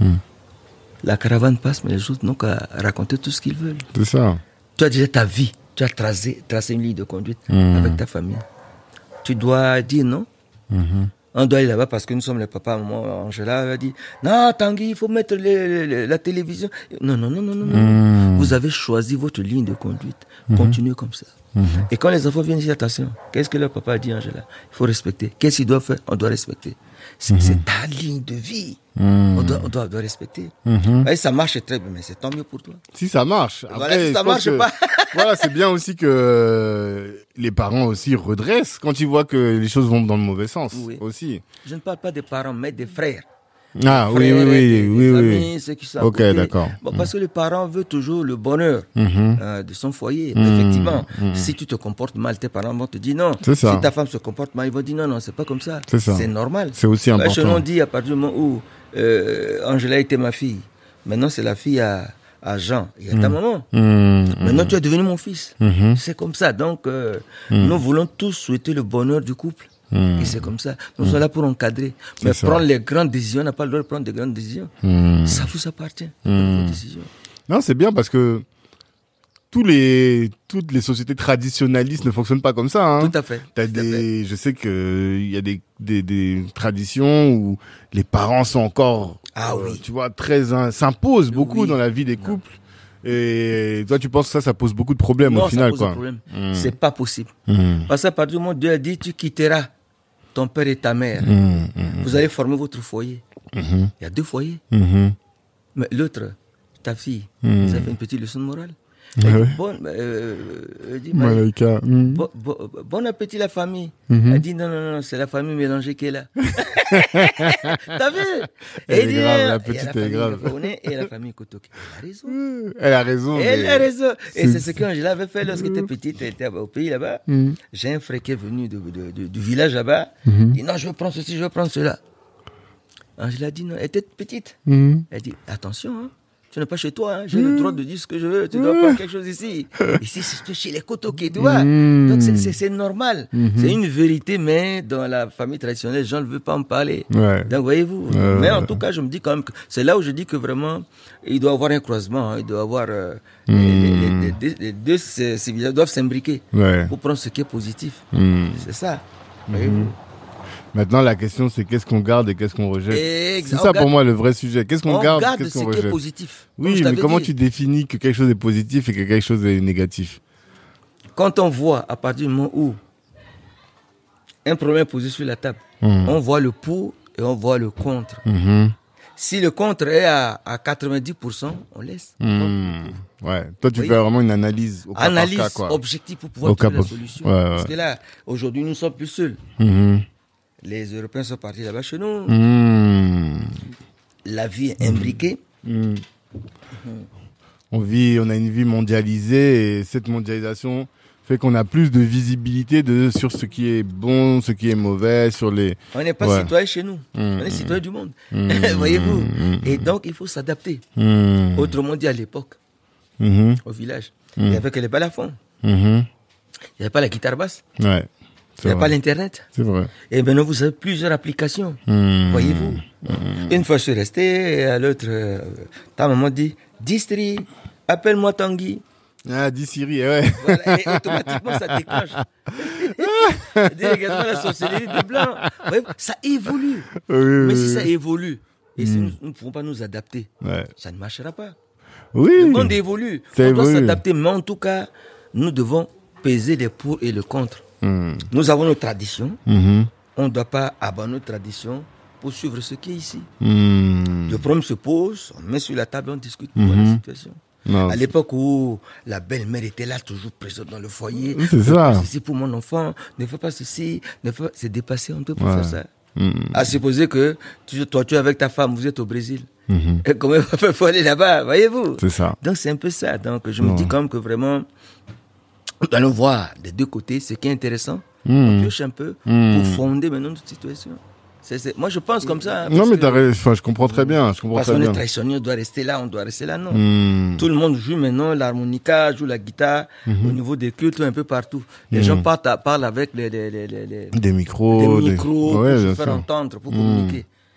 La caravane passe, mais les autres n'ont qu'à raconter tout ce qu'ils veulent. C'est ça. Tu as déjà ta vie. tu as tracé une ligne de conduite avec ta famille. Tu dois dire non. On doit aller là-bas parce que nous sommes les papas. Maman, Angela a dit, non, Tanguy, il faut mettre la télévision. Non. Vous avez choisi votre ligne de conduite. Continuez comme ça. Et quand les enfants viennent dire, attention, qu'est-ce que leur papa dit, Angela? Il faut respecter. Qu'est-ce qu'ils doivent faire? On doit respecter. C'est ta ligne de vie. On doit respecter. Et ça marche très bien, mais c'est tant mieux pour toi. Si ça marche. Après, voilà, si ça marche pas. Voilà, c'est bien aussi que les parents aussi redressent quand ils voient que les choses vont dans le mauvais sens. Oui. Aussi. Je ne parle pas des parents, mais des frères. Ah oui. Amis, ceux qui sont ok, d'accord. Bon, parce que le parent veut toujours le bonheur de son foyer. Effectivement, si tu te comportes mal, tes parents vont te dire non. C'est ça. Si ta femme se comporte mal, ils vont dire non, c'est pas comme ça. C'est ça. C'est normal. C'est aussi important. Chez nous, on dit à partir du moment où Angela était ma fille, maintenant c'est la fille à Jean et à ta maman. Maintenant tu es devenu mon fils. C'est comme ça. Donc nous voulons tous souhaiter le bonheur du couple. Et c'est comme ça. Nous sommes là pour encadrer. Mais prendre les grandes décisions, on n'a pas le droit de prendre des grandes décisions. Ça vous appartient. Vos décisions. Non, c'est bien parce que toutes les sociétés traditionnalistes ne fonctionnent pas comme ça. Hein. Tout à fait. Je sais que il y a des traditions où les parents sont encore, tu vois, s'imposent beaucoup dans la vie des couples. Et toi, tu penses que ça pose beaucoup de problèmes au final, quoi. C'est pas possible. Parce qu'à partir du moment où Dieu a dit, tu quitteras ton père et ta mère. Vous allez former votre foyer. Il y a 2 foyers. Mais l'autre, ta fille, vous avez une petite leçon de morale. Bon appétit la famille. Elle dit non, c'est la famille mélangée qui est là. T'as vu? Elle est grave, la petite est grave. Et la famille Kotoki. Elle a raison. Elle a raison. Et c'est ce qu'Angela avait fait lorsqu'elle était petite. Elle était au pays là-bas. J'ai un frère qui est venu du village là-bas. Il dit non, je veux prendre ceci, je veux prendre cela. Angela dit non, elle était petite. Elle dit attention, hein. Tu n'es pas chez toi, hein. J'ai le droit de dire ce que je veux, tu dois prendre quelque chose ici. Ici, c'est chez les Kotoki, tu vois. Donc, c'est normal. C'est une vérité, mais dans la famille traditionnelle, les gens ne veulent pas en parler. Donc, voyez-vous. Mais en tout cas, je me dis quand même que c'est là où je dis que vraiment, il doit y avoir un croisement, hein. Il doit y avoir, les deux civilisations doivent s'imbriquer pour prendre ce qui est positif. C'est ça. Voyez-vous. Maintenant, la question, c'est qu'est-ce qu'on garde et qu'est-ce qu'on rejette. C'est ça pour moi le vrai sujet. Qu'est-ce qu'on garde, qu'est-ce qu'on rejette. Qui est positif. Oui, mais comment tu définis que quelque chose est positif et que quelque chose est négatif? Quand on voit, à partir du moment où un problème est posé sur la table, on voit le pour et on voit le contre. Si le contre est à 90%, on laisse. Ouais. Toi, tu fais vraiment une analyse au cas par cas, quoi. Objective pour pouvoir trouver la solution. Parce que là, aujourd'hui, nous ne sommes plus seuls. Les Européens sont partis là-bas chez nous. La vie est imbriquée. On a une vie mondialisée et cette mondialisation fait qu'on a plus de visibilité sur ce qui est bon, ce qui est mauvais, sur les... On n'est pas citoyen chez nous. On est citoyen du monde. Voyez-vous. Et donc, il faut s'adapter. Autrement dit, à l'époque, au village, il n'y avait que les balafons. Il n'y avait pas la guitare basse. Il n'y a pas l'Internet. C'est vrai. Et maintenant, vous avez plusieurs applications. Voyez-vous. Une fois, je suis resté, et à l'autre, ta maman dit, dis Siri, appelle-moi Tanguy. Ah, dis Siri, ouais. Voilà, et automatiquement, ça déclenche. Dis également la sorcellerie des Blancs. Ça évolue. Mais si ça évolue, et si nous ne pouvons pas nous adapter, ça ne marchera pas. Le monde évolue. On doit s'adapter, mais en tout cas, nous devons peser les pour et le contre. Nous avons nos traditions. On ne doit pas abandonner nos traditions pour suivre ce qui est ici. Le problème se pose, on met sur la table, on discute de la situation. À l'époque où la belle-mère était là, toujours présente dans le foyer. C'est ça. Ceci pour mon enfant, ne fais pas ceci. C'est dépassé, on peut pas faire ça. À supposer que toi, tu es avec ta femme, vous êtes au Brésil. Et comment il faut aller là-bas, voyez-vous? C'est ça. Donc c'est un peu ça. Donc je me dis quand même que vraiment, nous allons voir des deux côtés ce qui est intéressant. On pioche un peu pour fonder maintenant notre situation. Moi, je pense comme ça. Hein, non, mais je comprends très bien. Parce qu'on est traditionnel, on doit rester là, non. Tout le monde joue maintenant l'harmonica, joue la guitare, au niveau des cultes, un peu partout. Les gens parlent avec des micros pour se faire entendre, pour communiquer.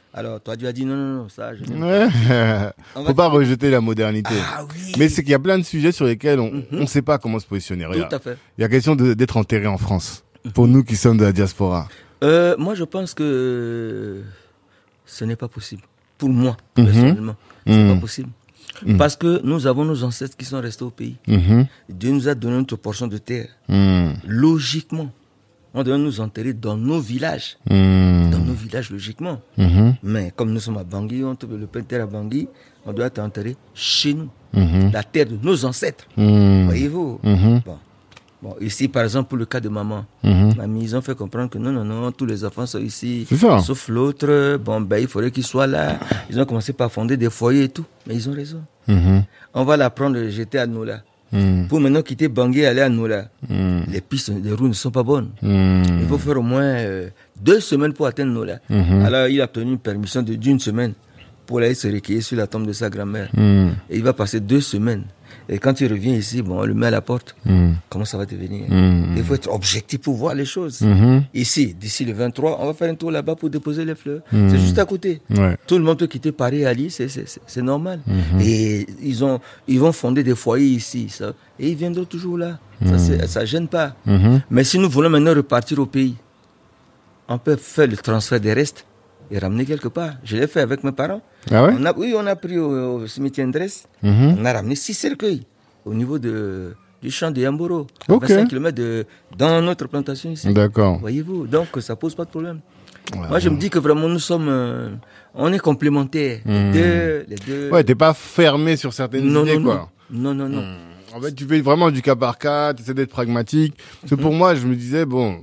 Alors, toi, tu as dit non, ça, je n'aime Ouais. pas. Faut pas rejeter la modernité. Ah oui. Mais c'est qu'il y a plein de sujets sur lesquels on ne sait pas comment se positionner. Regarde. Tout à fait. Il y a question d'être enterré en France. Pour nous qui sommes de la diaspora. Moi, je pense que ce n'est pas possible. Pour moi, personnellement, c'est pas possible. Parce que nous avons nos ancêtres qui sont restés au pays. Dieu nous a donné notre portion de terre. Logiquement, on doit nous enterrer dans nos villages. Dans nos villages, logiquement. Mais comme nous sommes à Bangui, on trouve le père à Bangui, on doit être enterré chez nous. La terre de nos ancêtres. Voyez-vous? Bon, ici, par exemple, pour le cas de maman, mamie, ils ont fait comprendre que non, tous les enfants sont ici, sauf l'autre. Bon, ben, il faudrait qu'ils soient là. Ils ont commencé par fonder des foyers et tout. Mais ils ont raison. On va la prendre, le jeter à Nola. Pour maintenant quitter Bangui et aller à Nola. Les pistes, les routes ne sont pas bonnes. Il faut faire au moins 2 semaines pour atteindre Nola. Alors, il a obtenu une permission d'une semaine pour aller se recueillir sur la tombe de sa grand-mère. Et il va passer 2 semaines. Et quand il revient ici, bon, on le met à la porte. Comment ça va devenir? Il faut être objectif pour voir les choses. Ici, d'ici le 23, on va faire un tour là-bas pour déposer les fleurs. C'est juste à côté. Tout le monde peut quitter Paris et Ali, c'est normal. Et ils vont fonder des foyers ici. Ça, et ils viendront toujours là. Ça ne gêne pas. Mais si nous voulons maintenant repartir au pays, on peut faire le transfert des restes et ramener quelque part. Je l'ai fait avec mes parents. Ah ouais? On a pris au cimetière Ndres. On a ramené 6 cercueils au niveau du champ de Yamboro. À 25 km dans notre plantation ici. D'accord. Voyez-vous, donc ça pose pas de problème. Moi, je me dis que vraiment, nous sommes... on est complémentaires. Les deux. Ouais, t'es pas fermé sur certaines idées, quoi. Non. En fait, tu fais vraiment du cas par cas, tu essaies d'être pragmatique. Parce que pour moi, je me disais, bon...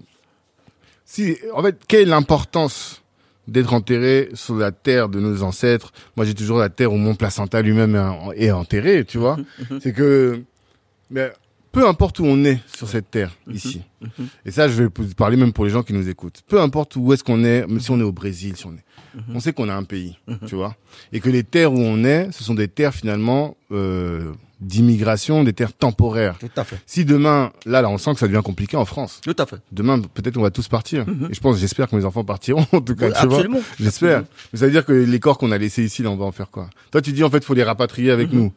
En fait, quelle est l'importance d'être enterré sur la terre de nos ancêtres? Moi, j'ai toujours la terre où mon placenta lui-même est enterré, tu vois. C'est que, mais peu importe où on est sur cette terre, ici. Et ça, je vais parler même pour les gens qui nous écoutent. Peu importe où est-ce qu'on est, même si on est au Brésil, si on est, on sait qu'on a un pays, tu vois. Et que les terres où on est, ce sont des terres finalement, d'immigration, des terres temporaires. Tout à fait. Si demain, là, on sent que ça devient compliqué en France. Tout à fait. Demain, peut-être on va tous partir. Et j'espère que mes enfants partiront, en tout cas. Oui, tu absolument. vois. J'espère. Mais ça veut dire que les corps qu'on a laissés ici, là, on va en faire quoi? Toi, tu dis, en fait, faut les rapatrier avec nous.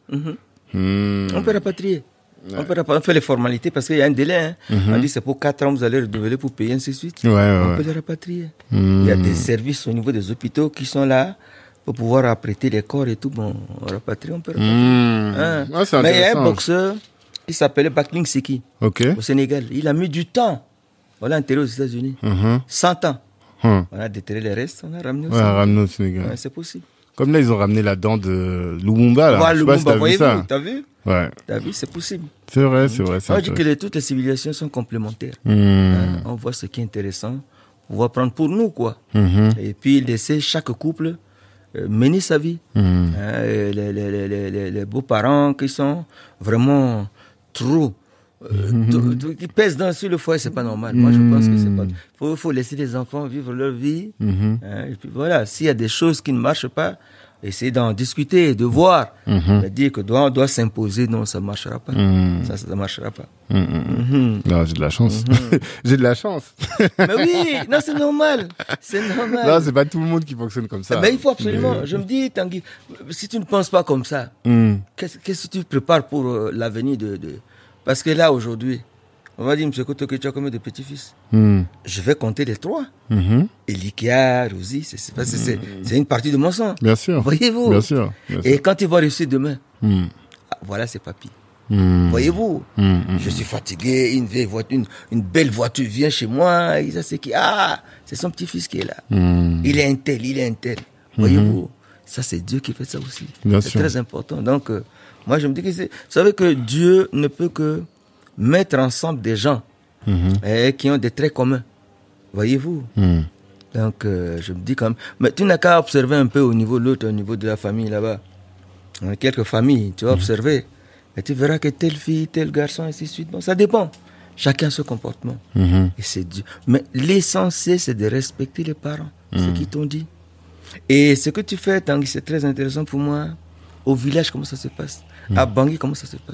On peut rapatrier. On fait les formalités parce qu'il y a un délai. On dit c'est pour 4 ans, vous allez redevenir pour payer, ainsi de suite. On peut les rapatrier. Il y a des services au niveau des hôpitaux qui sont là pour pouvoir apprêter les corps et tout. Bon, on rapatrie, on peut rapatrier. Mais il y a un boxeur qui s'appelait Bakling Seki au Sénégal. Il a mis du temps. On l'a enterré aux États-Unis. 100 ans. On a déterré les restes, on a ramené au Sénégal. C'est possible. Comme là, ils ont ramené la dent de Lumumba, là. Voilà, je sais pas si t'as vu? Ouais. T'as vu, c'est possible. C'est vrai. On dit que toutes les civilisations sont complémentaires. On voit ce qui est intéressant. On va prendre pour nous, quoi. Et puis, laisser chaque couple mener sa vie. Les beaux-parents qui sont vraiment trop... qui pèsent sur le foyer, c'est pas normal. Moi, je pense que c'est pas... Faut laisser les enfants vivre leur vie. Et puis voilà, s'il y a des choses qui ne marchent pas, essayer d'en discuter, de voir. Dire que on doit s'imposer, non, ça ne marchera pas. Ça marchera pas. Non, j'ai de la chance. J'ai de la chance. Mais oui, non, c'est normal. C'est normal. Non, c'est pas tout le monde qui fonctionne comme ça. Mais il faut absolument. Je me dis, Tanguy, si tu ne penses pas comme ça, qu'est-ce que tu prépares pour l'avenir de... Parce que là, aujourd'hui, on va dire, M. Kotoke, tu as combien de petits-fils? Je vais compter les 3. Elikia, Rosie, c'est une partie de mon sang. Bien sûr. Voyez-vous? Bien sûr. Et quand ils vont réussir demain, voilà, c'est papy. Voyez-vous? Je suis fatigué, une vieille voiture, une belle voiture vient chez moi, et ça c'est qui? C'est son petit-fils qui est là. Il est un tel. Voyez-vous? Ça, c'est Dieu qui fait ça aussi. C'est très important. Donc, moi, je me dis que vous savez que Dieu ne peut que mettre ensemble des gens qui ont des traits communs. Voyez-vous? Donc, je me dis quand même... Mais tu n'as qu'à observer un peu au niveau de l'autre, au niveau de la famille là-bas. Dans quelques familles, tu vas observer. Et tu verras que telle fille, tel garçon, ainsi de suite. Bon, ça dépend. Chacun a son comportement. Et c'est Dieu. Mais l'essentiel, c'est de respecter les parents. Ce qu'ils t'ont dit. Et ce que tu fais, Tanguy, c'est très intéressant pour moi. Au village, comment ça se passe? À Bangui, comment ça se passe?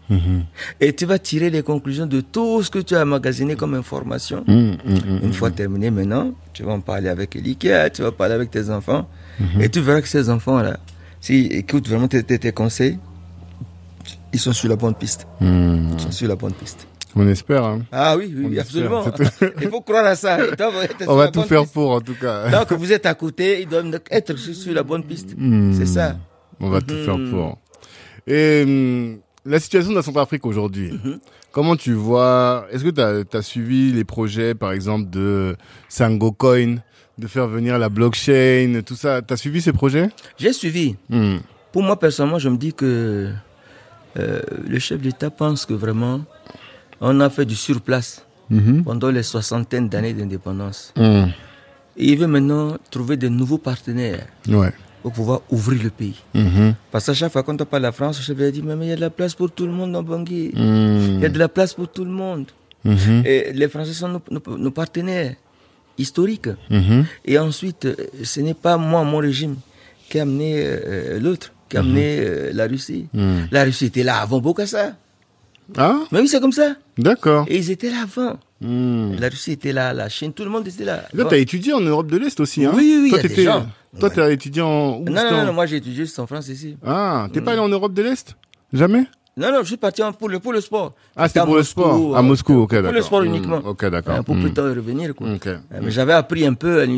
Et tu vas tirer les conclusions de tout ce que tu as emmagasiné comme information. Une fois terminé maintenant, tu vas en parler avec Elikia, tu vas parler avec tes enfants. Et tu verras que ces enfants-là, s'ils écoutent vraiment tes conseils, ils sont sur la bonne piste. Ils sont sur la bonne piste. On espère. Hein. Ah oui, absolument. Il faut croire à ça. On va tout faire pour, en tout cas. Tant que vous êtes à côté, ils doivent être sur la bonne piste. C'est ça. On va tout faire pour. Et la situation de la Centrafrique aujourd'hui, comment tu vois, est-ce que tu as suivi les projets, par exemple, de Sango Coin, de faire venir la blockchain, tout ça? Tu as suivi ces projets? J'ai suivi. Pour moi, personnellement, je me dis que le chef d'État pense que vraiment, on a fait du surplace pendant les soixantaines d'années d'indépendance. Et il veut maintenant trouver de nouveaux partenaires. Ouais. Pour pouvoir ouvrir le pays. Parce qu'à chaque fois quand on parle de la France, le chef a dit, mais il y a de la place pour tout le monde dans Bangui. Il y a de la place pour tout le monde. Et les Français sont nos partenaires historiques. Et ensuite, ce n'est pas moi, mon régime, qui a amené l'autre, qui a amené la Russie. La Russie était là avant Bokassa. Ah? Mais oui, c'est comme ça. D'accord. Et ils étaient là avant. La Russie était là, la Chine, tout le monde était là. Là, tu as étudié en Europe de l'Est aussi, hein? Oui, il y a des gens. Toi, tu as étudié en... Non, moi j'ai étudié juste en France ici. Ah, t'es pas allé en Europe de l'Est? Jamais? Non, je suis parti pour le sport. Ah, c'était pour le sport? À Moscou, ok, d'accord. Pour le sport uniquement. Ok, d'accord. Pour plus tard y revenir, quoi. Okay. Mais j'avais appris un peu,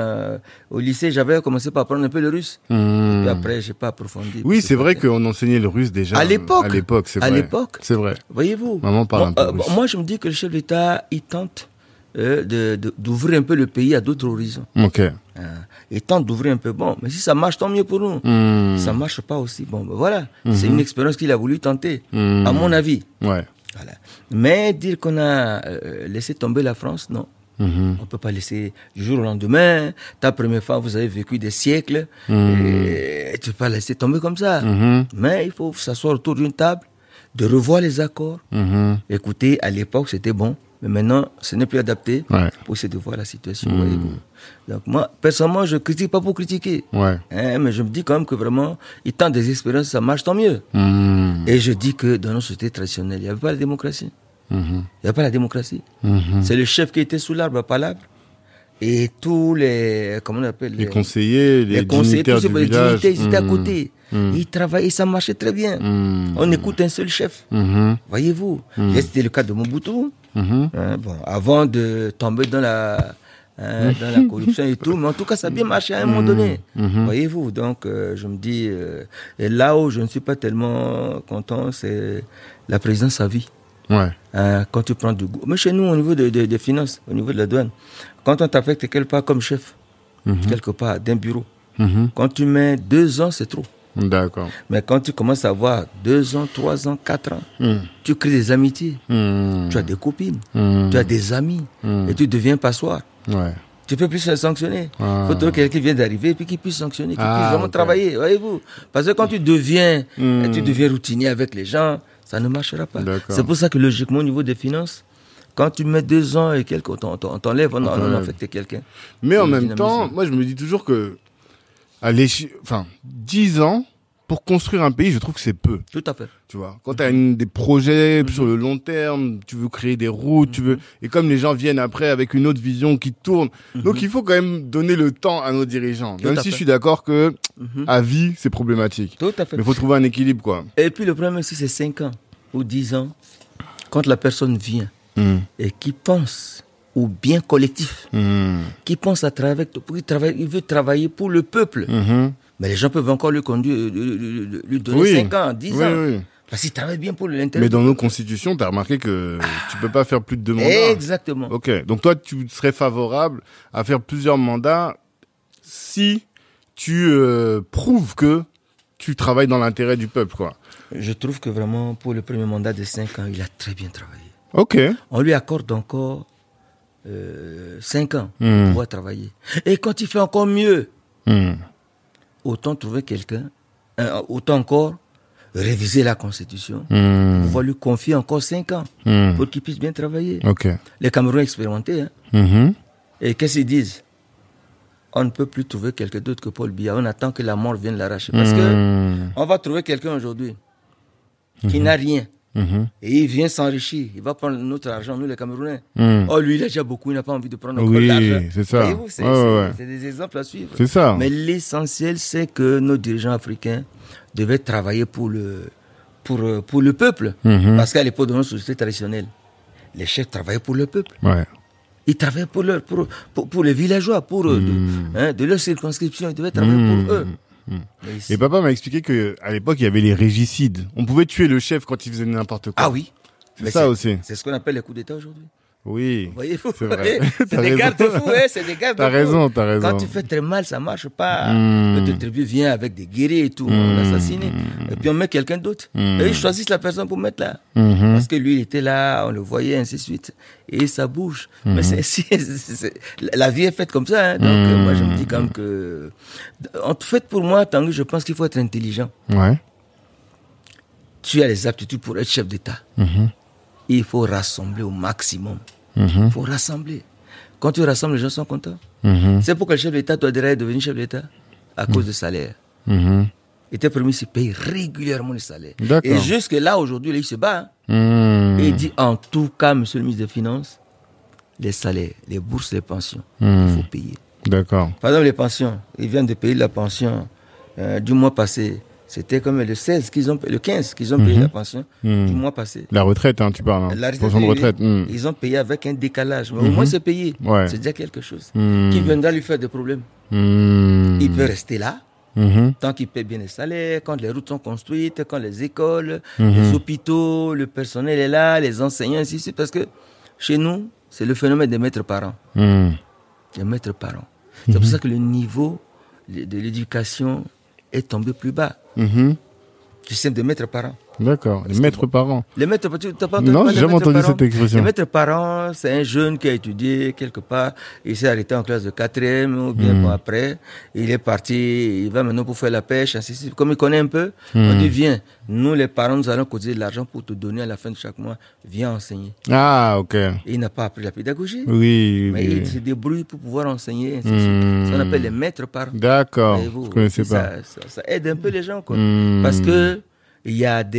au lycée, j'avais commencé par apprendre un peu le russe. Et après, j'ai pas approfondi. Oui, c'est vrai qu'on enseignait le russe déjà. À l'époque. C'est vrai. À l'époque. C'est vrai. Voyez-vous. Maman parle un peu russe. Moi, je me dis que le chef d'État, il tente d'ouvrir un peu le pays à d'autres horizons. Ok. Il tente d'ouvrir un peu. Bon, mais si ça marche, tant mieux pour nous. Si ça marche pas aussi, bon, ben voilà. C'est une expérience qu'il a voulu tenter, à mon avis. Ouais. Voilà. Mais dire qu'on a laissé tomber la France, non. On peut pas laisser du jour au lendemain. Ta première fois, vous avez vécu des siècles. Et tu peux pas laisser tomber comme ça. Mais il faut s'asseoir autour d'une table, de revoir les accords. Écoutez, à l'époque, c'était bon. Mais maintenant, ce n'est plus adapté pour essayer de voir la situation. Voyez-vous. Donc moi, personnellement, je critique pas pour critiquer. Mais je me dis quand même que vraiment, il tente des expériences, ça marche, tant mieux. Et je dis que dans nos sociétés traditionnelles, il n'y avait pas la démocratie. Il n'y avait pas la démocratie. C'est le chef qui était sous l'arbre, pas l'arbre. Et tous les, comment on appelle, les conseillers, les dignitaires du village. Ils étaient à côté. Ils travaillaient, ça marchait très bien. On écoute un seul chef. Voyez-vous. Et c'était le cas de Mobutu. Bon, avant de tomber dans la corruption et tout, mais en tout cas ça a bien marché à un moment donné, voyez-vous. Donc je me dis, et là où je ne suis pas tellement content, c'est la présidence à vie. Quand tu prends du goût, mais chez nous au niveau des finances, au niveau de la douane, quand on t'affecte quelque part comme chef, quelque part d'un bureau, quand tu mets 2 ans, c'est trop. D'accord. Mais quand tu commences à avoir 2 ans, 3 ans, 4 ans, tu crées des amitiés, tu as des copines, tu as des amis, et tu deviens passoire. Tu peux plus se sanctionner. Il faut trouver quelqu'un qui vient d'arriver et puis qui puisse sanctionner, qui puisse vraiment travailler, voyez-vous. Parce que quand tu deviens routinier avec les gens, ça ne marchera pas. C'est pour ça que logiquement au niveau des finances, quand tu mets 2 ans et quelques, on t'enlève, on affecte quelqu'un. Mais en même temps, moi je me dis toujours que 10 ans pour construire un pays, je trouve que c'est peu. Tout à fait. Tu vois, quand tu as des projets sur le long terme, tu veux créer des routes, et comme les gens viennent après avec une autre vision qui tourne, donc il faut quand même donner le temps à nos dirigeants. Même si je suis d'accord que à vie, c'est problématique. Tout à fait. Mais il faut trouver un équilibre, quoi. Et puis le problème aussi, c'est 5 ans ou 10 ans, quand la personne vient et qui pense au bien collectif, qui pense à travers, il veut travailler pour le peuple. Mais les gens peuvent encore lui conduire, lui donner 5 ans, 10 ans. Oui. Parce qu'il travaille bien pour l'intérêt. Mais dans nos constitutions, tu as remarqué que tu peux pas faire plus de 2 mandats. Exactement. Ok. Donc toi, tu serais favorable à faire plusieurs mandats si tu prouves que tu travailles dans l'intérêt du peuple, quoi. Je trouve que vraiment, pour le premier mandat de 5 ans, il a très bien travaillé. Ok. On lui accorde encore 5 ans pour pouvoir travailler. Et quand il fait encore mieux, autant trouver quelqu'un, autant encore réviser la Constitution, pouvoir lui confier encore 5 ans pour qu'il puisse bien travailler. Les Camerounais expérimentés, et qu'est-ce qu'ils disent? On ne peut plus trouver quelqu'un d'autre que Paul Biya. On attend que la mort vienne l'arracher. Parce que on va trouver quelqu'un aujourd'hui qui n'a rien, Et il vient s'enrichir. Il va prendre notre argent, nous les Camerounais. Oh, lui, il a déjà beaucoup, il n'a pas envie de prendre encore de l'argent. Oui, c'est ça. C'est des exemples à suivre. C'est ça. Mais l'essentiel, c'est que nos dirigeants africains devaient travailler pour le peuple. Parce qu'à l'époque de notre société traditionnelle, les chefs travaillaient pour le peuple. Ouais. Ils travaillaient pour les villageois, pour eux, de leur circonscription. Ils devaient travailler pour eux. Et papa m'a expliqué qu'à l'époque, il y avait les régicides. On pouvait tuer le chef quand il faisait n'importe quoi. Ah oui. C'est ça aussi. C'est ce qu'on appelle les coups d'État aujourd'hui. Oui. Vous voyez, c'est vrai. c'est des garde-fous, c'est des garde-fous. T'as raison. Quand tu fais très mal, ça marche pas. Notre tribu vient avec des guerriers et tout, on l'assassine. Et puis on met quelqu'un d'autre. Et ils choisissent la personne pour mettre là. Parce que lui, il était là, on le voyait, ainsi de suite. Et ça bouge. Mais la vie est faite comme ça. Hein. Donc moi, je me dis quand même que... En fait, pour moi, Tanguy, je pense qu'il faut être intelligent. Ouais. Tu as les aptitudes pour être chef d'État. Il faut rassembler au maximum. Il faut rassembler. Quand tu rassembles, les gens sont contents. C'est pourquoi le chef d'État doit devenir chef d'État à cause de salaire. Il était promis de payer régulièrement les salaires. Et jusque là, aujourd'hui, il se bat. Et il dit, en tout cas, monsieur le ministre des Finances, les salaires, les bourses, les pensions, il faut payer. D'accord. Par exemple, les pensions, ils viennent de payer la pension du mois passé. C'était comme le 16 le 15 qu'ils ont payé la pension du mois passé. La retraite, hein, tu parles. Hein. La pension de retraite. Ils ont payé avec un décalage. Mais au moins, c'est payé. Ouais. C'est déjà quelque chose. Qui viendra lui faire des problèmes. Il peut rester là. Tant qu'il paie bien les salaires, quand les routes sont construites, quand les écoles, les hôpitaux, le personnel est là, les enseignants, ainsi de suite. Parce que chez nous, c'est le phénomène des maîtres parents. Les maîtres parents. C'est pour ça que le niveau de l'éducation est tombé plus bas. Système de maîtres parents. D'accord, les maîtres parents. Les maîtres parents, tu n'as pas entendu Non, j'ai jamais entendu cette expression. Les maîtres parents, c'est un jeune qui a étudié quelque part, il s'est arrêté en classe de 4e ou bien bon, après, il est parti, il va maintenant pour faire la pêche, ainsi de suite. Comme il connaît un peu, on dit viens, nous les parents, nous allons cotiser de l'argent pour te donner à la fin de chaque mois, viens enseigner. Ah, ok. Et il n'a pas appris la pédagogie. Oui, mais il se débrouille pour pouvoir enseigner, ainsi de suite. Ça on appelle les maîtres parents. D'accord, je ne connaissais pas. Ça aide un peu les gens, quoi. Parce que il y a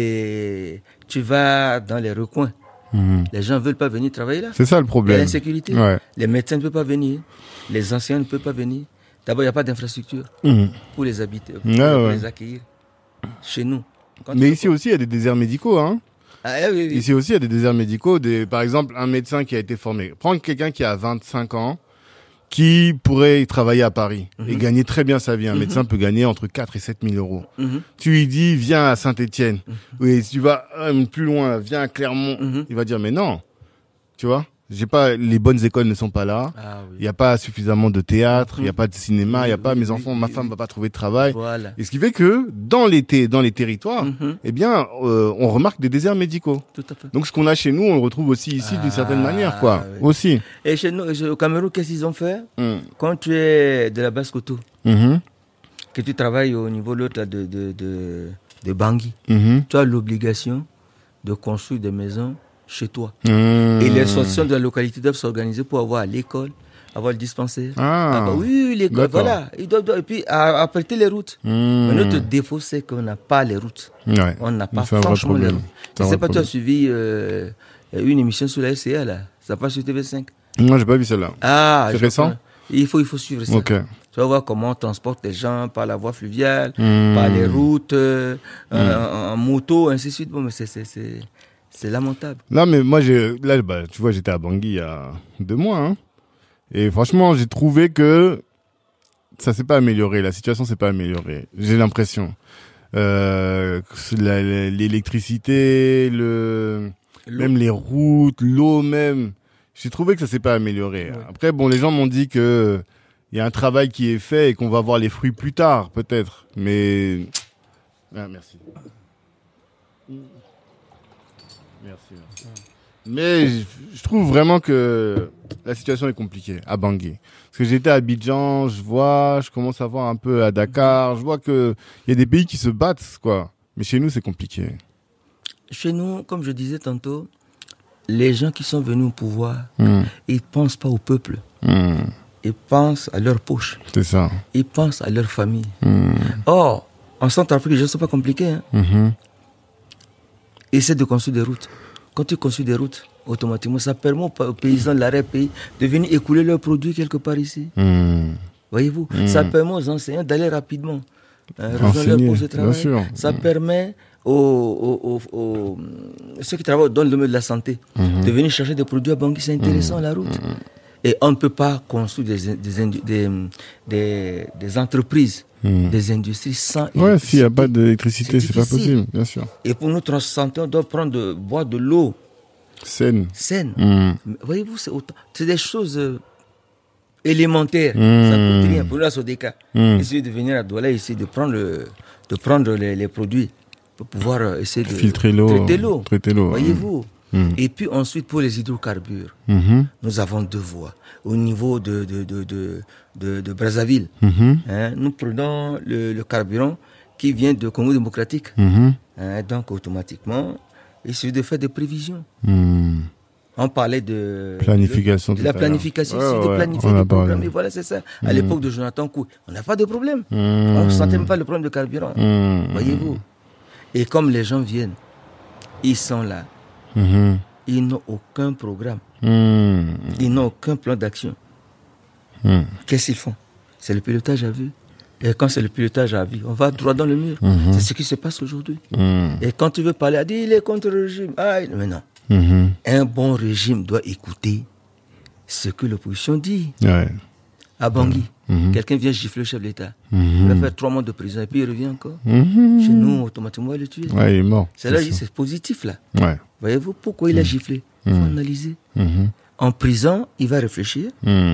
tu vas dans les recoins. Les gens ne veulent pas venir travailler là. C'est ça le problème. Il y a l'insécurité. Ouais. Les médecins ne peuvent pas venir. Les anciens ne peuvent pas venir. D'abord, il n'y a pas d'infrastructure pour les habiter, pour les accueillir. Chez nous. Mais ici aussi, il y a des déserts médicaux. Hein. Oui. Ici aussi, il y a des déserts médicaux. Par exemple, un médecin qui a été formé. Prends quelqu'un qui a 25 ans, qui pourrait travailler à Paris et gagner très bien sa vie. Un médecin peut gagner entre 4 et 7 000 euros. Tu lui dis, viens à Saint-Étienne. Oui, tu vas plus loin, viens à Clermont. Il va dire, mais non. Tu vois? Les bonnes écoles ne sont pas là. Il n'y a pas suffisamment de théâtre, il n'y a pas de cinéma, il n'y a pas, mes enfants, ma femme va pas trouver de travail. Voilà. Et ce qui fait que, dans les territoires, eh bien, on remarque des déserts médicaux. Tout à fait. Donc, ce qu'on a chez nous, on le retrouve aussi ici d'une certaine manière, quoi. Oui. Aussi. Et chez nous, au Cameroun, qu'est-ce qu'ils ont fait? Quand tu es de la Basse-Coteau, que tu travailles au niveau de Bangui, tu as l'obligation de construire des maisons chez toi. Et les associations de la localité doivent s'organiser pour avoir l'école, avoir le dispensaire. Oui, l'école, voilà. Ils doivent, et puis, apprêter les routes. Mais notre défaut, c'est qu'on n'a pas les routes. Ouais. On n'a pas franchement les routes. Je ne sais pas, tu as suivi une émission sur la SCA, là. Ça passe sur TV5. Non, j'ai pas vu celle-là. C'est récent? Il faut suivre ça. Okay. Tu vas voir comment on transporte les gens par la voie fluviale, par les routes, en moto, ainsi de suite. Bon, mais c'est lamentable. Non, mais moi, tu vois, j'étais à Bangui il y a 2 mois, hein. Et franchement, j'ai trouvé que ça s'est pas amélioré. La situation s'est pas améliorée. J'ai l'impression. L'électricité, même les routes, l'eau même. J'ai trouvé que ça s'est pas amélioré. Ouais. Après, bon, les gens m'ont dit que il y a un travail qui est fait et qu'on va voir les fruits plus tard, peut-être. Mais, merci. Merci. Mais je trouve vraiment que la situation est compliquée à Bangui. Parce que j'étais à Abidjan, je commence à voir un peu à Dakar, je vois que il y a des pays qui se battent, quoi. Mais chez nous, c'est compliqué. Chez nous, comme je disais tantôt, les gens qui sont venus au pouvoir, ils pensent pas au peuple. Ils pensent à leur poche. C'est ça. Ils pensent à leur famille. Or, en Centrafrique, les gens ne sont pas compliqués. Hein. essaie de construire des routes. Quand tu construis des routes, automatiquement, ça permet aux paysans de l'arrière-pays de venir écouler leurs produits quelque part ici. Voyez-vous, ça permet aux enseignants d'aller rapidement rejoindre leur poste de travail. Ça permet ceux qui travaillent dans le domaine de la santé de venir chercher des produits à Bangui. C'est intéressant, la route. Et on ne peut pas construire des entreprises, des industries sans électricité. Ouais, s'il n'y a pas d'électricité, c'est pas possible, bien sûr. Et pour nous transporter, on doit boire de l'eau saine. Voyez-vous, c'est des choses élémentaires. Ça ne coûte rien. Pour la Sodeka, essayer de venir à Douala, essayer de prendre les produits pour pouvoir essayer de filtrer l'eau. Traiter l'eau. Voyez-vous. Et puis ensuite, pour les hydrocarbures, nous avons 2 voies. Au niveau de Brazzaville, nous prenons le carburant qui vient de Congo démocratique. Donc, automatiquement, il suffit de faire des prévisions. On parlait de planification. De la planification, de planifier des programmes. Et voilà, c'est ça. À l'époque de Jonathan Kou, on n'a pas de problème. On ne sentait même pas le problème de carburant. Voyez-vous. Et comme les gens viennent, ils sont là. Ils n'ont aucun programme. Ils n'ont aucun plan d'action. Qu'est-ce qu'ils font? C'est le pilotage à vue. Et quand c'est le pilotage à vue, on va droit dans le mur. C'est ce qui se passe aujourd'hui. Et quand tu veux parler, on dit il est contre le régime. Mais non. Un bon régime doit écouter ce que l'opposition dit. À Bangui, quelqu'un vient gifler le chef de l'État. Il va faire 3 mois de prison et puis il revient encore. Chez nous, automatiquement, on va le tuer. Il est mort. C'est positif là. Voyez-vous pourquoi il a giflé? Il faut analyser. En prison, il va réfléchir.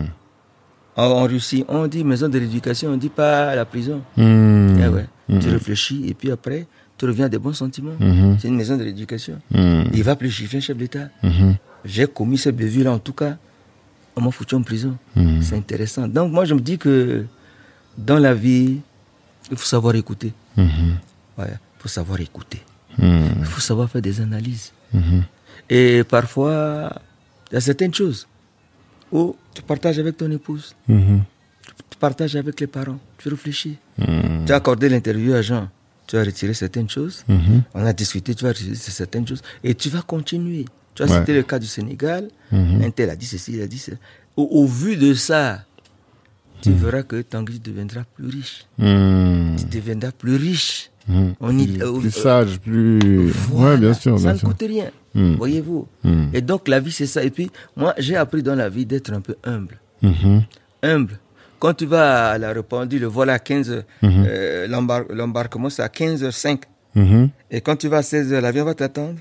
En Russie, on dit maison de l'éducation, on ne dit pas la prison. Tu réfléchis et puis après, tu reviens à des bons sentiments. C'est une maison de l'éducation. Il va plus gifler un chef d'État. J'ai commis ce bévue-là, en tout cas, on m'a foutu en prison. C'est intéressant. Donc moi, je me dis que dans la vie, il faut savoir écouter. Il faut savoir écouter. Il faut savoir faire des analyses. Et parfois, il y a certaines choses où tu partages avec ton épouse, tu partages avec les parents, tu réfléchis. Tu as accordé l'interview à Jean, tu as retiré certaines choses, on a discuté, tu as retiré certaines choses, et tu vas continuer. Tu as cité le cas du Sénégal, un tel a dit ceci, il a dit ça. Au vu de ça, tu verras que Tanguy deviendra plus riche. Tu deviendras plus riche. Plus sage, plus... Voilà, bien sûr. Ça ne coûte rien, voyez-vous. Et donc la vie, c'est ça. Et puis, moi, j'ai appris dans la vie d'être un peu humble. Humble. Quand tu vas à l'aéroport, on dit le vol à 15, l'embarquement, c'est à 15h05. Et quand tu vas à 16h, l'avion va t'attendre.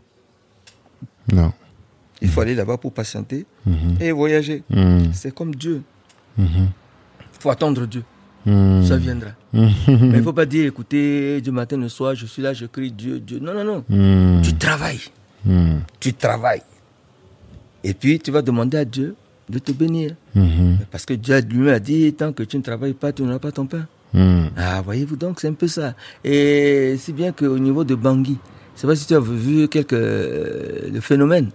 Non. Il faut aller là-bas pour patienter et voyager. C'est comme Dieu. Il faut attendre Dieu. Ça viendra. Mais il ne faut pas dire, écoutez, du matin au soir, je suis là, je crie Dieu, Dieu. Non, non, non. Tu travailles. Tu travailles. Et puis, tu vas demander à Dieu de te bénir. Parce que Dieu lui a dit, tant que tu ne travailles pas, tu n'auras pas ton pain. Voyez-vous, donc c'est un peu ça. Et si bien qu'au niveau de Bangui, je ne sais pas si tu as vu le phénomène.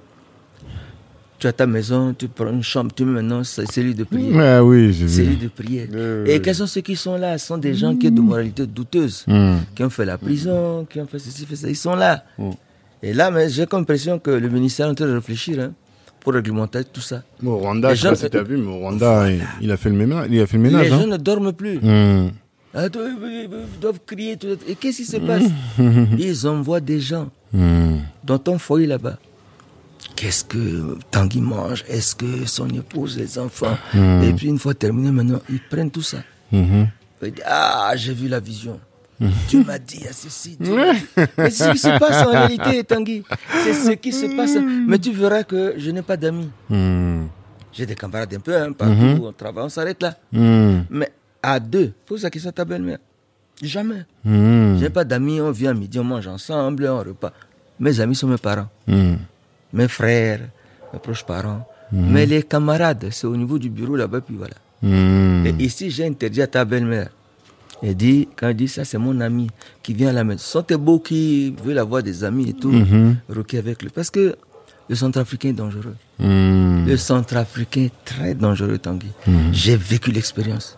Tu as ta maison, tu prends une chambre, tu mets maintenant cellule de prière. Oui, j'ai vu. Cellule de prière. Et quels sont ceux qui sont là? Ce sont des gens qui ont de moralité douteuse, qui ont fait la prison, qui ont fait ceci, fait ça. Ils sont là. Et là, mais j'ai comme l'impression que le ministère est en train de réfléchir pour réglementer tout ça. Au Rwanda, je ne sais pas si tu as vu, mais au Rwanda, il a fait le ménage. Les gens ne dorment plus. Ils doivent crier. Et qu'est-ce qui se passe? Ils envoient des gens dans ton foyer là-bas. Qu'est-ce que Tanguy mange? Est-ce que son épouse, les enfants? Et puis une fois terminé, maintenant, ils prennent tout ça. Ils disent, j'ai vu la vision. Dieu m'a dit à ceci. Mais c'est ce qui se passe en réalité, Tanguy. C'est ce qui se passe. Mais tu verras que je n'ai pas d'amis. J'ai des camarades un peu, partout, on travaille, on s'arrête là. Mais à deux, pose la question à ta belle-mère. Jamais. Je n'ai pas d'amis, on vient à midi, on mange ensemble, on repas. Mes amis sont mes parents. Mes frères, mes proches parents. Mais les camarades, c'est au niveau du bureau là-bas, puis voilà. Et ici, j'ai interdit à ta belle-mère. Quand elle dit ça, c'est mon ami qui vient à la maison. Ce sont tes beaux qui veulent avoir des amis et tout, rocker avec lui. Parce que le Centrafricain est dangereux. Le Centrafricain est très dangereux, Tanguy. J'ai vécu l'expérience.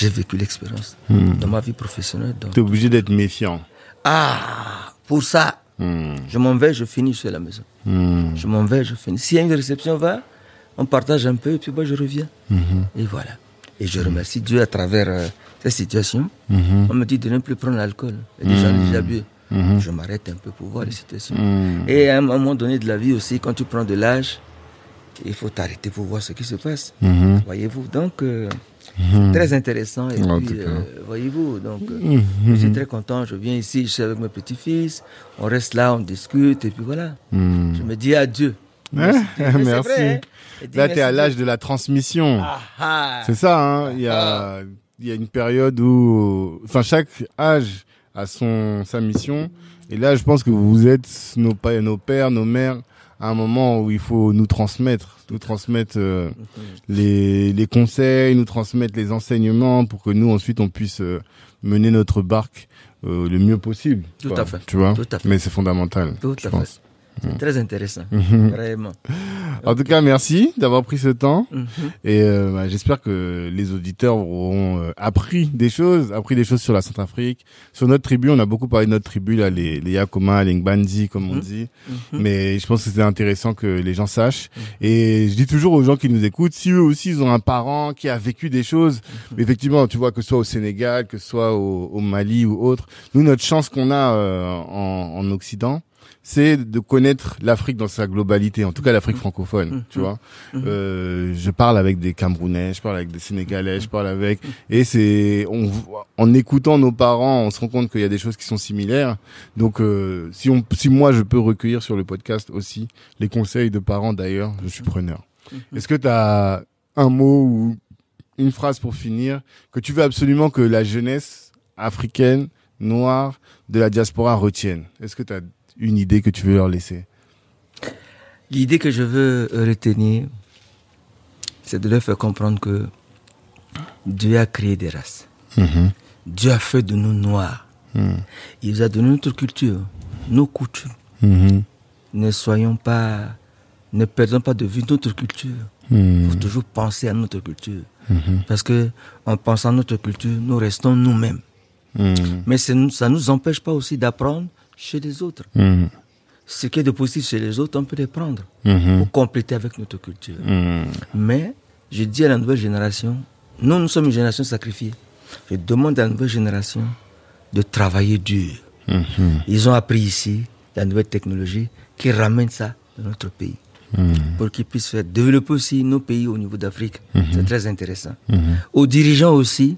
Dans ma vie professionnelle. Tu es obligé d'être méfiant. Pour ça, Je m'en vais, je finis, je suis à la maison. Je m'en vais, je finis. S'il y a une réception, on partage un peu et puis moi je reviens. Et voilà. Et je remercie Dieu à travers cette situation. On me dit de ne plus prendre l'alcool. Et les gens déjà bu. Je m'arrête un peu pour voir les situations. Et à un moment donné de la vie aussi, quand tu prends de l'âge, il faut t'arrêter pour voir ce qui se passe. Voyez-vous, donc c'est très intéressant. Et puis, voyez-vous, donc je suis très content. Je viens ici, je suis avec mes petits-fils. On reste là, on discute et puis voilà. Je me dis adieu. Merci. Vrai, hein? Là, tu es à l'âge de la transmission. C'est ça, hein. Il y a une période où, enfin, chaque âge a sa mission. Et là, je pense que vous êtes nos pères, nos mères, à un moment où il faut nous transmettre les conseils, nous transmettre les enseignements pour que nous ensuite on puisse mener notre barque le mieux possible. Tout à fait. Tu vois. Tout à fait. Mais c'est fondamental. Tout à fait. C'est très intéressant, vraiment. En tout cas, merci d'avoir pris ce temps. Et j'espère que les auditeurs auront appris des choses sur la Centrafrique. Sur notre tribu, on a beaucoup parlé de notre tribu, là, les Yakoma, les Ngbanzi, comme on dit. Mais je pense que c'est intéressant que les gens sachent. Et je dis toujours aux gens qui nous écoutent, si eux aussi ils ont un parent qui a vécu des choses, effectivement, tu vois, que ce soit au Sénégal, que ce soit au Mali ou autre, nous, notre chance qu'on a en Occident, c'est de connaître l'Afrique dans sa globalité, en tout cas l'Afrique francophone, tu vois. Je parle avec des Camerounais, je parle avec des Sénégalais, et en écoutant nos parents, on se rend compte qu'il y a des choses qui sont similaires. Donc, si moi je peux recueillir sur le podcast aussi les conseils de parents d'ailleurs, je suis preneur. Est-ce que tu as un mot ou une phrase pour finir que tu veux absolument que la jeunesse africaine, noire, de la diaspora retienne? Est-ce que tu as une idée que tu veux leur laisser? L'idée que je veux retenir, c'est de leur faire comprendre que Dieu a créé des races. Dieu a fait de nous noirs. Il nous a donné notre culture, nos coutumes. Ne perdons pas de vue notre culture. Il faut toujours penser à notre culture. Parce que en pensant à notre culture, nous restons nous-mêmes. Mais ça ne nous empêche pas aussi d'apprendre chez les autres. Ce qui est de possible chez les autres, on peut les prendre pour compléter avec notre culture. Mais je dis à la nouvelle génération, nous sommes une génération sacrifiée. Je demande à la nouvelle génération de travailler dur. Ils ont appris ici la nouvelle technologie qui ramène ça dans notre pays. Pour qu'ils puissent faire développer aussi nos pays au niveau d'Afrique. C'est très intéressant. Aux dirigeants aussi,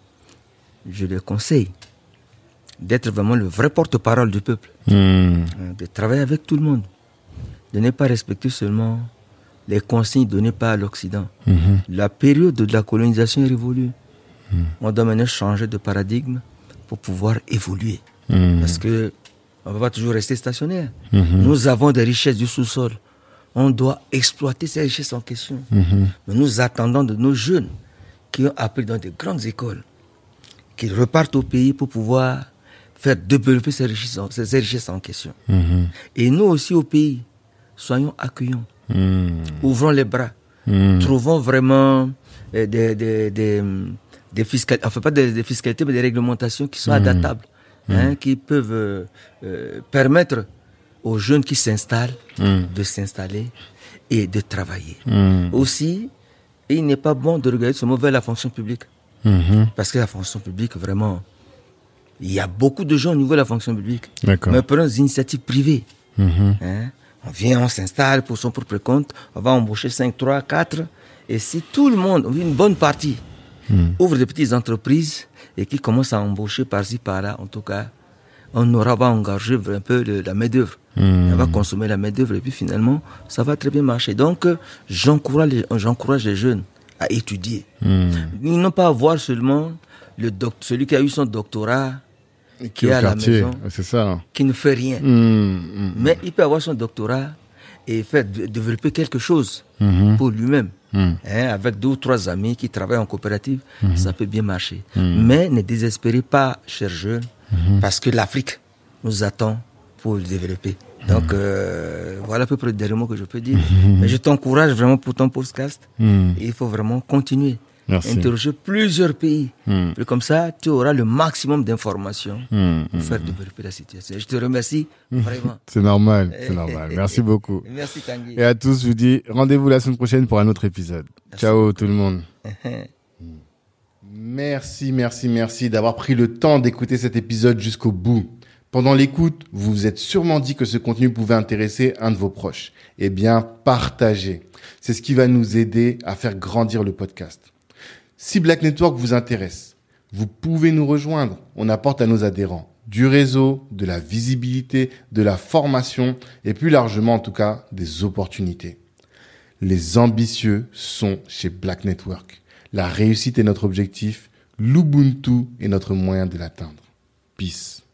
je les conseille d'être vraiment le vrai porte-parole du peuple, de travailler avec tout le monde, de ne pas respecter seulement les consignes données par l'Occident. La période de la colonisation est révolue. On doit maintenant changer de paradigme pour pouvoir évoluer. Parce que on ne va pas toujours rester stationnaire. Nous avons des richesses du sous-sol. On doit exploiter ces richesses en question. Mais nous attendons de nos jeunes qui ont appris dans de grandes écoles, qu'ils repartent au pays pour pouvoir faire développer ces richesses en question. Et nous aussi au pays, soyons accueillants, ouvrons les bras, trouvons vraiment des fiscalités, enfin pas des fiscalités, mais des réglementations qui sont adaptables, qui peuvent permettre aux jeunes qui s'installent de s'installer et de travailler. Aussi, il n'est pas bon de regarder ce mot vers la fonction publique. Parce que la fonction publique, vraiment, il y a beaucoup de gens au niveau de la fonction publique. Mais prenons des initiatives privées. On vient, on s'installe pour son propre compte, on va embaucher 5, 3, 4. Et si tout le monde, une bonne partie, ouvre des petites entreprises et qui commence à embaucher par-ci, par-là, en tout cas, on va engager un peu la main-d'œuvre. On va consommer la main-d'œuvre et puis finalement, ça va très bien marcher. Donc, j'encourage les jeunes à étudier. Ils n'ont pas à voir seulement celui qui a eu son doctorat, qui est à la maison, c'est ça. qui ne fait rien. Mais il peut avoir son doctorat et faire développer quelque chose pour lui-même. Avec 2 ou 3 amis qui travaillent en coopérative, ça peut bien marcher. Mais ne désespérez pas, chers jeunes, parce que l'Afrique nous attend pour le développer. Donc, voilà à peu près le dernier mot que je peux dire. Mais je t'encourage vraiment pour ton podcast. Il faut vraiment continuer Merci. interroger plusieurs pays. Et comme ça, tu auras le maximum d'informations pour faire développer la situation. Je te remercie vraiment. C'est normal, c'est normal. Merci beaucoup. Merci Tanguy. Et à tous, je vous dis rendez-vous la semaine prochaine pour un autre épisode. Ciao tout le monde. Merci d'avoir pris le temps d'écouter cet épisode jusqu'au bout. Pendant l'écoute, vous vous êtes sûrement dit que ce contenu pouvait intéresser un de vos proches. Eh bien, partagez. C'est ce qui va nous aider à faire grandir le podcast. Si Black Network vous intéresse, vous pouvez nous rejoindre. On apporte à nos adhérents du réseau, de la visibilité, de la formation et plus largement en tout cas des opportunités. Les ambitieux sont chez Black Network. La réussite est notre objectif, l'Ubuntu est notre moyen de l'atteindre. Peace.